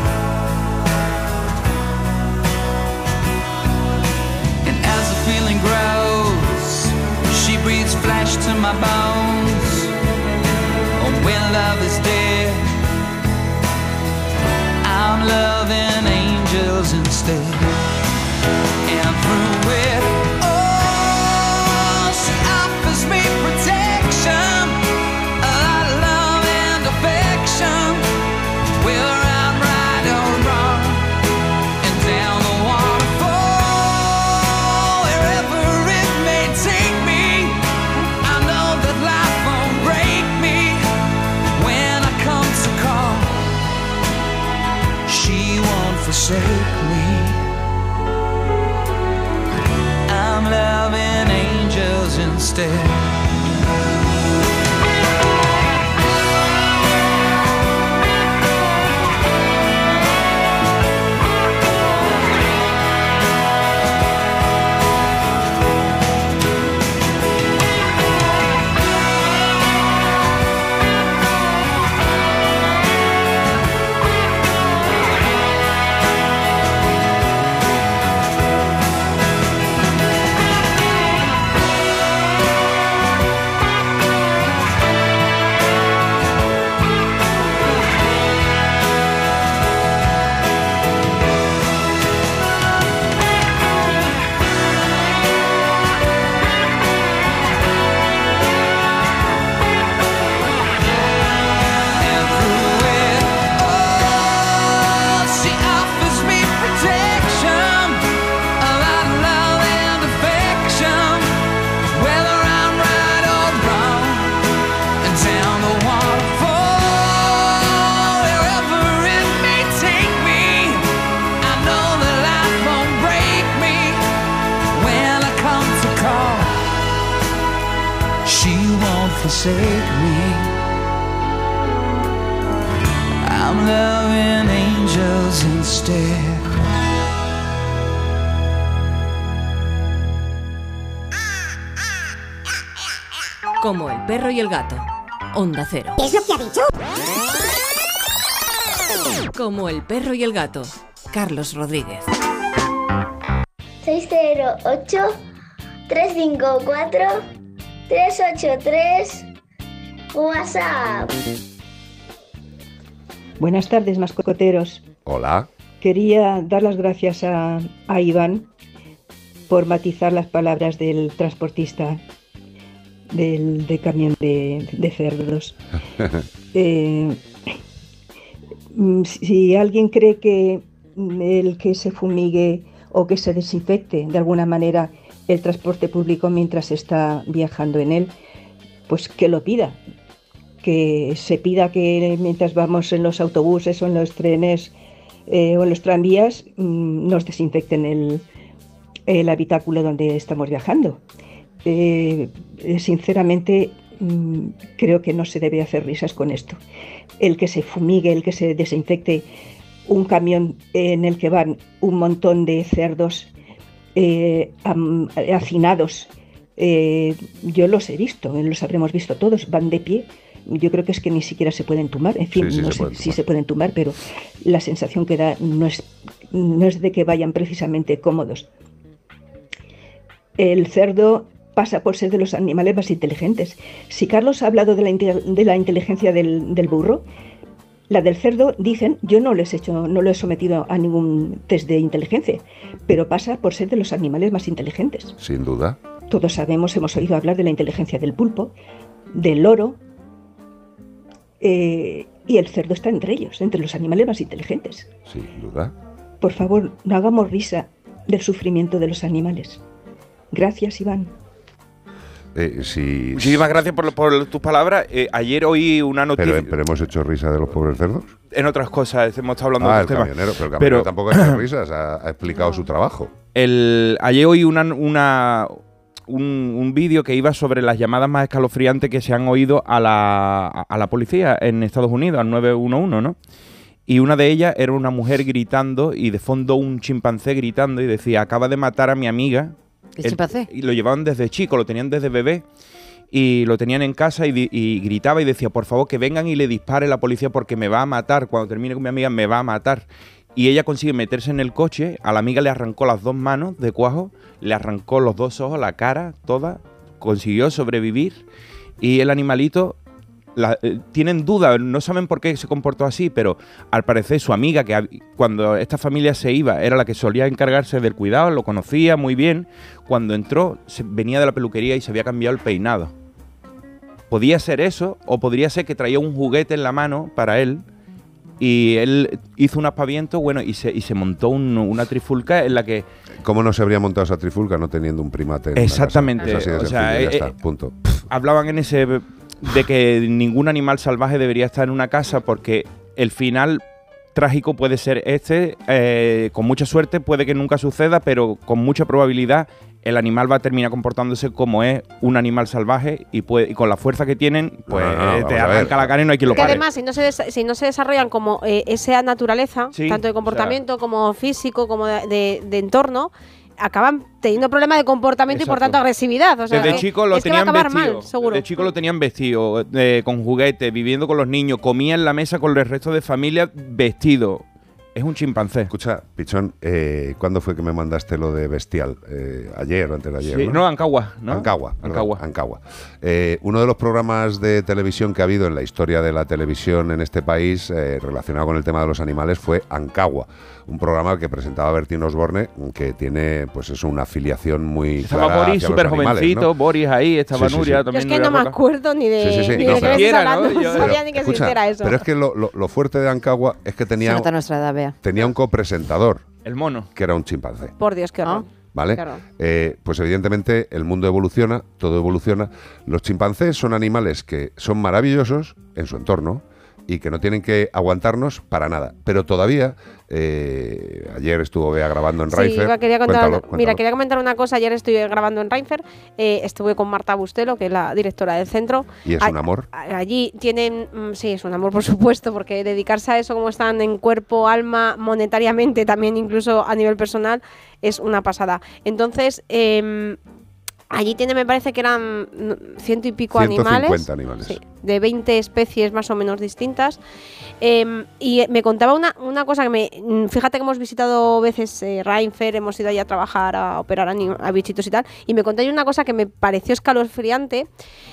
And as the feeling grows, she breathes flesh to my bones. And when love is dead, I'm loving angels instead. And through it all, instead. Forsake me. I'm loving angels instead. Como el perro y el gato. Onda Cero. ¿Qué es lo que ha dicho? Como el perro y el gato. Carlos Rodríguez. seis cero ocho, tres cinco cuatro, tres ocho tres, WhatsApp. Buenas tardes, mascoteros. Hola. Quería dar las gracias a, a Iván por matizar las palabras del transportista del, de camión de, de cerdos. eh, si alguien cree que el que se fumigue o que se desinfecte de alguna manera el transporte público mientras está viajando en él, pues que lo pida. Que se pida que mientras vamos en los autobuses o en los trenes eh, o en los tranvías mmm, nos desinfecten el, el habitáculo donde estamos viajando. Eh, sinceramente mmm, creo que no se debe hacer risas con esto. El que se fumigue, el que se desinfecte un camión en el que van un montón de cerdos eh, am, hacinados, eh, yo los he visto, los habremos visto todos, van de pie. Yo creo que es que ni siquiera se pueden tumbar, en fin, sí, sí no sé si se pueden tumbar, pero la sensación que da no es, no es de que vayan precisamente cómodos. El cerdo pasa por ser de los animales más inteligentes. Si Carlos ha hablado de la, de la inteligencia del, del burro, la del cerdo, dicen, yo no les he hecho, no lo he sometido a ningún test de inteligencia, pero pasa por ser de los animales más inteligentes. Sin duda. Todos sabemos, hemos oído hablar de la inteligencia del pulpo, del loro, eh, y el cerdo está entre ellos, entre los animales más inteligentes. Sin duda. Por favor, no hagamos risa del sufrimiento de los animales. Gracias, Iván. Eh, sí, Muchísimas gracias por, por tus palabras. Eh, ayer oí una noticia. Pero, pero hemos hecho risa de los pobres cerdos. En otras cosas, hemos estado hablando ah, de el otros temas. camionero, pero el camionero pero, tampoco ha hecho risas, ha, ha explicado su trabajo. El, ayer oí una, una, un, un vídeo que iba sobre las llamadas más escalofriantes que se han oído a la, a la policía en Estados Unidos, al nueve uno uno, ¿no? Y una de ellas era una mujer gritando y de fondo un chimpancé gritando y decía, acaba de matar a mi amiga. ¿El chimpancé? Y lo llevaban desde chico, lo tenían desde bebé y lo tenían en casa y, y gritaba y decía, por favor, que vengan y le dispare la policía porque me va a matar. Cuando termine con mi amiga me va a matar. Y ella consigue meterse en el coche, a la amiga le arrancó las dos manos de cuajo, le arrancó los dos ojos, la cara, toda, consiguió sobrevivir y el animalito... La, eh, tienen dudas, no saben por qué se comportó así, pero al parecer su amiga, que cuando esta familia se iba, era la que solía encargarse del cuidado, lo conocía muy bien, cuando entró se, venía de la peluquería y se había cambiado el peinado. Podía ser eso, o podría ser que traía un juguete en la mano para él, y él hizo un aspaviento, bueno, y se, y se montó un, una trifulca en la que... ¿Cómo no se habría montado esa trifulca no teniendo un primate en Exactamente. la casa? Es así de o sea, sencillo, eh, ya está, punto. Pff, hablaban en ese... de que ningún animal salvaje debería estar en una casa porque el final trágico puede ser este, eh, con mucha suerte puede que nunca suceda, pero con mucha probabilidad el animal va a terminar comportándose como es un animal salvaje y, puede, y con la fuerza que tienen, pues No, no, no, te vamos a ver. arranca la cara y no hay quien lo Que pare. además, si no se, des- si no se desarrollan como eh, esa naturaleza, Sí, tanto de comportamiento como físico, como de, de- de entorno, acaban teniendo problemas de comportamiento y por Exacto. tanto agresividad. O sea, Desde que chico lo es que va a tenían acabar vestido. mal, seguro. Desde chico lo tenían vestido, eh, con juguetes, viviendo con los niños, comía en la mesa con el resto de familia vestido. Es un chimpancé. Escucha, Pichón, eh, ¿cuándo fue que me mandaste lo de bestial? Eh, ayer o antes de ayer, Sí, ¿no? no, Ancagua, ¿no? Ancagua, perdón, Ancagua. Ancagua. Eh, uno de los programas de televisión que ha habido en la historia de la televisión en este país eh, relacionado con el tema de los animales fue Ancagua, un programa que presentaba Bertín Osborne, que tiene, pues eso, una afiliación muy Estaba clara Boris hacia los súper animales, jovencito, ¿no? Boris ahí, estaba Sí, sí, Nuria sí. Yo también. es que Nuria no me Roca. acuerdo ni de, Sí, sí, sí, ni no, de qué pero- me estás hablando. Yo- No sabía Pero, ni que escucha, existiera eso. pero es que lo, lo- lo fuerte de Ancagua es que Se tenía, nota nuestra edad, Bea. tenía un copresentador, El mono. que era un chimpancé. Por Dios, qué horror. ¿Vale? Claro. Eh, pues evidentemente el mundo evoluciona, todo evoluciona. Los chimpancés son animales que son maravillosos en su entorno y que no tienen que aguantarnos para nada. Pero todavía, eh, ayer estuvo Bea grabando en Sí, Raifer. iba- quería contar, Cuéntalo, mira, cuéntalo. quería comentar una cosa. Ayer estuve grabando en Reinfer, eh, estuve con Marta Bustelo, que es la directora del centro. Y es A- un amor. a- Allí tienen, mm, sí, es un amor, por supuesto, porque dedicarse a eso, como están en cuerpo, alma, monetariamente, también incluso a nivel personal, es una pasada. Entonces, em, allí tiene, me parece que eran mm, ciento y pico ciento animales. cincuenta animales. Sí, de veinte especies más o menos distintas. Eh, y me contaba una, una cosa que me... mm, Fíjate que hemos visitado veces eh, Reinfer, hemos ido allí a trabajar, a operar a, ni- a bichitos y tal, y me conté una cosa que me pareció escalofriante,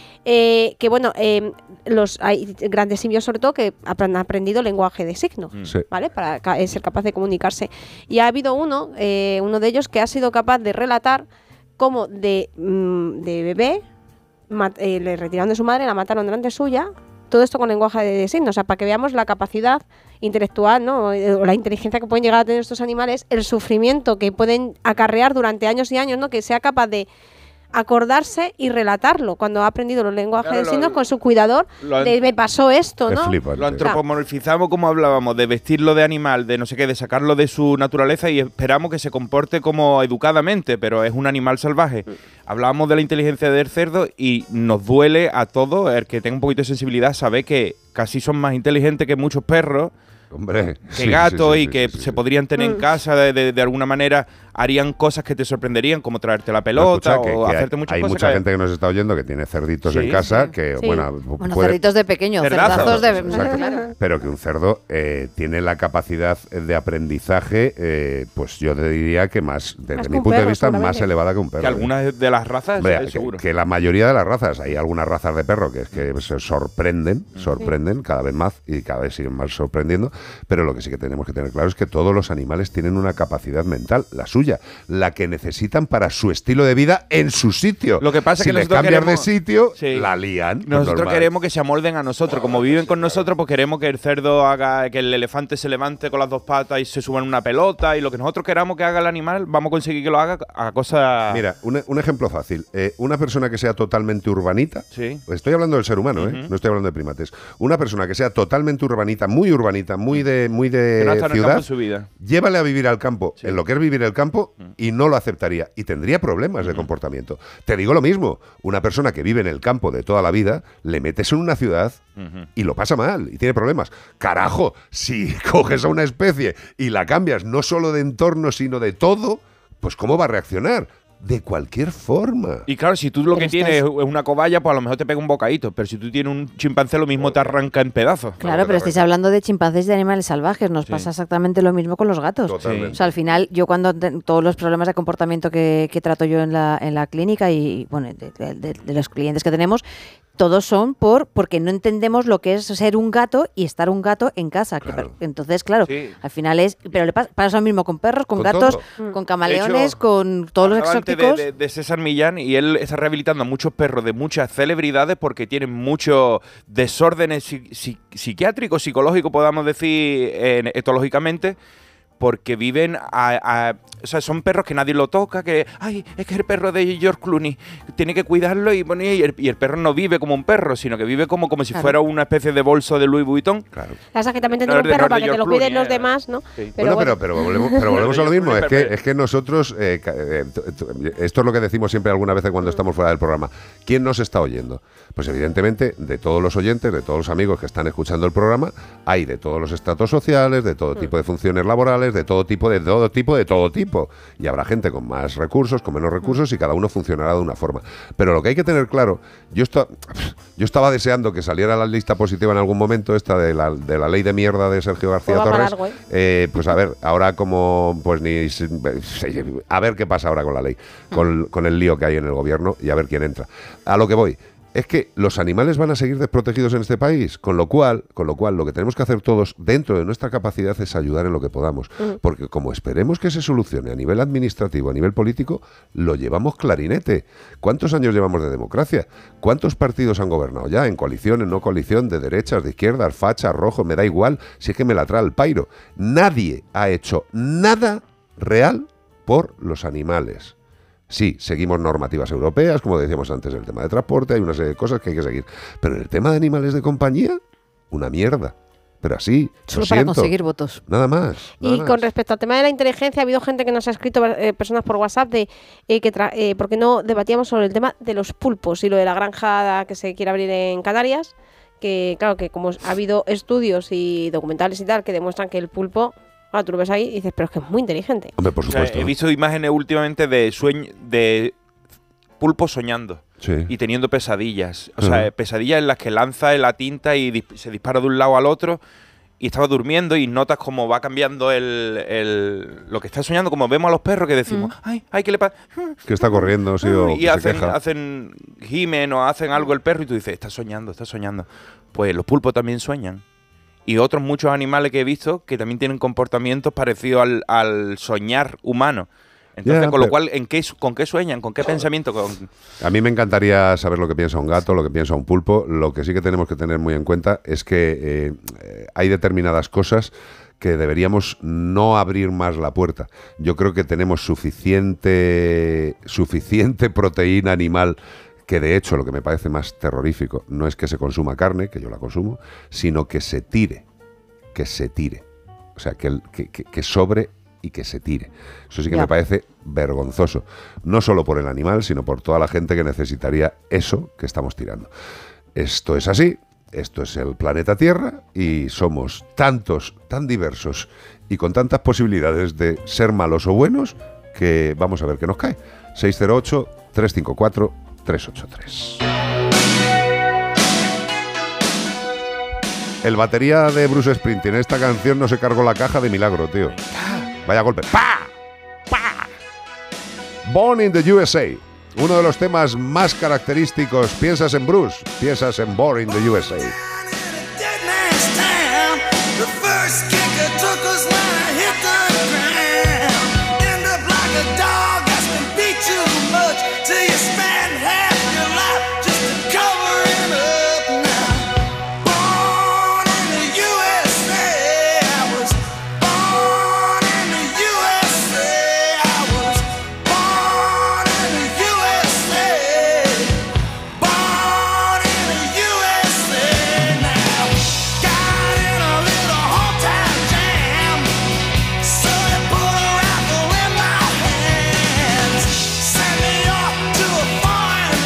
eh, que bueno, eh, los hay grandes simios sobre todo que han aprendido lenguaje de signos, Sí. ¿vale? Para ca- eh, ser capaz de comunicarse. Y ha habido uno, eh, uno de ellos que ha sido capaz de relatar cómo de, mm, de bebé mat- eh, le retiraron de su madre, la mataron delante suya, todo esto con lenguaje de, de signos, o sea, para que veamos la capacidad intelectual, ¿no? Eh, o la inteligencia que pueden llegar a tener estos animales, el sufrimiento que pueden acarrear durante años y años, ¿no? Que sea capaz de acordarse y relatarlo cuando ha aprendido los lenguajes Claro, de lo- signos con su cuidador lo- de me pasó esto, ¿no? Lo antropomorfizamos como hablábamos, de vestirlo de animal, de no sé qué, de sacarlo de su naturaleza y esperamos que se comporte como educadamente, pero es un animal salvaje. Hablábamos de la inteligencia del cerdo y nos duele a todos, el que tenga un poquito de sensibilidad, sabe que casi son más inteligentes que muchos perros. Hombre, que sí, gatos sí, sí, y sí, que sí, sí. se podrían tener en Mm. casa de, de- de alguna manera, harían cosas que te sorprenderían, como traerte la No, pelota escucha, que- o que hacerte hay, muchas hay cosas. mucha que- gente que nos está oyendo que tiene cerditos Sí, en casa, sí. que Sí. bueno, Bueno, puede- cerditos de pequeño, Cerdazos. cerdazos de... Exacto. Claro. Pero que un cerdo eh, tiene la capacidad de aprendizaje, eh, pues yo te diría que más, desde Más que mi un punto de perro, vista, más seguramente. elevada que un perro. que ¿eh? algunas de las razas, Hombre, eh, que, seguro. que la mayoría de las razas, hay algunas razas de perro que es que se sorprenden, Mm. sorprenden cada vez más y cada vez siguen más sorprendiendo, pero lo que sí que tenemos que tener claro es que todos los animales tienen una capacidad mental, la suya, la que necesitan para su estilo de vida en su sitio. Lo que pasa es si que le nosotros cambias queremos- de sitio, Sí. la lían. pues Nosotros normal. queremos que se amolden a nosotros. Como viven con nosotros, pues queremos que el cerdo haga, que el elefante se levante con las dos patas y se suba en una pelota. Y lo que nosotros queramos que haga el animal, vamos a conseguir que lo haga a cosas. Mira, un, un ejemplo fácil. Eh, una persona que sea totalmente urbanita, Sí. estoy hablando del ser humano, ¿eh? Ujú. No estoy hablando de primates. Una persona que sea totalmente urbanita, muy urbanita, muy de, muy de Que no ha estado en el ciudad, campo en su vida. llévale a vivir al campo, Sí. en lo que es vivir el campo, Mm. y no lo aceptaría. Y tendría problemas de comportamiento. Te digo lo mismo, una persona que vive en el campo de toda la vida, le metes en una ciudad Ujú. y lo pasa mal y tiene problemas. Carajo, si coges a una especie y la cambias no solo de entorno, sino de todo, pues ¿cómo va a reaccionar? De cualquier forma. Y claro, si tú lo Pero que estás- tienes es una cobaya, pues a lo mejor te pega un bocadito. Pero si tú tienes un chimpancé, lo mismo te arranca en pedazos. Claro, pero estáis hablando de chimpancés y de animales salvajes. Nos Sí. pasa exactamente lo mismo con los gatos. Totalmente. O sea, al final, yo cuando te- todos los problemas de comportamiento que, que trato yo en la, en la clínica y, bueno, de, de- de- de los clientes que tenemos, todos son por porque no entendemos lo que es ser un gato y estar un gato en casa. Que Claro. per- entonces, claro, Sí. al final es... Pero le pasa, pasa lo mismo con perros, con, Con gatos, todo. con camaleones, De hecho, con todos los Hablaba antes exóticos. De, de, de César Millán, y él está rehabilitando a muchos perros de muchas celebridades porque tienen muchos desórdenes psi- psi- psiquiátricos, psicológicos, podamos decir, eh, etológicamente, porque viven a, a, o sea, son perros que nadie lo toca, que ay, es que es el perro de George Clooney, tiene que cuidarlo y, bueno, y, el, y el perro no vive como un perro, sino que vive como, como si Claro. fuera una especie de bolso de Louis Vuitton. Claro. Pasa que también No tener es un de- perro no es para de que te lo George cuiden Clooney, los demás, ¿no? Sí. Bueno, bueno. pero, pero, volvemos, pero volvemos a lo mismo. Es que, es que nosotros, eh, ca- eh, t- t- esto es lo que decimos siempre alguna vez cuando estamos fuera del programa. ¿Quién nos está oyendo? Pues evidentemente de todos los oyentes, de todos los amigos que están escuchando el programa, hay de todos los estratos sociales, de todo tipo de funciones laborales, de todo tipo, de todo tipo, de todo tipo. Y habrá gente con más recursos, con menos recursos y cada uno funcionará de una forma. Pero lo que hay que tener claro, yo, esta- yo estaba deseando que saliera la lista positiva en algún momento, esta de la, de la ley de mierda de Sergio García Pues va para Torres. largo, ¿eh? Eh, pues a ver, ahora como pues ni a ver qué pasa ahora con la ley, con, con el lío que hay en el gobierno y a ver quién entra. A lo que voy es que los animales van a seguir desprotegidos en este país, con lo cual, con lo cual lo que tenemos que hacer todos dentro de nuestra capacidad es ayudar en lo que podamos, Ujú. porque como esperemos que se solucione a nivel administrativo, a nivel político, lo llevamos clarinete. ¿Cuántos años llevamos de democracia? ¿Cuántos partidos han gobernado ya? En coalición, en no coalición, de derechas, de izquierdas, fachas, rojo, me da igual, si es que me la trae el pairo. Nadie ha hecho nada real por los animales. Sí, seguimos normativas europeas, como decíamos antes, el tema de transporte, hay una serie de cosas que hay que seguir. Pero en el tema de animales de compañía, una mierda. Pero así, Solo lo para siento. conseguir votos. Nada más. nada Y más. con respecto al tema de la inteligencia, ha habido gente que nos ha escrito, eh, personas por WhatsApp, de eh, que tra- eh, porque no debatíamos sobre el tema de los pulpos y lo de la granja que se quiere abrir en Canarias, que claro, que como ha habido estudios y documentales y tal que demuestran que el pulpo, ahora tú lo ves ahí y dices, pero es que es muy inteligente. Hombre, por O sea, supuesto. he visto imágenes últimamente de sueño, de pulpos soñando. Sí. Y teniendo pesadillas. O Ujú. sea, pesadillas en las que lanza la tinta y dis- se dispara de un lado al otro. Y estaba durmiendo y notas cómo va cambiando el, el- lo que está soñando, como vemos a los perros que decimos, ay, ay, ¿qué le pasa? Que está corriendo, sí, o que Y se hacen, queja. hacen gimen o hacen algo el perro y tú dices, está soñando, está soñando. Pues los pulpos también sueñan. Y otros muchos animales que he visto que también tienen comportamientos parecidos al, al soñar humano. Entonces, Ya, con lo pero- cual, ¿en qué, ¿con qué sueñan? ¿Con qué pensamiento? Con... A mí me encantaría saber lo que piensa un gato, lo que piensa un pulpo. Lo que sí que tenemos que tener muy en cuenta es que eh, eh, hay determinadas cosas que deberíamos no abrir más la puerta. Yo creo que tenemos suficiente, suficiente proteína animal, que de hecho lo que me parece más terrorífico no es que se consuma carne, que yo la consumo, sino que se tire, que se tire. O sea, que, el- que, que- que sobre y que se tire. Eso sí que Ya. me parece vergonzoso. No solo por el animal, sino por toda la gente que necesitaría eso que estamos tirando. Esto es así, esto es el planeta Tierra y somos tantos, tan diversos y con tantas posibilidades de ser malos o buenos que vamos a ver qué nos cae. seis cero ocho, tres cinco cuatro, tres ocho tres. El batería de Bruce Springsteen en esta canción no se cargó la caja de milagro, tío. Vaya golpe. ¡Pa! ¡Pa! Born in the U S A. Uno de los temas más característicos. Piensas en Bruce, piensas en Born in the U S A. The first kick it took us when I hit the ground. End up like a dog that's been beat too much till you spend half your life just to cover it up now. Born in the U S A, I was born in the U S A, I was born in the U S A, born in the U S A now. Got in a little hometown jam, so they put a rifle in my hands, sent me off to a foreign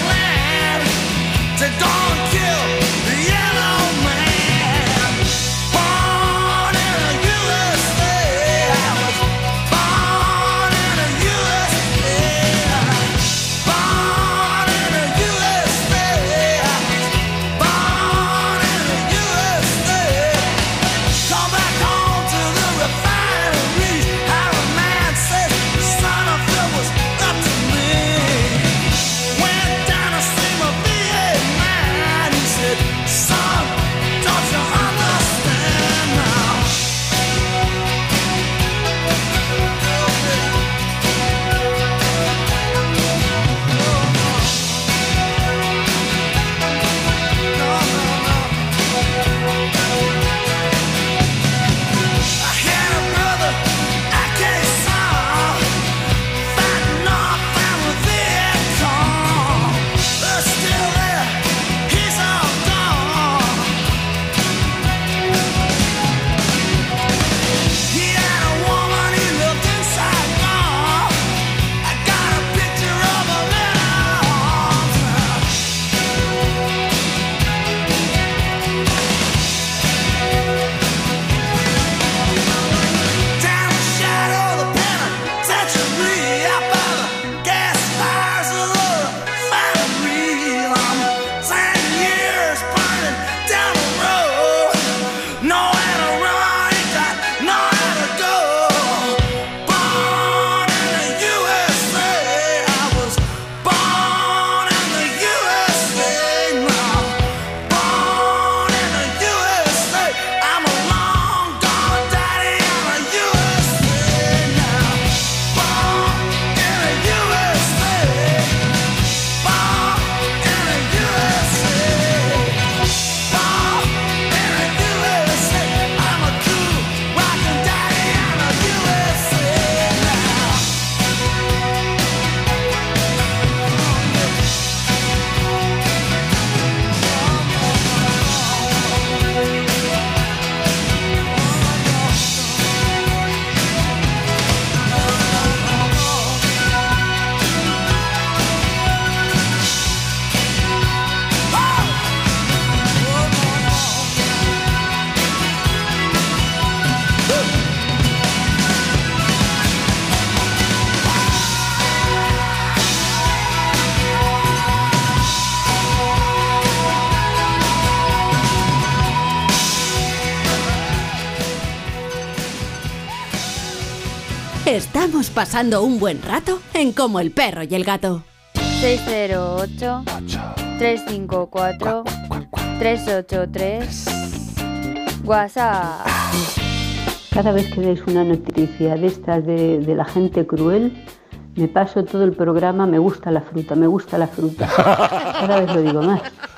Estamos pasando un buen rato en Como el perro y el gato. seis cero ocho, tres cinco cuatro, tres ocho tres. WhatsApp. Cada vez que veis una noticia de estas de, de la gente cruel, me paso todo el programa, me gusta la fruta, me gusta la fruta. Cada vez lo digo más.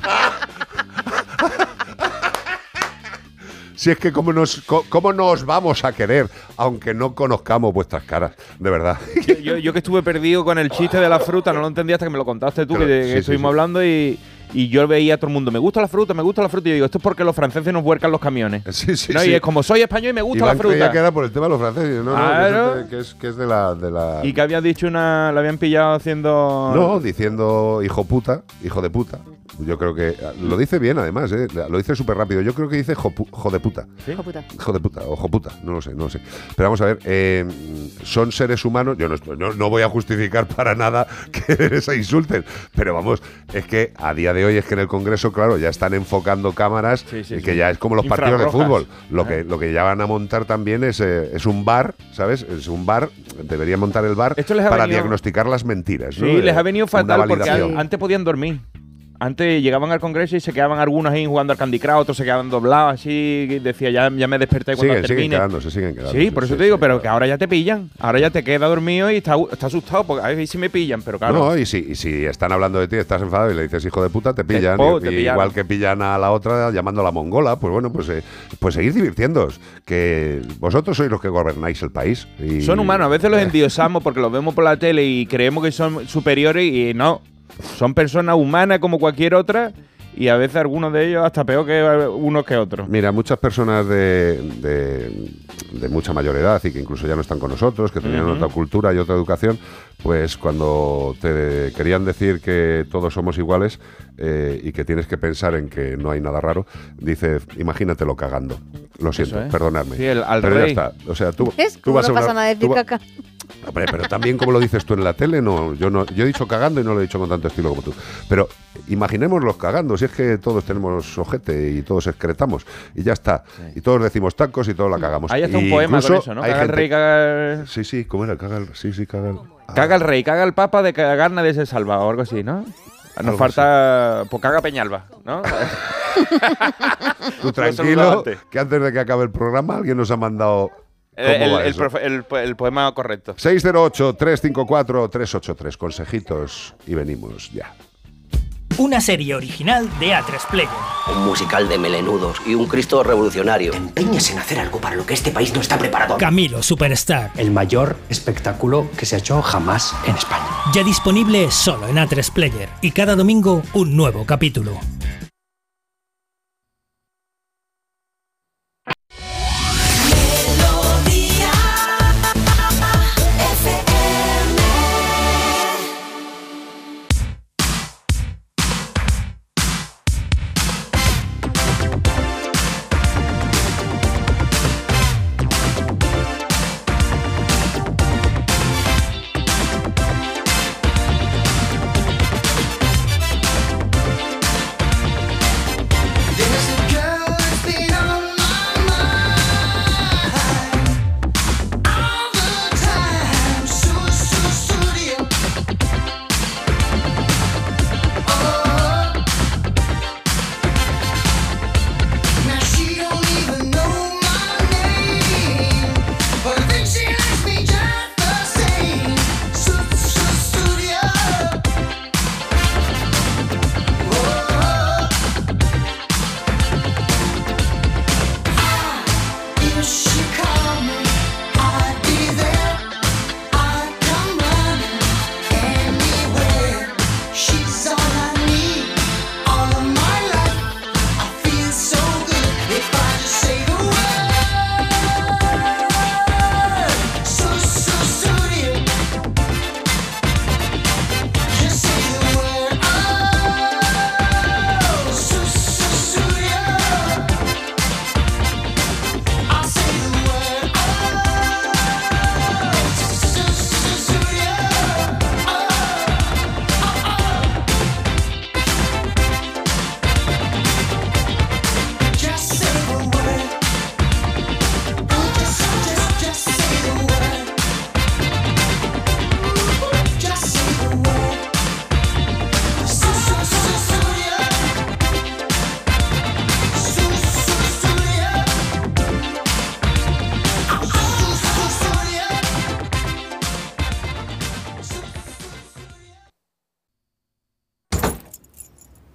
Si es que cómo nos, cómo nos vamos a querer, aunque no conozcamos vuestras caras, de verdad. Yo, yo, yo que estuve perdido con el chiste de la fruta, no lo entendía hasta que me lo contaste tú, Claro, que, sí, que sí, estuvimos sí. hablando y, y yo veía a todo el mundo, me gusta la fruta, me gusta la fruta, y yo digo, esto es porque los franceses nos vuelcan los camiones. Sí, sí, ¿no? sí. Y es como soy español y me gusta Iván la fruta. creía que era por el tema de los franceses, no, no, Claro. que es, que es, que es de la... De la... Y que había dicho una, la habían pillado haciendo... No, diciendo hijo puta, hijo de puta. Yo creo que lo dice bien, además, ¿eh? Lo dice súper rápido. Yo creo que dice jo, pu- jo de puta. ¿Sí? Hijo puta. Hijo de puta o joputa, no lo sé, no lo sé. Pero vamos a ver, eh, son seres humanos. Yo no, estoy- no, no voy a justificar para nada que se insulten, pero vamos, es que a día de hoy es que en el Congreso, claro, ya están enfocando cámaras Sí, sí, y que sí. ya es como los partidos de Infrarrojas. fútbol. Lo que, lo que ya van a montar también es, eh, es un bar, ¿sabes? Es un bar, deberían montar el bar Esto les ha para venido- diagnosticar las mentiras. ¿no? Sí, les Eh, ha venido una fatal porque validación. an- antes podían dormir. Antes llegaban al Congreso y se quedaban algunos ahí jugando al Candy Crush, otros se quedaban doblados así, y decía, ya, ya me desperté cuando Siguen, siguen termine. quedándose, siguen quedando. Sí, por eso te digo, pero que ahora ya te pillan. Ahora ya te queda dormido y está, está asustado porque a veces sí me pillan, pero claro. No, y si, y si están hablando de ti, estás enfadado y le dices hijo de puta, te pillan. oh, y- te y pillaron. igual que pillan a la otra llamándola mongola, pues bueno, pues, eh, pues seguir divirtiéndoos. Que vosotros sois los que gobernáis el país. Y, Son humanos, a veces los endiosamos porque los vemos por la tele y creemos que son superiores y no. Son personas humanas como cualquier otra y a veces algunos de ellos hasta peor que unos que otros. Mira, muchas personas de, de, de mucha mayor edad y que incluso ya no están con nosotros, que tenían Ujú. otra cultura y otra educación, pues cuando te querían decir que todos somos iguales eh, y que tienes que pensar en que no hay nada raro, dice, imagínatelo cagando. Lo siento, Eso es. perdonadme. Sí, el- al pero rey. ya está. O sea, tú, ¿Ves? tú Como vas no a pasa una- nada de tú decir va- caca. Hombre, pero también como lo dices tú en la tele, no, yo no, yo he dicho cagando y no lo he dicho con tanto estilo como tú. Pero imaginémoslos cagando, si es que todos tenemos ojete y todos excretamos y ya está. Y todos decimos tacos y todos la cagamos. Hay hasta un Y poema con incluso eso, ¿no? hay Caga el gente- rey, caga el... Sí, sí, ¿cómo era? Caga el, sí, sí, caga el... Caga el rey, caga el papa, de cagar nadie se salva o algo así, ¿no? Nos Algo falta... Pues caga Peñalba, ¿no? Tú Lo tranquilo, saludaba antes. que antes de que acabe el programa alguien nos ha mandado... ¿Cómo El, va el, eso? profe- el po- el poema correcto. seis cero ocho, tres cinco cuatro, tres ocho tres. Consejitos y venimos ya. Una serie original de A tres Player. Un musical de melenudos y un Cristo revolucionario. Te empeñas en hacer algo para lo que este país no está preparado. Camilo Superstar. El mayor espectáculo que se ha hecho jamás en España. Ya disponible solo en A tres Player. Y cada domingo un nuevo capítulo.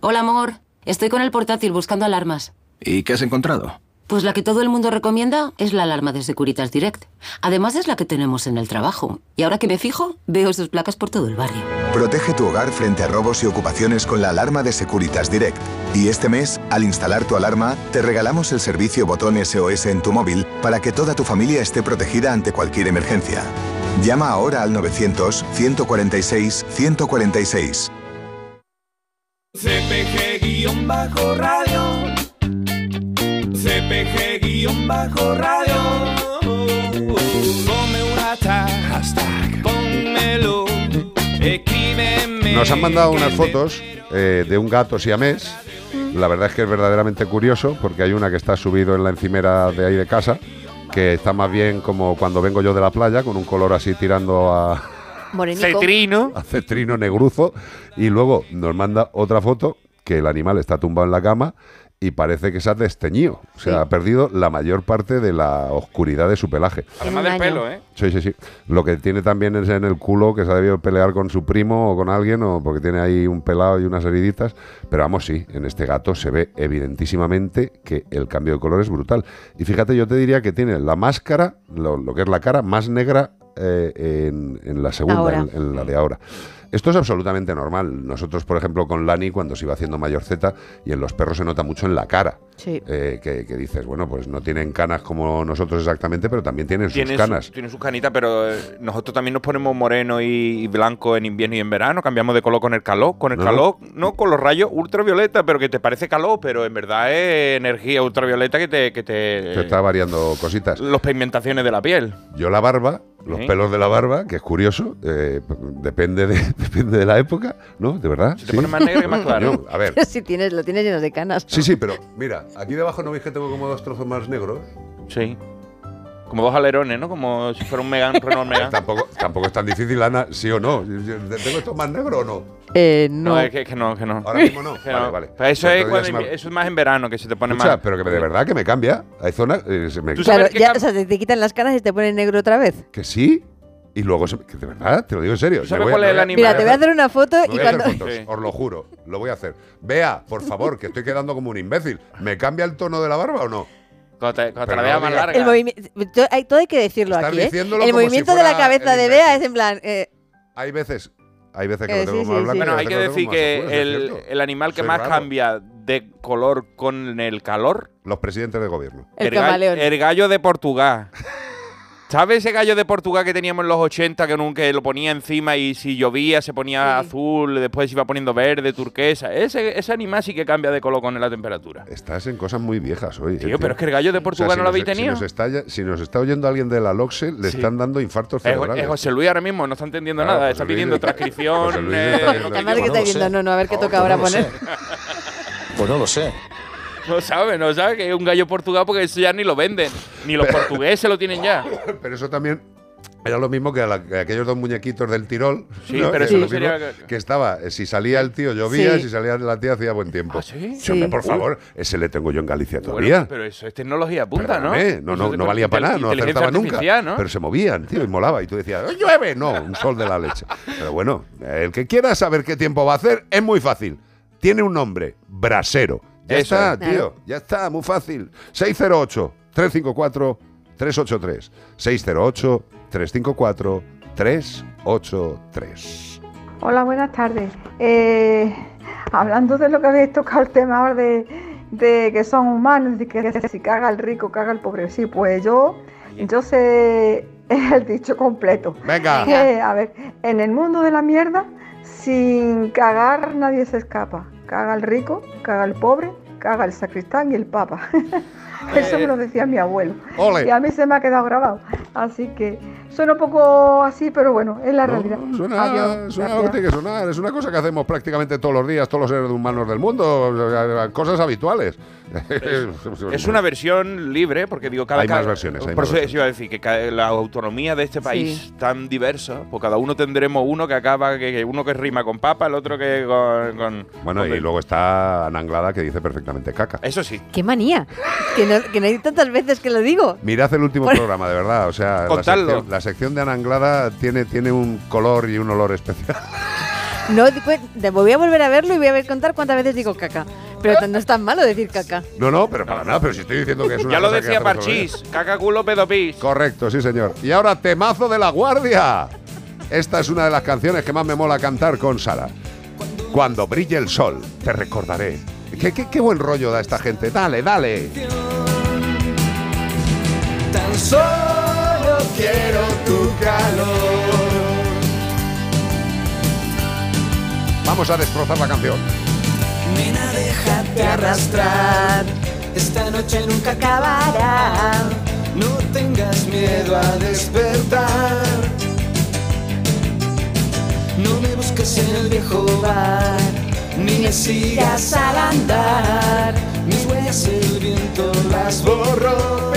Hola, amor. Estoy con el portátil buscando alarmas. ¿Y qué has encontrado? Pues la que todo el mundo recomienda es la alarma de Securitas Direct. Además es la que tenemos en el trabajo. Y ahora que me fijo, veo sus placas por todo el barrio. Protege tu hogar frente a robos y ocupaciones con la alarma de Securitas Direct. Y este mes, al instalar tu alarma, te regalamos el servicio botón S O S en tu móvil para que toda tu familia esté protegida ante cualquier emergencia. Llama ahora al novecientos, ciento cuarenta y seis, ciento cuarenta y seis. C P G-radio, C P G-radio, ponme un hashtag, pónmelo, escríbeme. Nos han mandado unas fotos eh, de un gato siamés. La verdad es que es verdaderamente curioso porque hay una que está subido en la encimera de ahí de casa, que está más bien como cuando vengo yo de la playa, con un color así tirando a... Morenico. Cetrino. A cetrino negruzo. Y luego nos manda otra foto que el animal está tumbado en la cama y parece que se ha desteñido. O sea, Sí. ha perdido la mayor parte de la oscuridad de su pelaje. Además del pelo, ¿eh? Sí, sí, sí. Lo que tiene también es en el culo que se ha debido pelear con su primo o con alguien, o porque tiene ahí un pelado y unas heriditas. Pero vamos, sí, en este gato se ve evidentísimamente que el cambio de color es brutal. Y fíjate, yo te diría que tiene la máscara, lo, lo que es la cara, más negra eh, en, en la segunda, en, en la de ahora. Esto es absolutamente normal. Nosotros, por ejemplo, con Lani, cuando se iba haciendo mayorceta, y en los perros se nota mucho en la cara. Sí. Eh, que, que dices, bueno, pues no tienen canas como nosotros exactamente, pero también tienen sus Tiene, canas. su, tiene sus canitas, pero eh, nosotros también nos ponemos moreno y, y blanco en invierno y en verano. Cambiamos de color con el calor. Con el No, calor, no, con los rayos ultravioleta, pero que te parece calor, pero en verdad es energía ultravioleta que te... Que te Te está variando cositas. Las pigmentaciones de la piel. Yo la barba, los Sí. pelos de la barba, que es curioso, eh, p- depende, de, depende de la época, ¿no? De verdad. Si te pones más negro que más claro. Yo, a ver. Si tienes, lo tienes lleno de canas. Sí, sí, pero mira, aquí debajo no veis que tengo como dos trozos más negros. Sí. Como dos alerones, ¿no? Como si fuera un Megan, un Renault Megan. Tampoco, tampoco es tan difícil, Ana, sí o no. ¿Tengo esto más negro o no? Eh, No, no. es que, que no, que no. Ahora mismo no. Que Vale, no. vale. Pero eso, Pues es entonces cuando ya se me- eso es más en verano, que se te pone Escucha, más... pero que de verdad que me cambia. Hay zonas. eh, se me- Claro, ya, o sea, te, te quitan las canas y te ponen negro otra vez. Que sí. Y luego, se- que de verdad, te lo digo en serio. ¿Sabes Me voy a- cuál es me el voy a- animal? Mira, te voy a hacer una foto Me y voy a hacer cuando... fotos, Sí. os lo juro, lo voy a hacer. Vea, por favor, que estoy quedando como un imbécil. ¿Me cambia el tono de la barba o no? Cuando te, cuando te Pero la no veas más digas- larga. El movimiento, todo hay que decirlo Estás aquí, ¿eh? diciéndolo El como si movimiento de la fuera cabeza el de imbécil. Bea es en plan... eh, Hay veces, hay veces que Eh, lo tengo sí, más sí, blanco. sí. y Bueno, a hay veces que lo tengo decir más que oscuro, es el, cierto. el animal que Soy más raro. cambia de color con el calor, Los presidentes de gobierno. El ga- camaleón. el gallo de Portugal. ¿Sabes ese gallo de Portugal que teníamos en los ochenta que nunca lo ponía encima y si llovía se ponía Sí. azul, después se iba poniendo verde, turquesa? Ese, ese animal sí que cambia de color con la temperatura. Estás en cosas muy viejas hoy. eh, Tío, pero es que el gallo de Portugal O sea, si no lo habéis nos- tenido. Si nos, está, ya- si nos está oyendo alguien de la LOCSE, le Sí. están dando infartos Es, cerebrales. es José Luis ahora mismo, no está entendiendo Claro, nada, José está Luis pidiendo está- transcripción. José Luis eh, está lo viendo- que Además de que digo. está diciendo, no, no, a ver qué toca ahora poner. Pues no lo sé. No sabe, no sabe que es un gallo Portugal porque eso ya ni lo venden. Ni los portugueses lo tienen ya. Pero eso también era lo mismo que, a la- que aquellos dos muñequitos del Tirol. Sí, ¿no? pero Que eso lo no sería- mismo Que estaba, eh, si salía el tío llovía, Sí. y si salía la tía hacía buen tiempo. ¿Ah, sí? hombre, Sí. por favor, ese le tengo yo en Galicia Bueno, todavía. pero eso es tecnología punta, ¿no? Perdóname, no, Eso no, es no con valía para nada, no inteligencia acertaba nunca. artificial, ¿no? Pero se movían, tío, y molaba. Y tú decías, ¡ay, llueve! No, un sol de la leche. Pero bueno, el que quiera saber qué tiempo va a hacer es muy fácil. Tiene un nombre, Brasero. Ya Eso está, es. tío, Claro. ya está, muy fácil. seis cero ocho, tres cinco cuatro, tres ocho tres. seis cero ocho, tres cinco cuatro, tres ocho tres. Hola, buenas tardes. Eh, hablando de lo que habéis tocado el tema ahora de, de que son humanos, de que si caga el rico, caga el pobre. Sí, pues yo, yo sé el dicho completo. Venga. Que, a ver, en el mundo de la mierda, sin cagar nadie se escapa. Caga el rico, caga el pobre, caga el sacristán y el papa. Eso me lo decía mi abuelo. Ole. Y a mí se me ha quedado grabado. Así que suena un poco así, pero bueno, es la No, realidad. suena, Adiós, suena lo que gracias. tiene que sonar. Es una cosa que hacemos prácticamente todos los días, todos los seres humanos del mundo. O sea, cosas habituales. Es una versión libre, porque digo, cada Hay cada- más versiones, hay Por más eso versiones. iba a decir que cada- la autonomía de este país Sí. tan diversa, pues cada uno tendremos uno que acaba, que, que uno que rima con papa, el otro que con. con- Bueno, con- y luego está Ana Anglada, que dice perfectamente caca. Eso sí. ¡Qué manía! Que no, que no hay tantas veces que lo digo. Mirad el último Bueno. programa, de verdad. O sea, la Contadlo. sección, la sección de Ana Anglada tiene, tiene un color y un olor especial. No, te voy a volver a verlo y voy a ver contar cuántas veces digo caca. Pero no es tan malo decir caca. No, no, pero para nada, pero si estoy diciendo que es una Ya lo cosa que decía hacemos todos los Parchís, caca, culo, pedo, pis. Correcto, sí señor. Y ahora temazo de La Guardia. Esta es una de las canciones que más me mola cantar con Sara. Cuando brille el sol, te recordaré. Qué, qué, qué buen rollo da esta gente. Dale, dale. Tan solo quiero tu calor. Vamos a destrozar la canción. Nena, déjate arrastrar. Esta noche nunca acabará. No tengas miedo a despertar. No me busques en el viejo bar, ni me sigas al andar. Mis huellas el viento las borró.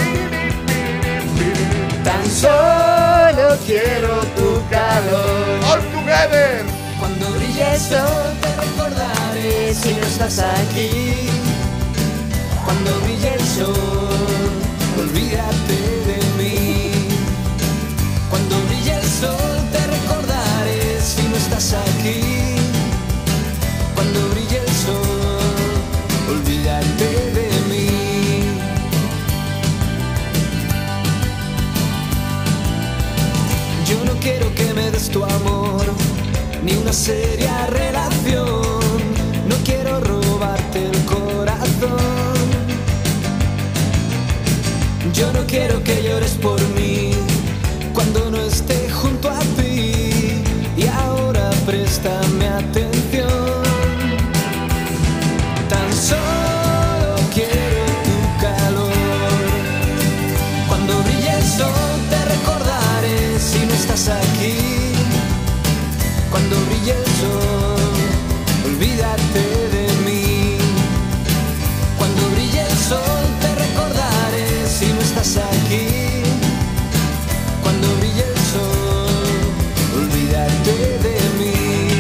Tan solo quiero tu calor. All together. Cuando brille el sol te recordaré si no estás aquí. Cuando brille el sol, olvídate de mí. Cuando brille el sol te recordaré si no estás aquí. Cuando brille el sol, olvídate de mí. Yo no quiero que me des tu amor, ni una seria relación. No quiero robarte el corazón. Yo no quiero que llores por mí cuando no esté junto a ti. Y ahora préstame atención. Tan solo quiero tu calor. Cuando brille el sol te recordaré si no estás aquí. Cuando brille el sol, olvídate de mí. Cuando brille el sol te recordaré si no estás aquí. Cuando brille el sol, olvídate de mí.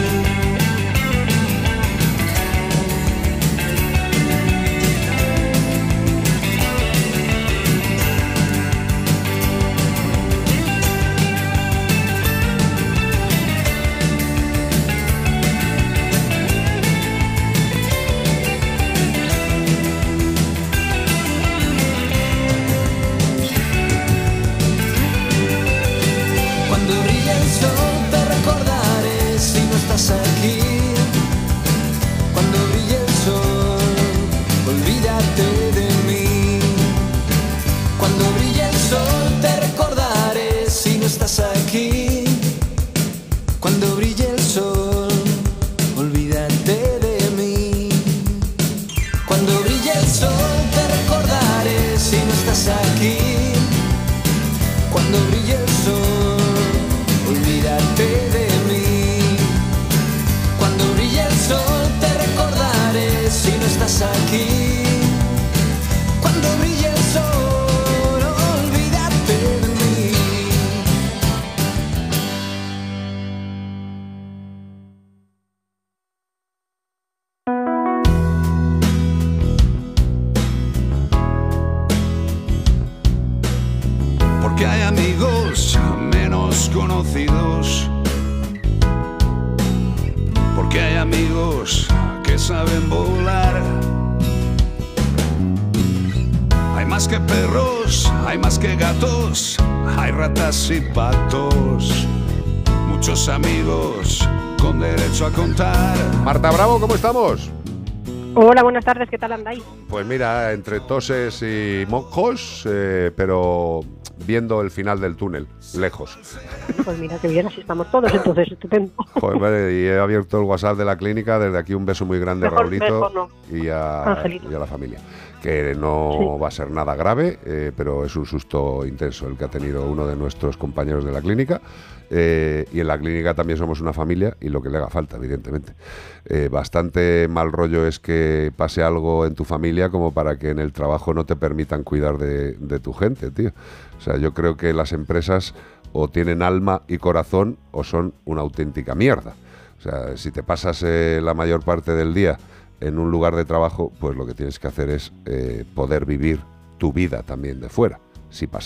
Cuando brille el sol te recordaré si no estás aquí. Cuando brille el sol, olvídate de mí. Cuando brille el sol te recordaré si no estás aquí. Cuando brille el sol, olvídate de mí. Cuando brille el sol te recordaré si no estás aquí. Cuando brille el sol, olvídate de mí. Cuando brille el sol te recordaré si no estás aquí. Cuando brille el sol, olvídate de mí. Porque hay amigos menos conocidos. Porque hay amigos que saben volar. Hay más que perros, hay más que gatos, hay ratas y patos. Muchos amigos con derecho a contar. Marta Bravo, ¿cómo estamos? Hola, buenas tardes, ¿qué tal andáis? Pues mira, entre toses y mocos, eh, pero viendo el final del túnel, lejos. Pues mira, que bien, así estamos todos, entonces, estupendo. Joder, vale, y he abierto el WhatsApp de la clínica, desde aquí un beso muy grande Mejor- a Raulito mejor no. y, a, Angelito. y a la familia. Que no Sí. va a ser nada grave, eh, pero es un susto intenso el que ha tenido uno de nuestros compañeros de la clínica. Eh, y en la clínica también somos una familia y lo que le haga falta, evidentemente. Eh, bastante mal rollo es que pase algo en tu familia como para que en el trabajo no te permitan cuidar de, de tu gente, tío. O sea, yo creo que las empresas o tienen alma y corazón o son una auténtica mierda. O sea, si te pasas eh, la mayor parte del día en un lugar de trabajo, pues lo que tienes que hacer es eh, poder vivir tu vida también de fuera, si pasa algo.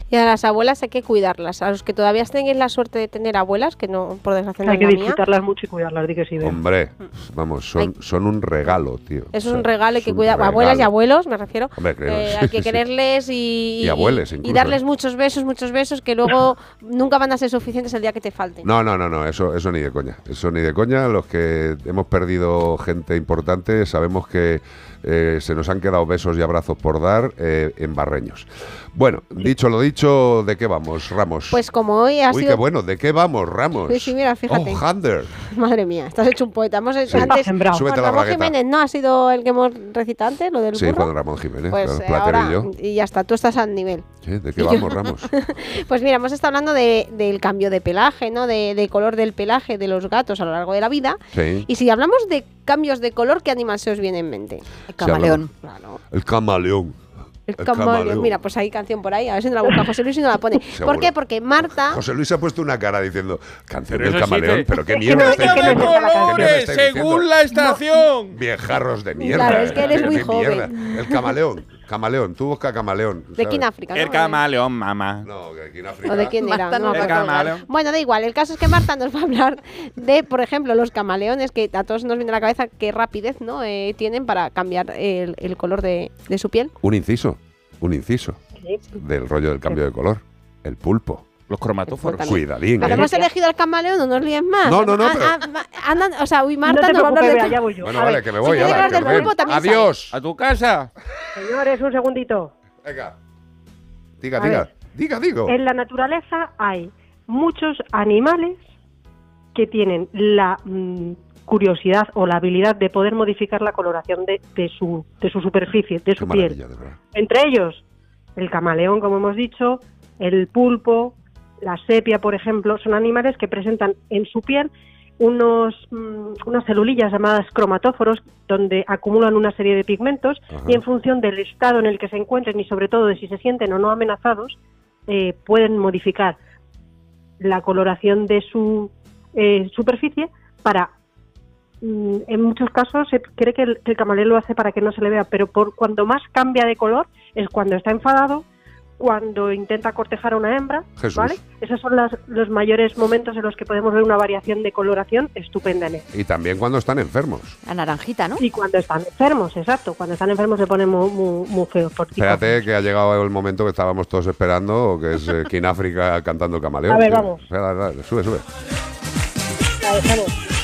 Y a las abuelas hay que cuidarlas. A los que todavía tengáis la suerte de tener abuelas, que no, por desgracia no Hay es que la mía. disfrutarlas mucho y cuidarlas, di que sí. Bea. Hombre, vamos, son, son un regalo, tío. Es O sea, un regalo, hay que un cuidar. regalo. Abuelas y abuelos, me refiero. Hombre, creo, Eh, sí, hay que sí. quererles y, Y abueles, y incluso. darles muchos besos, muchos besos, que luego nunca van a ser suficientes el día que te falten. No, no, no, no, eso, eso ni de coña. Eso ni de coña. Los que hemos perdido gente importante sabemos que eh, se nos han quedado besos y abrazos por dar eh, en barreños. Bueno, dicho lo dicho, ¿de qué vamos, Ramos? Pues como hoy ha Uy, sido... qué bueno, ¿de qué vamos, Ramos? Sí, sí, mira, fíjate. Oh, Hander. Madre mía, estás hecho un poeta. Hemos hecho Sí. antes... Sembrado. Juan Súbete la Ramón bragueta. Jiménez, ¿no? Ha sido el que hemos recitado antes, lo del Sí, burro. Juan Ramón Jiménez, Pues claro, eh, Platero ahora, y yo. y ya está, tú estás al nivel. Sí, ¿de qué Y yo- vamos, Ramos? Pues mira, hemos estado hablando de- del cambio de pelaje, ¿no? De, de color del pelaje de los gatos a lo largo de la vida. Sí. Y si hablamos de cambios de color, ¿qué animal se os viene en mente? El camaleón. Claro. El camaleón. El camaleón. Mira, pues hay canción por ahí, a ver si no la busca José Luis y no la pone. ¿Por Seguro. qué? Porque Marta... José Luis ha puesto una cara diciendo, canción Pero del eso camaleón, sí que- pero qué Es que mierda no estáis cambia diciendo. colores, ¿Qué mierda estáis según diciendo? la estación. Viejarros de mierda. Claro, es que él es Pero muy qué joven. mierda. El camaleón, camaleón, tú busca camaleón. De ¿sabes? Kináfrica, ¿no? El camaleón, mamá. No, que Kináfrica. ¿O de quién era? Marta No me El acuerdo. camaleón. Bueno, da igual. El caso es que Marta nos va a hablar de, por ejemplo, los camaleones, que a todos nos viene a la cabeza qué rapidez, ¿no? eh, tienen para cambiar el, el color de, de su piel. Un inciso, un inciso del rollo del cambio de color. El pulpo. Los cromatóforos. Cuidadín, Pero ¿eh? hemos elegido al camaleón, no nos líes más. No, no, no, Ah, pero- ah, ah, andan- o sea, uy, Marta No te nos va a hablar preocupes, de... Bea, ya voy yo. Bueno, A vale, ver, que me voy. si ala, quieres que hablar del ven. pulpo, también Adiós. A tu casa. Señores, un segundito. Venga. Diga, A diga. ver. Diga, digo. En la naturaleza hay muchos animales que tienen la mm, curiosidad o la habilidad de poder modificar la coloración de, de su, de su superficie, de Qué su maravilla, piel. de verdad. Entre ellos, el camaleón, como hemos dicho, el pulpo, la sepia, por ejemplo, son animales que presentan en su piel unos, mm, unas celulillas llamadas cromatóforos, donde acumulan una serie de pigmentos. Ajá. Y en función del estado en el que se encuentren y sobre todo de si se sienten o no amenazados, eh, pueden modificar la coloración de su eh, superficie para, mm, en muchos casos se cree que el, que el camaleón lo hace para que no se le vea, pero por cuando más cambia de color es cuando está enfadado, cuando intenta cortejar a una hembra, Jesús. ¿vale? Esos son las, los mayores momentos en los que podemos ver una variación de coloración estupenda en él. Y también cuando están enfermos. La naranjita, ¿no? Y cuando están enfermos, exacto, cuando están enfermos se ponen muy, muy, muy feos. Por tipo. Espérate, que ha llegado el momento que estábamos todos esperando, que es eh, Kináfrica cantando el camaleón. A ver, tío. vamos. Espera, dale, sube, sube. Vale, vamos.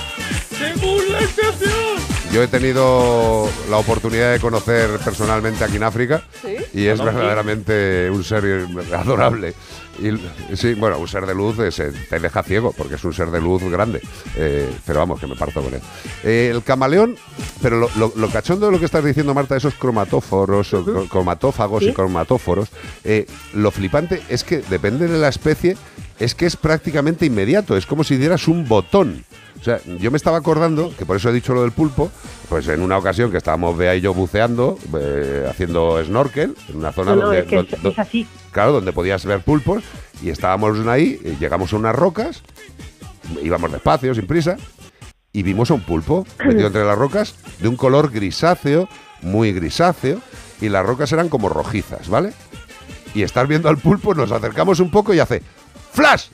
Según la estación. Yo he tenido la oportunidad de conocer personalmente a Kináfrica y es Ah, no, sí. verdaderamente un ser adorable. Y sí, bueno, un ser de luz eh, se te deja ciego porque es un ser de luz grande. Eh, pero vamos, que me parto con él. Eh, el camaleón, pero lo, lo- lo cachondo de lo que estás diciendo, Marta, esos cromatóforos, o cro- cromatófagos Sí. y cromatóforos, eh, lo flipante es que depende de la especie, es que es prácticamente inmediato. Es como si dieras un botón. O sea, yo me estaba acordando, que por eso he dicho lo del pulpo, pues en una ocasión que estábamos Bea y yo buceando, eh, haciendo snorkel, en una zona No, no, donde, es que es, do- es así. claro, donde podías ver pulpos, y estábamos ahí, y llegamos a unas rocas, íbamos despacio, sin prisa, y vimos a un pulpo metido entre las rocas, de un color grisáceo, muy grisáceo, y las rocas eran como rojizas, ¿vale? Y estar viendo al pulpo, nos acercamos un poco y hace ¡flash!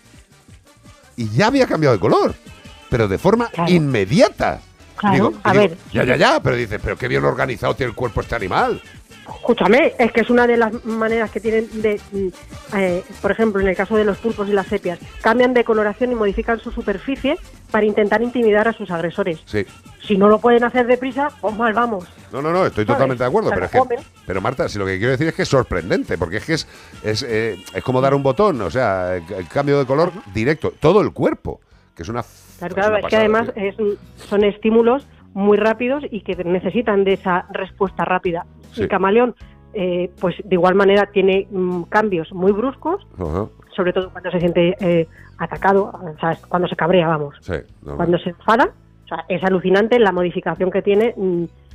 Y ya había cambiado de color, pero de forma Claro. inmediata. Claro, Digo- a y digo, ver. Ya, ya, ya, pero dices, pero qué bien organizado tiene el cuerpo este animal. Escúchame, es que es una de las maneras que tienen de, mm, eh, por ejemplo, en el caso de los pulpos y las sepias, cambian de coloración y modifican su superficie para intentar intimidar a sus agresores. Sí. Si no lo pueden hacer deprisa, pues mal vamos. No, no, no, estoy ¿Sabes? totalmente de acuerdo, Se pero lo es que, comen. pero Marta, si lo que quiero decir es que es sorprendente, porque es que es, es, eh, es como dar un botón, o sea, el, el cambio de color directo, todo el cuerpo, que es una... Claro, es claro, una es que pasada, además tío. es, son estímulos muy rápidos y que necesitan de esa respuesta rápida. Sí. El camaleón, eh, pues de igual manera tiene mm, cambios muy bruscos, Ajá, sobre todo cuando se siente eh, atacado, o sea, cuando se cabrea, vamos. sí, normal. Cuando se enfada, o sea, es alucinante la modificación que tiene mm,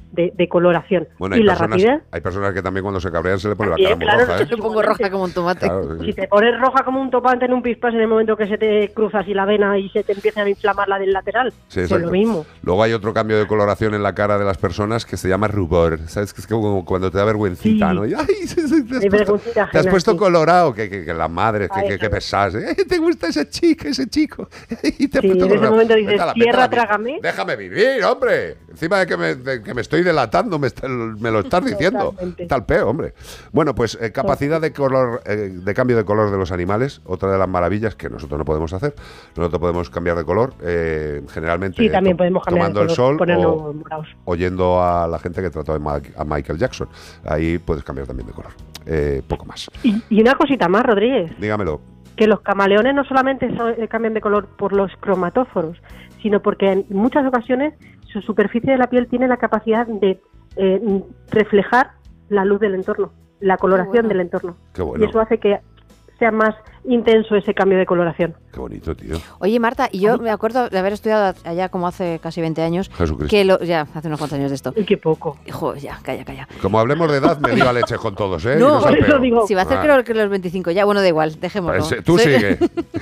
de, de coloración. Bueno, y hay la personas, rapidez. hay personas que también cuando se cabrean se le pone la También, cara muy claro, roja, ¿eh? Yo pongo roja como un tomate. Claro, sí. Si te pones roja como un tomate en un pispás en el momento que se te cruza así la vena y se te empieza a inflamar la del lateral, Sí, pues exacto. lo mismo. Luego hay otro cambio de coloración en la cara de las personas que se llama rubor. ¿Sabes? Que es como cuando te da vergüencita, Sí. ¿no? Y, ay, te has Hay puesto, vergüencita te has ajena, puesto sí. colorado, que, que, que las madres, que, Ay, que, que sí. pesas. ¿Eh? ¿Te gusta ese chico, ese chico? Y te has Sí, puesto en ese colorado. momento dices, Vete a la- vete a tierra, la- trágame. Déjame vivir, hombre. Encima de que me, de que me estoy delatando, me, está- me lo estás diciendo. Totalmente. Tal peo, hombre. Bueno, pues eh, capacidad de color, eh, de cambio de color de los animales, otra de las maravillas que nosotros no podemos hacer. Nosotros podemos cambiar de color, eh, generalmente Sí, también to- podemos cambiar de tomando el color, sol ponernos o morados. oyendo a la gente que trató a Ma- a Michael Jackson. Ahí puedes cambiar también de color. Eh, poco más. Y, y una cosita más, Rodríguez, Dígamelo. que los camaleones no solamente son- eh, cambian de color por los cromatóforos, sino porque en muchas ocasiones su superficie de la piel tiene la capacidad de eh, reflejar la luz del entorno, la coloración bueno. del entorno. Qué bueno. Y eso hace que sea más intenso ese cambio de coloración. Qué bonito, tío. Oye, Marta, y yo me acuerdo de haber estudiado allá como hace casi veinte años. Jesucristo. Que lo, ya, hace unos cuantos años de esto. Y qué poco. Joder, ya, calla, calla. Como hablemos de edad, me dio a leche con todos, ¿eh? Y No, nos por eso apeo. digo. Si va a hacer Ah. creo que los veinticinco ya, bueno, da igual, dejémoslo. Pues, eh, tú Soy- sigue.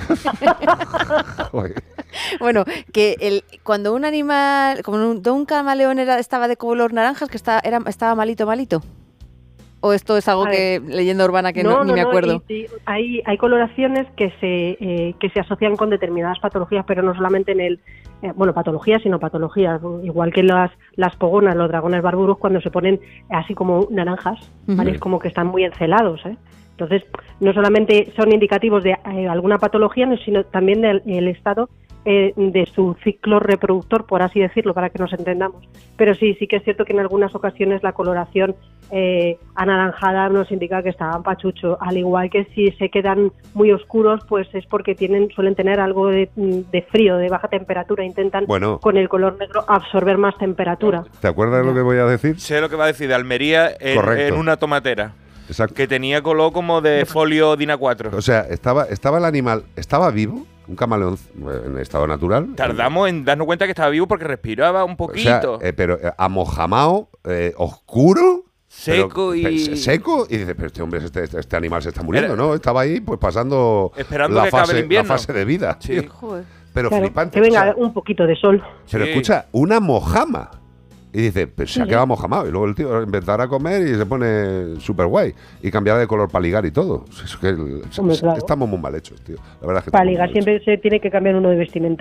Joder. Bueno, que el, cuando un animal, como un, un camaleón era, estaba de color naranja, es que está, era, estaba malito, malito. ¿O esto es algo A que, leyenda urbana, que no, ni me acuerdo? y- y hay, hay coloraciones que se eh, que se asocian con determinadas patologías, pero no solamente en el eh, bueno patologías, sino patologías, igual que las las pogonas, los dragones barburos, cuando se ponen así como naranjas, ¿vale? Ujú. Es como que están muy encelados, ¿eh? Entonces, no solamente son indicativos de eh, alguna patología, no, sino también del el estado eh, de su ciclo reproductor, por así decirlo, para que nos entendamos. Pero sí, sí que es cierto que en algunas ocasiones la coloración eh, anaranjada nos indica que estaban pachucho, al igual que si se quedan muy oscuros, pues es porque tienen suelen tener algo de, de frío, de baja temperatura, intentan Bueno. con el color negro absorber más temperatura. ¿Te acuerdas de lo que voy a decir? Sé lo que va a decir de Almería en, Correcto. en una tomatera. Exacto. Que tenía color como de folio Dina cuatro. O sea, estaba, estaba el animal, estaba vivo, un camaleón eh, en estado natural. Tardamos en darnos cuenta que estaba vivo porque respiraba un O sea, poquito. eh, pero eh, amojamao, eh, oscuro. Seco pero- y- pe- seco y dice, pero este hombre, este, este- este animal se está muriendo, Era- ¿no? Estaba ahí pues pasando Esperando la, que acabe fase, el invierno. la fase de vida. Sí. tío. Pero Claro, flipante. que venga o sea, un poquito de sol. pero Sí. escucha, una mojama. Y dice, pues se ha Sí. quedado mojamado. Y luego el tío inventará comer y se pone súper guay. Y cambiará de color para ligar y todo. Es que el- Hombre, claro. estamos muy mal hechos, tío. La verdad es que Para estamos ligar muy mal siempre se tiene que cambiar uno de vestimenta.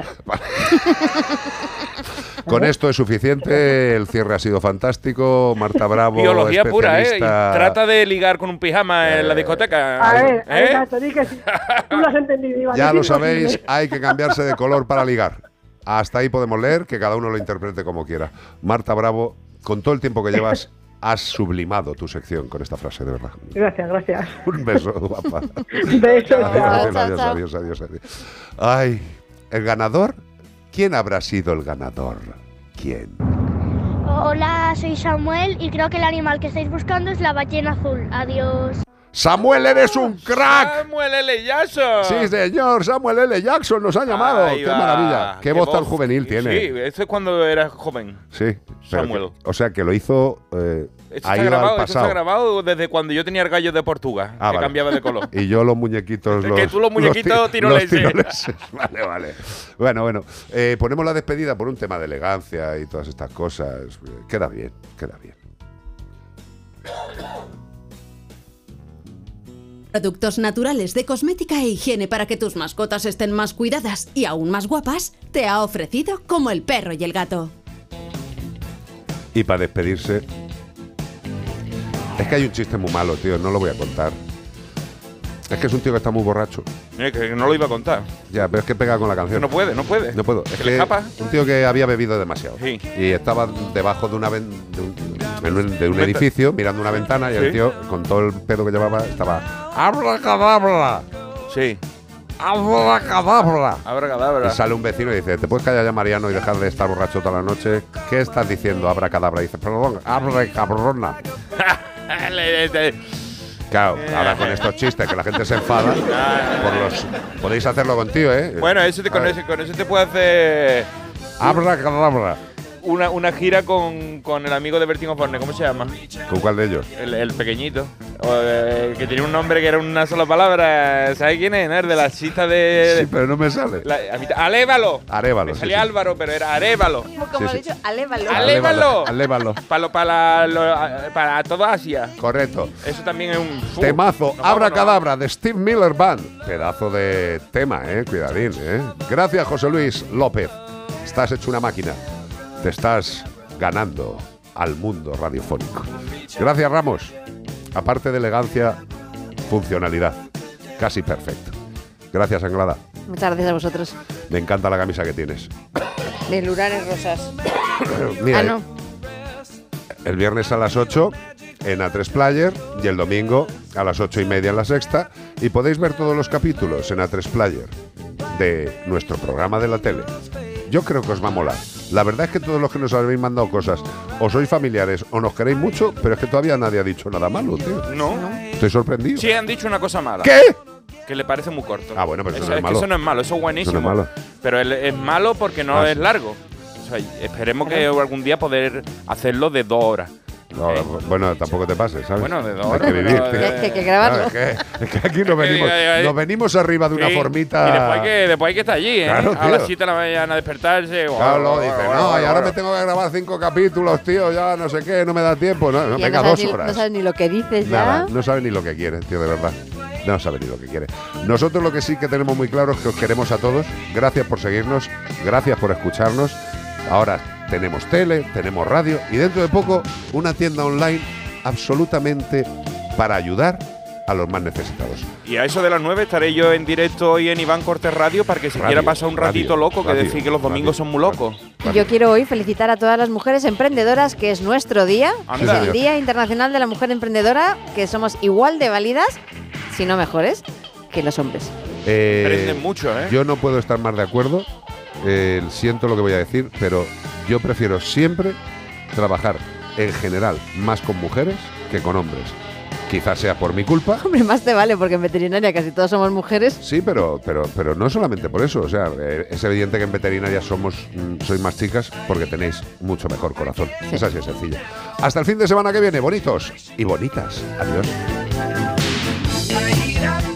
Con esto es suficiente, el cierre ha sido fantástico. Marta Bravo, Biología pura, ¿eh? Y especialista. trata de ligar con un pijama en la discoteca. A ver, ¿Eh? exacto, di que sí. Tú lo has entendido, Iván. Ya es lo imposible. sabéis, hay que cambiarse de color para ligar. Hasta ahí podemos leer, que cada uno lo interprete como quiera. Marta Bravo, con todo el tiempo que llevas, has sublimado tu sección con esta frase, de verdad. Gracias, gracias. Un beso, guapa. Beso, Adiós, chao. adiós, adiós, adiós, adiós, adiós. Ay, ¿el ganador? ¿Quién habrá sido el ganador? ¿Quién? Hola, soy Samuel y creo que el animal que estáis buscando es la ballena azul. Adiós. ¡Samuel, eres un crack! ¡Samuel L. Jackson! Sí, señor, Samuel L. Jackson nos ha llamado. Ahí ¡Qué va. maravilla! ¡Qué, voz tan juvenil Sí, tiene! Sí, eso es cuando era joven. Sí, pero Samuel. que- o sea, que lo hizo eh, Esto ha está, ido grabado, al esto está pasado. grabado desde cuando yo tenía el gallo de Portugal, Ah, que vale. cambiaba de color. Y yo los muñequitos. Es Los, que tú los muñequitos ti- tiroleses. los tiroleses. Vale, vale. Bueno, bueno. Eh, ponemos la despedida por un tema de elegancia y todas estas cosas. Queda bien, queda bien. Productos naturales de cosmética e higiene para que tus mascotas estén más cuidadas y aún más guapas, te ha ofrecido Como el Perro y el Gato. Y para despedirse. Es que hay un chiste muy malo, tío. No lo voy a contar. Es que es un tío que está muy borracho. Eh, que no lo iba a contar. Ya, pero es que pega con la canción. No puede, no puede. No puedo. Es ¿Se le que escapa? un tío que había bebido demasiado. Sí. Y estaba debajo de una ven- de un, en un- de un Venta- edificio mirando una ventana y Sí. el tío, con todo el pedo que llevaba, estaba ¡Abracadabra! Sí. ¡Abracadabra! Abracadabra. Y sale un vecino y dice, ¿te puedes callar ya, Mariano, y dejar de estar borracho toda la noche? ¿Qué estás diciendo, abracadabra? Y dice, perdón, abracabrona. Le- le- Claro, ahora con estos chistes que la gente se enfada, por los, podéis hacerlo contigo, ¿eh? Bueno, eso te, con, A ver. ese, con eso te puede hacer Abracadabra. una, una gira con, con el amigo de Bertín Osborne, ¿cómo se llama? ¿Con cuál de ellos? El, el pequeñito. O, eh, que tenía un nombre que era una sola palabra. ¿Sabes quién es? ¿No? El de la cita de. Sí, pero no me sale. La, a mitad- Alévalo. Arévalo. Me sí, salía sí. Álvaro, pero era Arévalo. Como Sí, he sí. dicho, alévalo. Alévalo. Alévalo. Para, para, lo- para toda Asia. Correcto. Eso también es un. ¡Fu! Temazo, Nos Abra vamos, Cadabra de Steve Miller Band. Pedazo de tema, eh, cuidadín, eh. Gracias, José Luis López. Estás hecho una máquina. Te estás ganando al mundo radiofónico. Gracias, Ramos. Aparte de elegancia, funcionalidad. Casi perfecto. Gracias, Anglada. Muchas gracias a vosotros. Me encanta la camisa que tienes. De lurares rosas. Mira, ah, no. el viernes a las ocho en A tres Player y el domingo a las ocho y media en La Sexta. Y podéis ver todos los capítulos en A tres Player de nuestro programa de la tele. Yo creo que os va a molar. La verdad es que todos los que nos habéis mandado cosas o sois familiares o nos queréis mucho, pero es que todavía nadie ha dicho nada malo, tío. No. Estoy sorprendido. Sí, han dicho una cosa mala. ¿Qué? Que le parece muy corto. Ah, bueno, pero eso eso no es es malo. que eso no es malo, eso es buenísimo. Eso no es malo. Pero el- es malo porque no Ah, es sí. largo. O sea, esperemos que algún día poder hacerlo de dos horas. No, bueno, tampoco te pases, ¿sabes? Bueno, de dos Hay horas, que vivir. pero, tío. eh, Que hay que grabarlo. Claro, es, que, es que aquí nos venimos, eh, eh, nos venimos arriba de una Sí, formita. Y después hay que, después hay que estar allí, ¿eh? Claro, a las tío. siete de la mañana a despertarse. Claro, luego dice, no, y ahora me tengo que grabar cinco capítulos, tío, ya no sé qué, no me da tiempo. No, no, Ya venga, no sabes dos ni- horas. No sabes ni lo que dices Nada, ya. no sabe ni lo que quiere, tío, de verdad. No sabe ni lo que quiere. Nosotros lo que sí que tenemos muy claro es que os queremos a todos. Gracias por seguirnos, gracias por escucharnos. Ahora tenemos tele, tenemos radio y dentro de poco una tienda online absolutamente para ayudar a los más necesitados. Y a eso de las nueve estaré yo en directo hoy en Iván Cortés Radio para que si Radio, quiera pasar un ratito radio, loco, que radio, decir que los domingos son muy locos. Y yo quiero hoy felicitar a todas las mujeres emprendedoras, que es nuestro día. Anda. Es el Día Internacional de la Mujer Emprendedora, que somos igual de válidas, si no mejores, que los hombres. Eh, Aprenden mucho, ¿eh? Yo no puedo estar más de acuerdo. Eh, siento lo que voy a decir, pero yo prefiero siempre trabajar en general más con mujeres que con hombres. Quizás sea por mi culpa. Hombre, más te vale, porque en veterinaria casi todos somos mujeres. Sí, pero, pero, pero no solamente por eso. O sea, eh, es evidente que en veterinaria somos, mm, sois más chicas porque tenéis mucho mejor corazón. Sí. Es así de sencillo. Hasta el fin de semana que viene, bonitos y bonitas. Adiós.